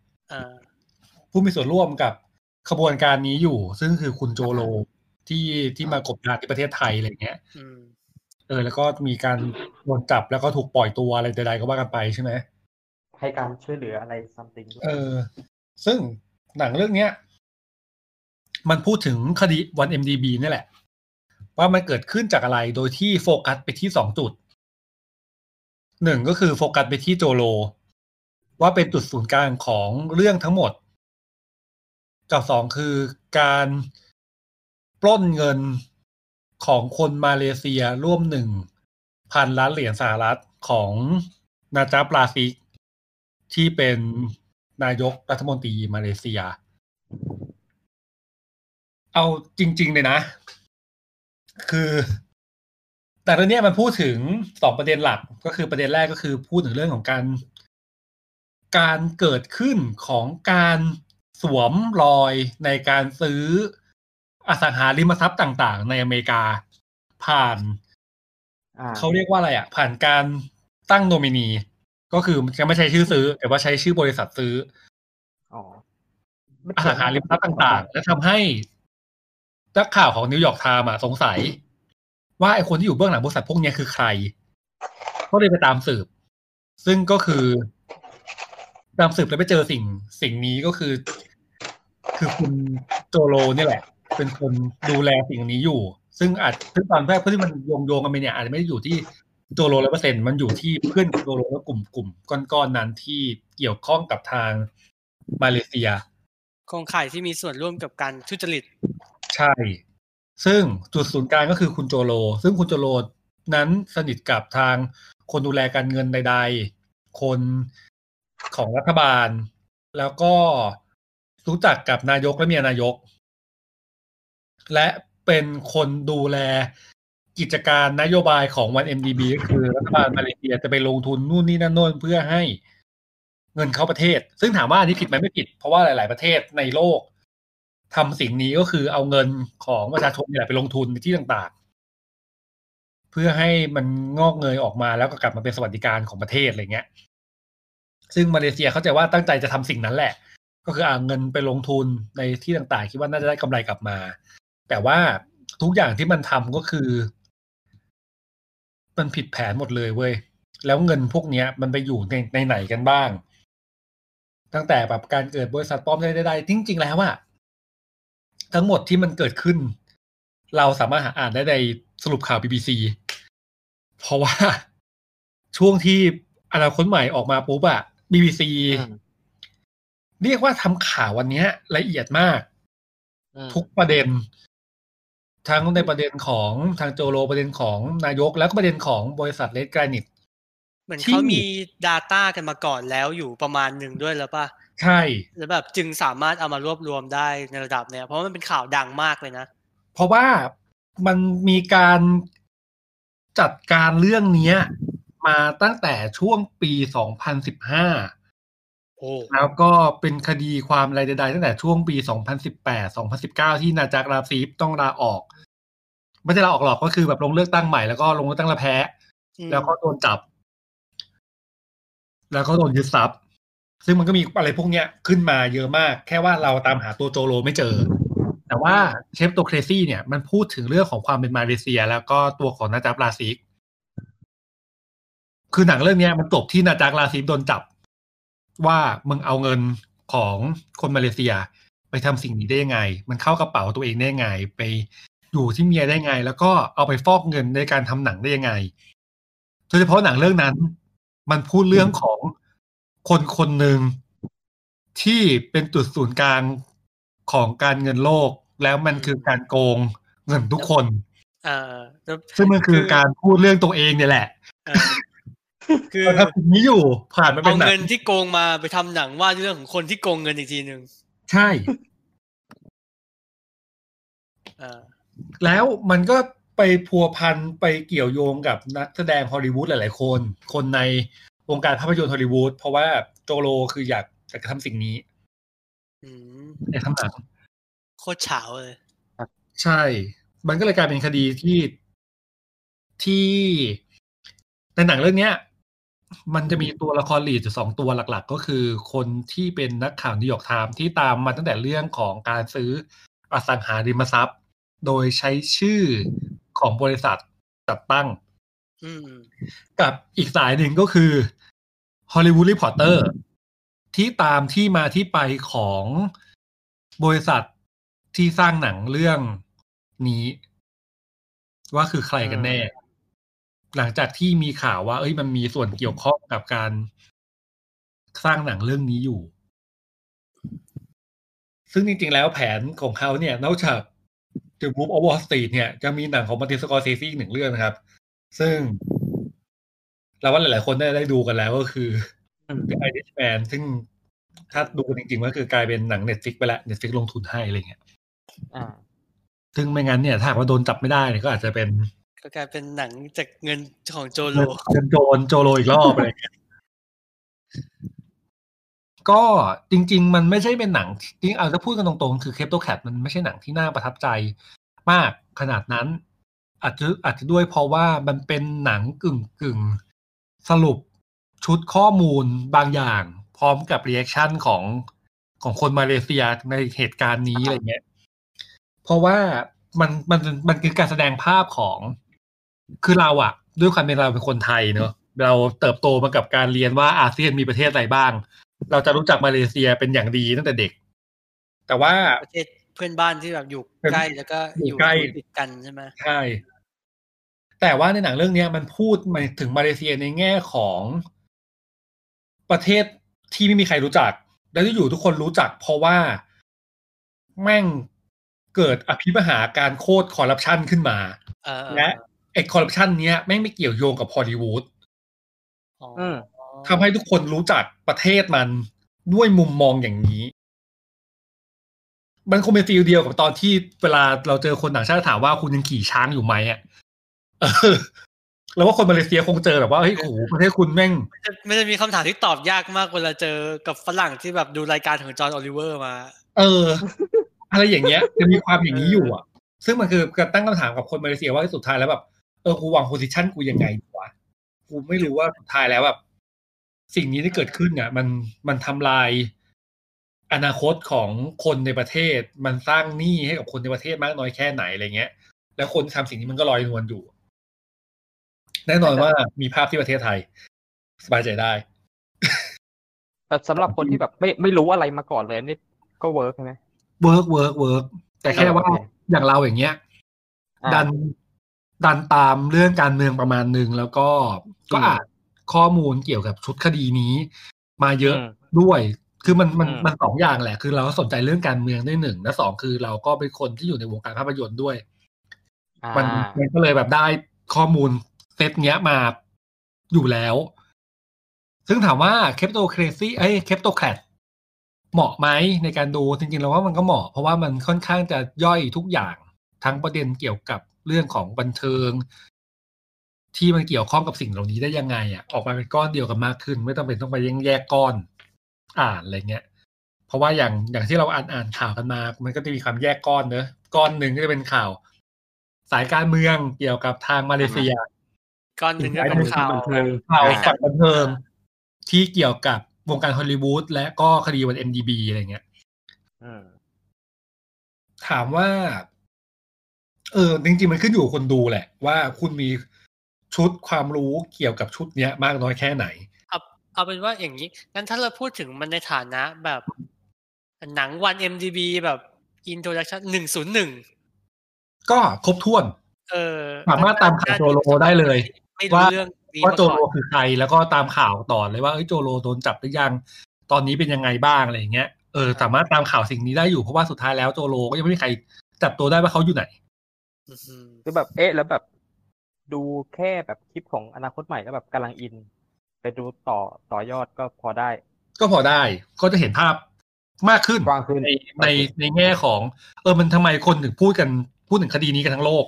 B: กับขบวนการนี้อยู่ซึ่งคือคุณโจโลที่มากบดานที่ประเทศไทยอะไรเงี้ยแล้วก็มีการโดนจับแล้วก็ถูกปล่อยตัวอะไรใดๆก็ว่ากันไปใช่ไหม
C: ให้การช่วยเหลืออะไร something
B: ซึ่งหนังเรื่องนี้มันพูดถึงคดี 1MDB นี่แหละว่ามันเกิดขึ้นจากอะไรโดยที่โฟกัสไปที่2จุด1ก็คือโฟกัสไปที่โจโลว่าเป็นจุดศูนย์กลางของเรื่องทั้งหมดกับ2คือการปล้นเงินของคนมาเลเซียร่วม 1,000 ล้านเหรียญสหรัฐของนาจาปลาซิกที่เป็นนายกรัฐมนตรีมาเลเซียเอาจริงๆเลยนะคือแต่ตอนนี้มันพูดถึง2ประเด็นหลักก็คือประเด็นแรกก็คือพูดถึงเรื่องของการเกิดขึ้นของการสวมรอยในการซื้ออสังหาริมทรัพย์ต่างๆในอเมริกาผ่านเขาเรียกว่าอะไรผ่านการตั้งโนมินีก็คือจะไม่ใช้ชื่อซื้อแต่ว่าใช้ชื่อบริษัทซื้ออสังหาริมทรัพย์ต่างๆและทำให้นักข่าวของนิวยอร์กไทม์สงสัยว่าไอ้คนที่อยู่เบื้องหลังบริษัทพวกนี้คือใครก็เลยไปตามสืบซึ่งก็คือตามสืบแล้วไปเจอสิ่งนี้ก็คือคุณโจโลนี่แหละเป็นคนดูแลสิ่งนี้อยู่ซึ่งตอนแรกเพื่อนที่มันโยงกันไปเนี่ยอาจจะไม่ได้อยู่ที่โจโล 100% มันอยู่ที่เพื่อนโจโลและกลุ่มก้อนนั้นที่เกี่ยวข้องกับทางมาเลเซีย
A: โครงข่ายที่มีส่วนร่วมกับการทุจริต
B: ใช่ซึ่งจุดศูนย์กลางก็คือคุณโจโลซึ่งคุณโจโลนั้นสนิทกับทางคนดูแลการเงินใดๆคนของรัฐบาลแล้วก็รู้จักกับนายกและเมียนายกและเป็นคนดูแลกิจการนโยบายของ 1MDB ก็คือรัฐบาลมาเลเซียจะไปลงทุนนู่นนี่นั่นโน่นเพื่อให้เงินเข้าประเทศซึ่งถามว่าอันนี้ผิดไหมไม่ผิดเพราะว่าหลายๆประเทศในโลกทำสิ่งนี้ก็คือเอาเงินของประชาชนนี่แหละไปลงทุนในที่ต่างๆเพื่อให้มันงอกเงยออกมาแล้วก็กลับมาเป็นสวัสดิการของประเทศอะไรเงี้ยซึ่งมาเลเซียเข้าใจว่าตั้งใจจะทำสิ่งนั้นแหละก็คือเอาเงินไปลงทุนในที่ต่างๆคิดว่าน่าจะได้กำไรกลับมาแต่ว่าทุกอย่างที่มันทำก็คือมันผิดแผนหมดเลยเว้ยแล้วเงินพวกนี้มันไปอยู่ในไหนกันบ้างตั้งแต่แบบการเกิดบริษัทปลอมได้จริงๆแล้วทั้งหมดที่มันเกิดขึ้นเราสามารถอ่านได้ในสรุปข่าว BBC เพราะว่าช่วงที่อนาคตใหม่ออกมาปุ๊บBBC เรียกว่าทำข่าววันนี้ละเอียดมากทุกประเด็นทั้งในประเด็นของทางโจโลประเด็นของนายกแล้วก็ประเด็นของบริษัทเลดแกรนิต
A: เหมือนเขามี data กันมาก่อนแล้วอยู่ประมาณนึงด้วยแล้วป่ะ
B: ใช่
A: แล้วแบบจึงสามารถเอามารวบรวมได้ในระดับเนี้ยเพราะมันเป็นข่าวดังมากเลยนะ
B: เพราะว่ามันมีการจัดการเรื่องนี้มาตั้งแต่ช่วงปี2015 แล้วก็เป็นคดีความอะไรใดๆตั้งแต่ช่วงปี2018 2019ที่นาจาราซีฟต้องลาออกไม่ใช่ลาออกหรอกก็คือแบบลงเลือกตั้งใหม่แล้วก็ลงเลือกตั้งแล้วแพ้แล้วก็โดนจับแล้วก็โดนยึดทรัพย์ซึ่งมันก็มีอะไรพวกเนี้ยขึ้นมาเยอะมากแค่ว่าเราตามหาตัวโจโรไม่เจอแต่ว่าเชฟโตเครซี่เนี่ยมันพูดถึงเรื่องของความเป็นมาเลเซียแล้วก็ตัวของนาจาราซีฟคือหนังเรื่องนี้มันจบที่นาจาราซีฟโดนจับว่ามึงเอาเงินของคนมาเลเซียไปทำสิ่งนี้ได้ยังไงมันเข้ากระเป๋าตัวเองได้ยังไงไปอยู่ที่เมียได้ไงแล้วก็เอาไปฟอกเงินในการทำหนังได้ยังไงโดยเฉพาะหนังเรื่องนั้นมันพูดเรื่องของคนคนหนึ่งที่เป็นจุดศูนย์กลางของการเงินโลกแล้วมันคือการโกงเงินทุกคนซึ่งมันคือการพูดเรื่องตัวเองเนี่ยแหละคือทำสิ่งนี้อยู่ผ่านมาเป็น
A: เอาเงินที่โกงมาไปทำหนังว่าเรื่องของคนที่โกงเงินอีกทีนึง
B: ใช่แล้วมันก็ไปพัวพันไปเกี่ยวโยงกับนักแสดงฮอลลีวูดหลายๆคนในวงการภาพยนตร์ฮอลลีวูดเพราะว่าโจโรคืออยากจะทำสิ่งนี้อยากทำหนัง
A: โคตรเฉาเลย
B: ใช่มันก็เลยกลายเป็นคดีที่ในหนังเรื่องนี้มันจะมีตัวละครลีดอยู่2ตัวหลักๆก็คือคนที่เป็นนักข่าวนิวยอร์กไทม์ที่ตามมาตั้งแต่เรื่องของการซื้ออสังหาริมทรัพย์โดยใช้ชื่อของบริษัทจัดตั้งกับอีกสายหนึ่งก็คือ Hollywood Reporter ที่ตามที่มาที่ไปของบริษัทที่สร้างหนังเรื่องนี้ว่าคือใครกันแน่หลังจากที่มีข่าวว่ามันมีส่วนเกี่ยวข้องกับการสร้างหนังเรื่องนี้อยู่ซึ่งจริงๆแล้วแผนของเขาเนี่ยนอกจาก The Wolf of Wall Street เนี่ยจะมีหนังของมาร์ติน สกอร์เซซีอีก1เรื่องนะครับซึ่งเราว่าหลายๆคนได้ดูกันแล้วก็คือ The Irishman ซึ่งถ้าดูกันจริงๆก็คือกลายเป็นหนัง Netflix ไปแล้ว Netflix ลงทุนให้อะไรเงี้ยซึ่งไม่งั้นเนี่ยถ้าว่าโดนจับไม่ได้เนี่ยก็อาจจะเป็น
A: ก็กลายเป็นหนังจากเงินของโจโร
B: โจโรอีกรอบอะไรเงี้ยก็จริงๆมันไม่ใช่เป็นหนังจริงเอาจะพูดกันตรงๆคือ Cape Toll Cat มันไม่ใช่หนังที่น่าประทับใจมากขนาดนั้นอาจจะด้วยเพราะว่ามันเป็นหนังกึ่งสรุปชุดข้อมูลบางอย่างพร้อมกับรีแอคชั่นของคนมาเลเซียในเหตุการณ์นี้อะไรเงี้ยเพราะว่ามันคือการแสดงภาพของคือเราอะด้วยความเป็นเราเป็นคนไทยเนอะเราเติบโตมากับการเรียนว่าอาเซียนมีประเทศอะไรบ้างเราจะรู้จักมาเลเซียเป็นอย่างดีตั้งแต่เด็กแต่ว่า
A: ประเทศเพื่อนบ้านที่แบบอยู่ใกล้แล้วก็อยู่ใกล้ติดกันใช่ไหม
B: ใช่แต่ว่าในหนังเรื่องนี้มันพูดมาถึงมาเลเซียในแง่ของประเทศที่ไม่มีใครรู้จักแล้วที่อยู่ทุกคนรู้จักเพราะว่าแม่งเกิดอภิมหาการโคตรคอร์รัปชันขึ้นมาและไอ้คอร์รัปชันเนี้ยแม่งไม่เกี่ยวโยงกับฮอลลีวูดทำให้ทุกคนรู้จักประเทศมันด้วยมุมมองอย่างนี้มันคงเป็นฟีลเดียวกับตอนที่เวลาเราเจอคนต่างชาติถามว่าคุณยังขี่ช้างอยู่ไหมอ่ะแล้วว่าคนมาเลเซียคงเจอแบบว่าเฮ้ยโอ้โหประเทศคุณแม่ง
A: มันจะมีคำถามที่ตอบยากมากเวลาเจอกับฝรั่งที่แบบดูรายการของจอห์น โอลิเวอร์มา
B: อะไรอย่างเงี้ยจะมีความอย่างนี้อยู่อ่ะซึ่งมันคือการตั้งคำถามกับคนมาเลเซียว่าสุดท้ายแล้วแบบกูวางโพสิชันกูยังไงวะกูไม่รู้ว่าสุดท้ายแล้วแบบสิ่งนี้ที่เกิดขึ้นเนี่ยมันทำลายอนาคตของคนในประเทศมันสร้างหนี้ให้กับคนในประเทศมากน้อยแค่ไหนอะไรเงี้ยแล้วคนทำสิ่งนี้มันก็ลอยนวลอยู่แน่นอนว่ามีภาพที่ประเทศไทยสบายใจได้
C: แต่สำหรับคนที่แบบไม่รู้อะไรมาก่อนเลยนี่ก็เวิร์กใช่ไหม
B: เวิร์กแต่แค่ว่าอย่างเราอย่างเงี้ยดันตามเรื่องการเมืองประมาณนึงแล้วก็อ่านข้อมูลเกี่ยวกับชุดคดีนี้มาเยอะด้วยคือมัน2อย่างแหละคือเราสนใจเรื่องการเมืองด้วย1และ2คือเราก็เป็นคนที่อยู่ในวงการภาพยนตร์ด้วยมันก็เลยแบบได้ข้อมูลเซตเนี้ยมาอยู่แล้วซึ่งถามว่า Kleptocrat เหมาะไหมในการดูจริงๆแล้วว่ามันก็เหมาะเพราะว่ามันค่อนข้างจะย่อยทุกอย่างทั้งประเด็นเกี่ยวกับเรื่องของบันเทิงที่มันเกี่ยวข้องกับสิ่งเหล่านี้ได้ยังไงอ่ะออกมาเป็นก้อนเดียวกันมากขึ้นไม่ต้องเป็นต้องไปแยกก้อนอ่านอะไรเงี้ยเพราะว่าอย่างที่เราอ่านข่าวกันมามันก็จะมีความแยกก้อนเนอะก้อนหนึ่งก็จะเป็นข่าวสายการเมืองเกี่ยวกับทางมาเลเซีย
A: ก้อนหนึ่งก็เป็นข่าว
C: บันเทิง
B: ฝั่งบันเทิงที่เกี่ยวกับวงการฮอลลีวูดและก็คดีวัน MDB อะไรเงี้ยถามว่าจริงๆมันขึ้นอยู่กับคนดูแหละว่าคุณมีชุดความรู้เกี่ยวกับชุดเนี้ยมากน้อยแค่ไหน
A: เอาเป็นว่าอย่างนี้งั้นถ้าเราพูดถึงมันในฐานะแบบหนังวัน MDB แบบ Introduction 101
B: ก็ครบถ้วนสามารถตามข่าวโจโลได้เลยว่าโจโลคือใครแล้วก็ตามข่าวต่อเลยว่าโจโลโดนจับหรือยังตอนนี้เป็นยังไงบ้างอะไรอย่างเงี้ยสามารถตามข่าวสิ่งนี้ได้อยู่เพราะว่าสุดท้ายแล้วโจโลก็ยังไม่มีใครจับตัวได้ว่าเขาอยู่ไหน
C: คือแบบแล้วแบบดูแค่แบบคลิปของอนาคตใหม่แล้วแบบกำลังอินไปดูต่อยอดก็พอได้
B: ก็จะเห็นภาพมากขึ้นในแง่ของมันทำไมคนถึงพูดถึงคดีนี้กันทั้งโลก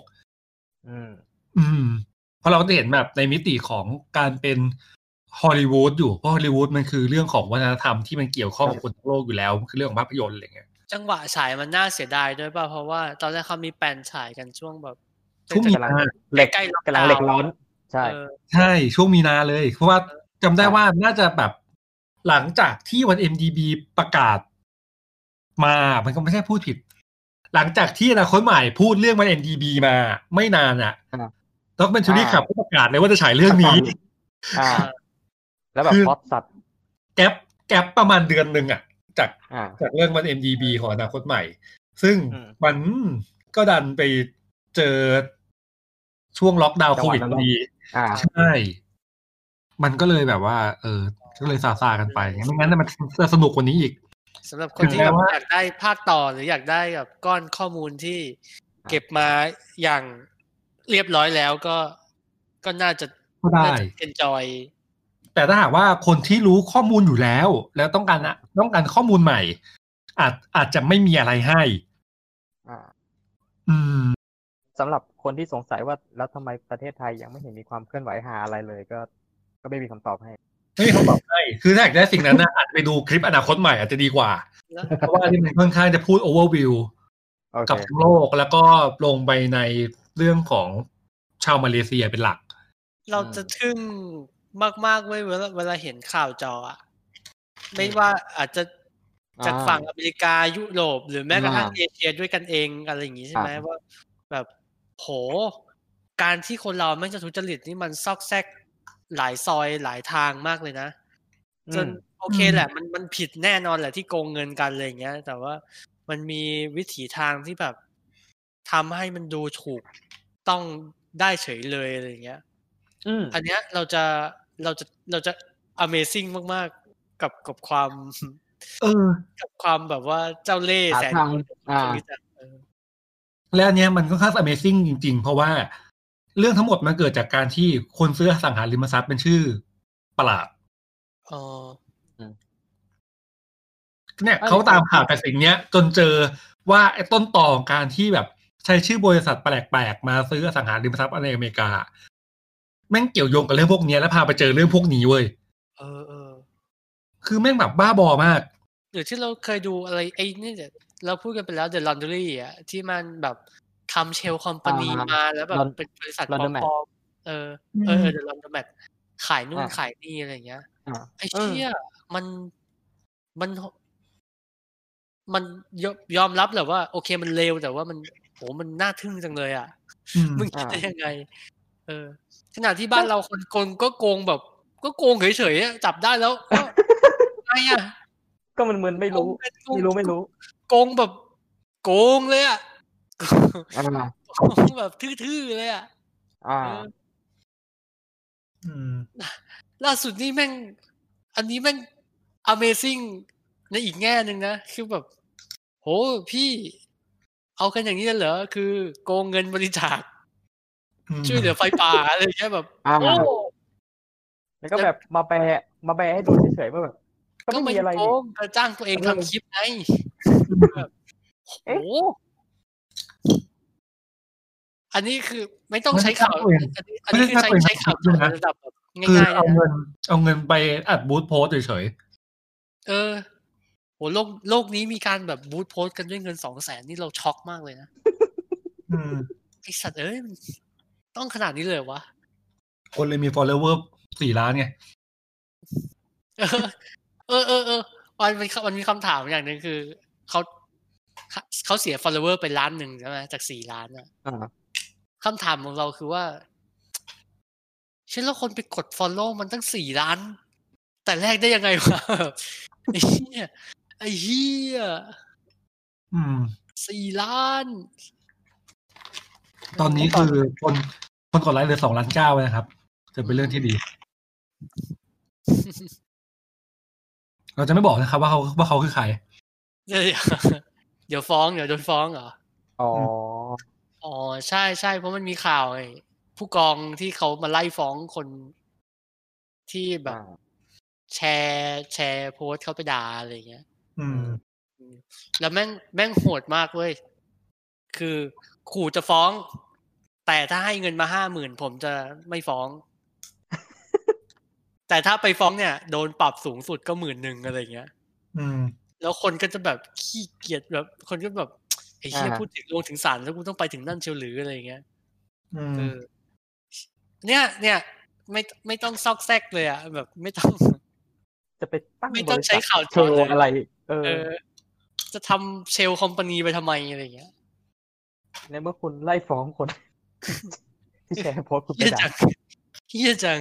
B: เพราะเราก็จะเห็นแบบในมิติของการเป็นฮอลลีวูดอยู่เพราะฮอลลีวูดมันคือเรื่องของวัฒนธรรมที่มันเกี่ยวข้องกับคนทั้งโลกอยู่แล้วคือเรื่องของภาพยนตร์อะไรเงี้ย
A: จังหวะฉายมันน่าเสียดายด้วยป่ะเพราะว่าตอนแรกเขามีแปลนฉายกันช่วงแบบ
B: ช่วงมีนา
C: ใกล้กำลังเหล็กร้อนใ
B: ช่ช่วงมีนาเลยเพราะว่าจำได้ว่าน่าจะแบบหลังจากที่วัน MDB ประกาศมามันก็ไม่ใช่พูดผิดหลังจากที่อนาคตใหม่พูดเรื่องวัน MDB มาไม่นานด็อกเมนทารี่ขับก็ประกาศเลยว่าจะฉายเรื่องนี้
C: แล้วแบบพล็อตสัตว์
B: แก๊ปประมาณเดือนนึงจากเรื่องวัน MDB ของอนาคตใหม่ซึ่งมันก็ดันไปเจอช่วงล็อกดาวน์โควิดพอดีใช่มันก็เลยแบบว่าก็เลยซากันไปไม่งั้นมันจะสนุกกว่านี้อีก
A: สำหรับคนที่อยากได้ภาคต่อหรืออยากได้แบบก้อนข้อมูลที่เก็บมาอย่างเรียบร้อยแล้วก็น่าจะenjoy
B: แต่ถ้าหากว่าคนที่รู้ข้อมูลอยู่แล้วต้องการข้อมูลใหม่อาจจะไม่มีอะไรให้
C: สำหรับคนที่สงสัยว่าแล้วทำไมประเทศไทยยังไม่เห็นมีความเคลื่อนไหวหาอะไรเลยก็ไม่มีคำตอบให้
B: ไม่มีคำตอบให้คือถ้าอยากได้สิ่งนั้นนะอาจจะไปดูคลิปอนาคตใหม่อาจจะดีกว่าเพราะว่าที่มันค่อนข้างจะพูด overview กับทั้งโลกแล้วก็ลงไปในเรื่องของชาวมาเลเซียเป็นหลัก
A: เราจะทึ่งมากๆเวลาเห็นข่าวจอไม่ว่าอาจจะจากฝั่งอเมริกายุโรปหรือแม้กระทั่งเอเชียด้วยกันเองอะไรอย่างนี้ใช่ไหมว่าแบบโหการที่คนเราไม่จะทุจริตนี่มันซอกแซกหลายซอยหลายทางมากเลยนะจนโอเคแหละมันผิดแน่นอนแหละที่โกงเงินกันอะไรอย่างเงี้ยแต่ว่ามันมีวิถีทางที่แบบทำให้มันดูถูกต้องได้เฉยเลยอะไรอย่างเงี้ยอันเนี้ยเราจะ Amazing มากๆกับความกับความแบบว่าเจ้าเล่ห์แสน
B: และอันเนี้ยมันค่อนข้าง Amazing จริงๆเพราะว่าเรื่องทั้งหมดมันเกิดจากการที่คนซื้ออสังหาริมทรัพย์เป็นชื่อประหลาดเนี่ยเขาตามข่าวแต่สิ่งเนี้ยจนเจอว่าไอ้ต้นตอของการที่แบบใช้ชื่อบริษัทแปลกๆมาซื้ออสังหาริมทรัพย์ในอเมริกาแม่งเกี่ยวโยงกับเรื่องพวกนี้แล้วพาไปเจอเรื่องพวกนี้เว้ยคือแม่งแบบบ้าบอมาก
A: หรือที่เราเคยดูอะไรไอ้นี่เราพูดกันไปแล้ว The Laundry ที่มันแบบทำเชลคอมพานีมาแล้วแบบเป็นบริษัทปลอมThe Laundromat ขายนู่นขายนี่อะไรอย่างเงี้ยไอ้เชี่ยมันยอมรับแหละว่าโอเคมันเลวแต่ว่ามันน่าทึ่งจังเลยมึงคิดได้ยังไงขณะที่บ้านเราคนก็โกงแบบก็โกงเฉยๆจับได้แล้วก็ไง
C: ก็มันไม่รู้
A: โกงแบบโกงเลยโกงแบบทื่อๆเลยล่าสุดนี่แม่งอันนี้แม่ง Amazing ในอีกแง่นึงนะคือแบบโหพี่เอากันอย่างนี้เหรอคือโกงเงินบริจาคช่วยเหลือไฟป่าอะไรอย่างเงี้ยแบบโอ้
C: แล้วก็แบบมาแปลให้ดูเฉยๆว่าแบบก็ไม่มีอะไรนี่
A: ก็จ้างตัวเองทำคลิปไงโอ้อันนี้คือไม่ต้องใช้ข่าวอันนี้คือใช้ข่าวระดับแบบง่ายๆ
B: เอาเงินไปอัดบูธโพสเฉย
A: โหโลกนี้มีการแบบบูทโพสกันด้วยเงิน 200,000 นี่เราช็อกมากเลยนะไอสัตว์มันต้องขนาดนี้เลยวะ
B: คนเลยมี follower 4 ล้านไง
A: มันมีคำถามอย่างหนึ่งคือเขาเสีย follower ไป1 ล้านใช่ไหมจาก4 ล้านอ่ะคำถามของเราคือว่าเช่นแล้วคนไปกด follow มันตั้ง4 ล้านแต่แรกได้ยังไงวะไอ้เหี้ย4 ล้าน
B: ตอนนี้คือคนกดไลค์เหลือ2.9 ล้านนะครับจะเป็นเรื่องที่ดีเราจะไม่บอกนะครับว่าเขาคือใคร
A: เดี๋ยวฟ้องเดี๋ยวโดนฟ้องเหรออ๋อใช่เพราะมันมีข่าวไอ้ผู้กองที่เขามาไล่ฟ้องคนที่แบบแชร์โพสต์เขาไปด่าอะไรเงี้ยแล้วแม่งโหดมากเว้ยคือขู่จะฟ้องแต่ถ้าให้เงินมา 50,000 ผมจะไม่ฟ้องแต่ถ้าไปฟ้องเนี่ยโดนปรับสูงสุดก็10,000อะไรเงี้ยแล้วคนก็จะแบบขี้เกียจแบบคนก็แบบไอ้เหี้ยพูดถึงลงถึงศาลแล้วกูต้องไปถึงนั่นเชียวหรืออะไรเงี้ยเนี่ยไม่ต้องซอกแซกเลยอ่ะแบบไม่ต้อง
C: จะไปตั้ง
A: ไม่ต้องใช้ข่าว
C: โชว์อะไร
A: จะทำเชลคอมพานีไปทำไมอะไรเงี้ย
C: ในเมื่อคุณไล่ฟ้องคนที่แชร์โพสต์คุณไปด่า
A: เหี้ยจัง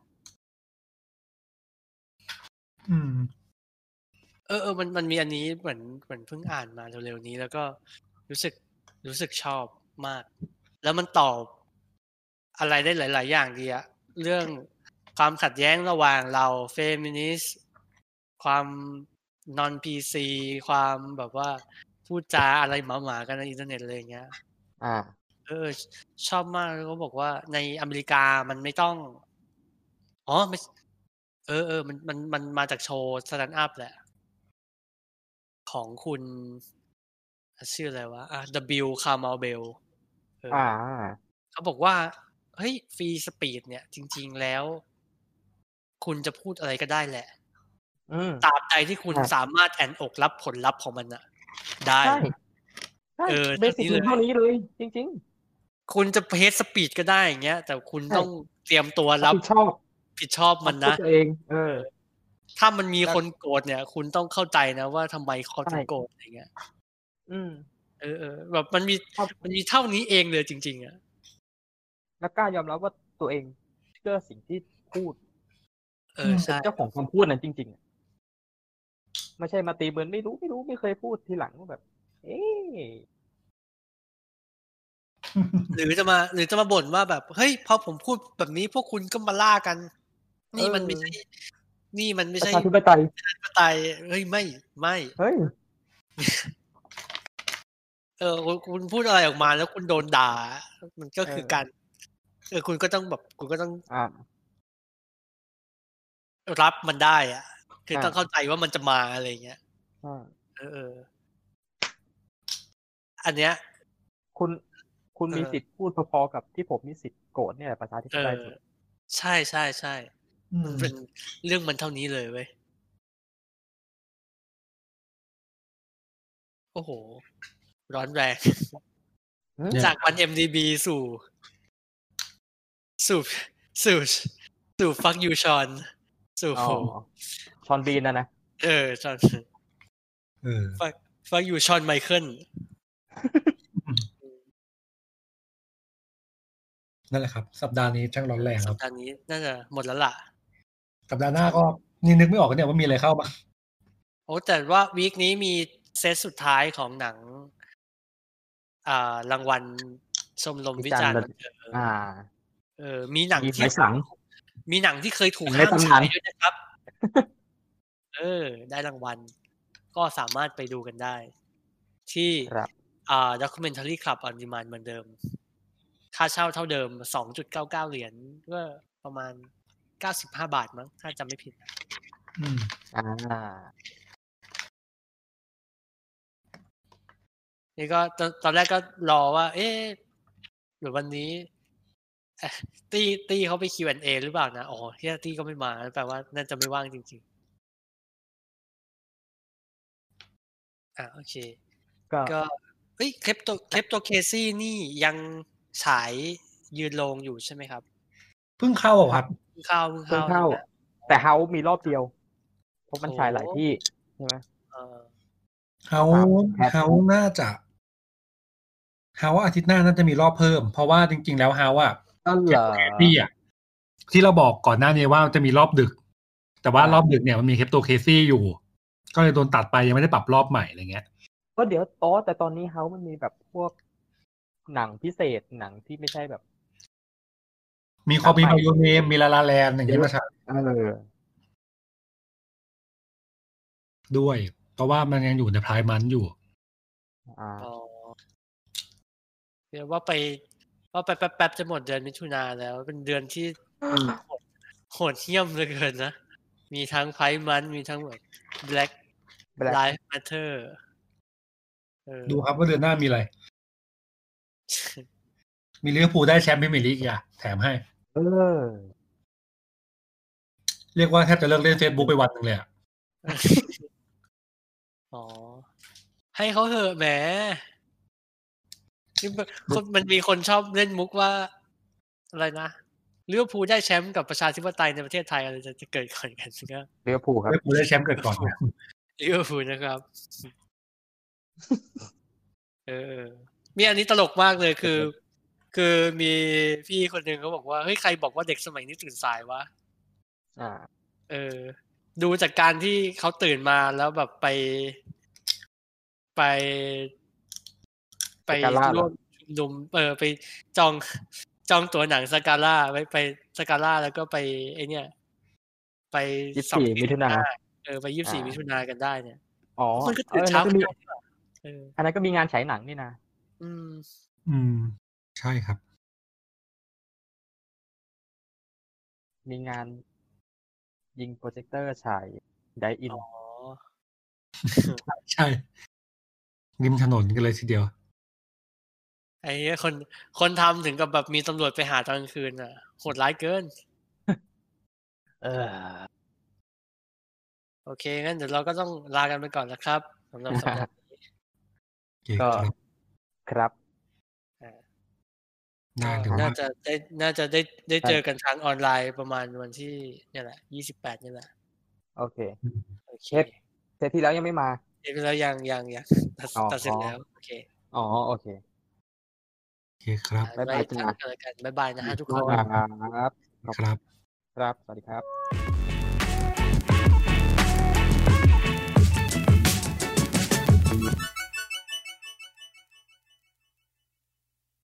A: มันมีอันนี้เหมือนเพิ่งอ่านมาเร็วๆนี้แล้วก็รู้สึกชอบมากแล้วมันตอบอะไรได้หลายๆอย่างดีอะเรื่องความขัดแย้งระหว่างเราเฟมินิสต์ความนอนพีซีความแบบว่าพูดจาอะไรหมาๆกันในอินเทอร์เน็ตอะไรอย่างเงี้ยชอบมากเขาบอกว่าในอเมริกามันไม่ต้องไม่มันมาจากโชว์สแตนด์อัพแหละของคุณชื่ออะไรวะW คาร์มาเบลเขาบอกว่าเฮ้ยฟรีสปีดเนี่ยจริงๆแล้วคุณจะพูดอะไรก็ได้แหละตราบใดที่คุณสามารถแอนอกรับผลลัพธ์ของมันน่ะได้
C: เบสิกเท่านี้เลยจริง
A: ๆคุณจะเพจสปีดก็ได้อย่างเงี้ยแต่คุณต้องเตรียมตัวรับผิดชอบมันนะ
C: ตัวเอง
A: ถ้ามันมีคนโกรธเนี่ยคุณต้องเข้าใจนะว่าทำไมเขาถึงโกรธอะไรเงี้ยแบบมันมีเท่านี้เองเลยจริงๆอ่ะ
C: แล้วกล้ายอมรับว่าตัวเองเชื่อสิ่งที่พูด
A: ใช่
C: เจ้าของคำพูดนั้นจริงๆไม่ใช่มาตีเหมือนไม่รู้ไม่เคยพูดทีหลังแบบ
A: หรือจะมาบ่นว่าแบบเฮ้ยพอผมพูดแบบนี้พวกคุณก็มาล่ากันนี่มันไม่ใช่
C: ประชาธิปไตย
A: เฮ้ยไม่
C: เฮ้ย
A: คุณพูดอะไรออกมาแล้วคุณโดนด่ามันก็คือการคุณก็ต้องรับมันได้อ่ะคือต้องเข้าใจว่ามันจะมาอะไรเงี้ยอันเนี้ย
C: คุณมีสิทธิ์พูดพอๆกับที่ผมมีสิทธิ์โกรธเนี่ยประชาธิปไตยสุด
A: ใช่มันเป็นเรื่องมันเท่านี้เลยเว้ยโอ้โหร้อนแรงจากวัน MDB สู่ฟักยูชอนสู่
C: ชอนบีนนะ
A: ชอนฟักยูชอนไมเคิล
B: นั่นแหละครับสัปดาห์นี้ช่างร้อนแรงครับ
A: สัปดาห์นี้น่าจะหมดแล้วล่ะ
B: สัปดาห์หน้าก็นี่นึกไม่ออกเนี่ยว่ามีอะไรเข้ามา
A: แต่ว่าวีคนี้มีเซตสุดท้ายของหนังรางวัลชมรมวิจารณ์มีหนังที่เคยถูกห้ามฉายด้วยนะครับได้รางวัลก็สามารถไปดูกันได้ที่Documentary Club on Demand เหมือนเดิมค่าเช่าเท่าเดิม $2.99 ก็ประมาณ95 บาทมั้งถ้าจำไม่ผิดนี่ก็ตอนแรกก็รอว่าหรือวันนี้ตี้เขาไป Q&A หรือเปล่านะที่ตี้ก็ไม่มาแปลว่าน่าจะไม่ว่างจริงโอเค
C: ก็
A: เฮ้ยเคปโตเคซี่นี่ยังฉายยืนโรงอยู่ใช่ไหมครับ
B: เพิ่งเข้าครับ
A: เพิ่งเข้า
C: เพิ่งเข้า แต่เฮามีรอบเดียวเพราะมันฉายหลายที่ใช่ไหม
B: เฮาน่าจะเฮาอาทิตย์หน้าน่าจะมีรอบเพิ่มเพราะว่าจริงๆแล้วเฮาอ่ะที่เราบอกก่อนหน้านี้ว่าจะมีรอบดึกแต่ว่ารอบดึกเนี่ยมันมีเคปโตเคซี่อยู่ก็เลยโดนตัดไปยังไม่ได้ปรับรอบใหม่อะไรเงี้ย
C: ก็เดี๋ยวแต่ตอนนี้เฮามันมีแบบพวกหนังพิเศษหนังที่ไม่ใช่แบบ
B: มีคอมีมายูเนมมีลาลาแลนด์อย่างเงี้ยมาฉายด้วยเพราะว่ามันยังอยู่ในพรายมันอยู่
A: เดี๋ยวว่าไปแป๊บจะหมดเดือนมิถุนาแล้วเป็นเดือนที่โหดเหี้ยมเหลือเกินนะมีทั้งไพร์มันมีทั้งแบบ Black Lives Matter
B: ดูครับว่าเดือนหน้ามีอะไรมีลิเวอร์พูลได้แชมป์พรีเมียร์ลีกแถมให้เรียกว่าแทบจะเลิกเล่น Facebook ไปวันนึงเลย
A: ให้เขาเหอะแหมมันมีคนชอบเล่นมุกว่าอะไรนะลิเวอร์พูลได้แชมป์กับประชาธิปไตยในประเทศไทยอะไรจะเกิดก่อนกันก็
C: ลิเวอร์พูลครับ
B: ลิเวอร์พูลได้แชมป์เกิดก่อน
A: ลิเวอร์พูลนะครับมีอันนี้ตลกมากเลยคือมีพี่คนหนึ่งเขาบอกว่าเฮ้ยใครบอกว่าเด็กสมัยนี้ตื่นสายวะดูจากการที่เขาตื่นมาแล้วแบบไปร่วมชุมนุมไปจองตั๋วหนังสกาล่าไปสกาล่าแล้วก็ไปไอเนี่ยไป
C: 24 มิถุนายน
A: ไป24 มิถุนายนกันได้เนี่ยมันก็
C: ตื่
A: นเช้า
C: กันอันนั้นก็มีงานฉายหนังนี่นะ
B: ใช่ครับ
C: มีงานยิงโปรเจคเตอร์ฉายไดอิน
B: ใช่ริมถนนกันเลยทีเดียว
A: ไอ้คนทำถึงกับแบบมีตำรวจไปหาตอนกลางคืนอ่ะโหดร้ายเกินโอเคงั้นเดี๋ยวเราก็ต้องลากันไปก่อนนะครับสำหรับสัปดาห์นี้
C: ก็ครับ
A: น่าจะได้เจอกันทางออนไลน์ประมาณวันที่เนี่ยแหละ28นี่แหละ
C: โอเคเทปที่แล้วยังไม่มา
A: เทปที่แล้วยังตัดเสร็จแล้วโอเค
C: โอเค
B: ครับ
A: บ๊ายบายกันบ๊ายบายนะฮะทุกคน
C: ครับสวัสดีครับ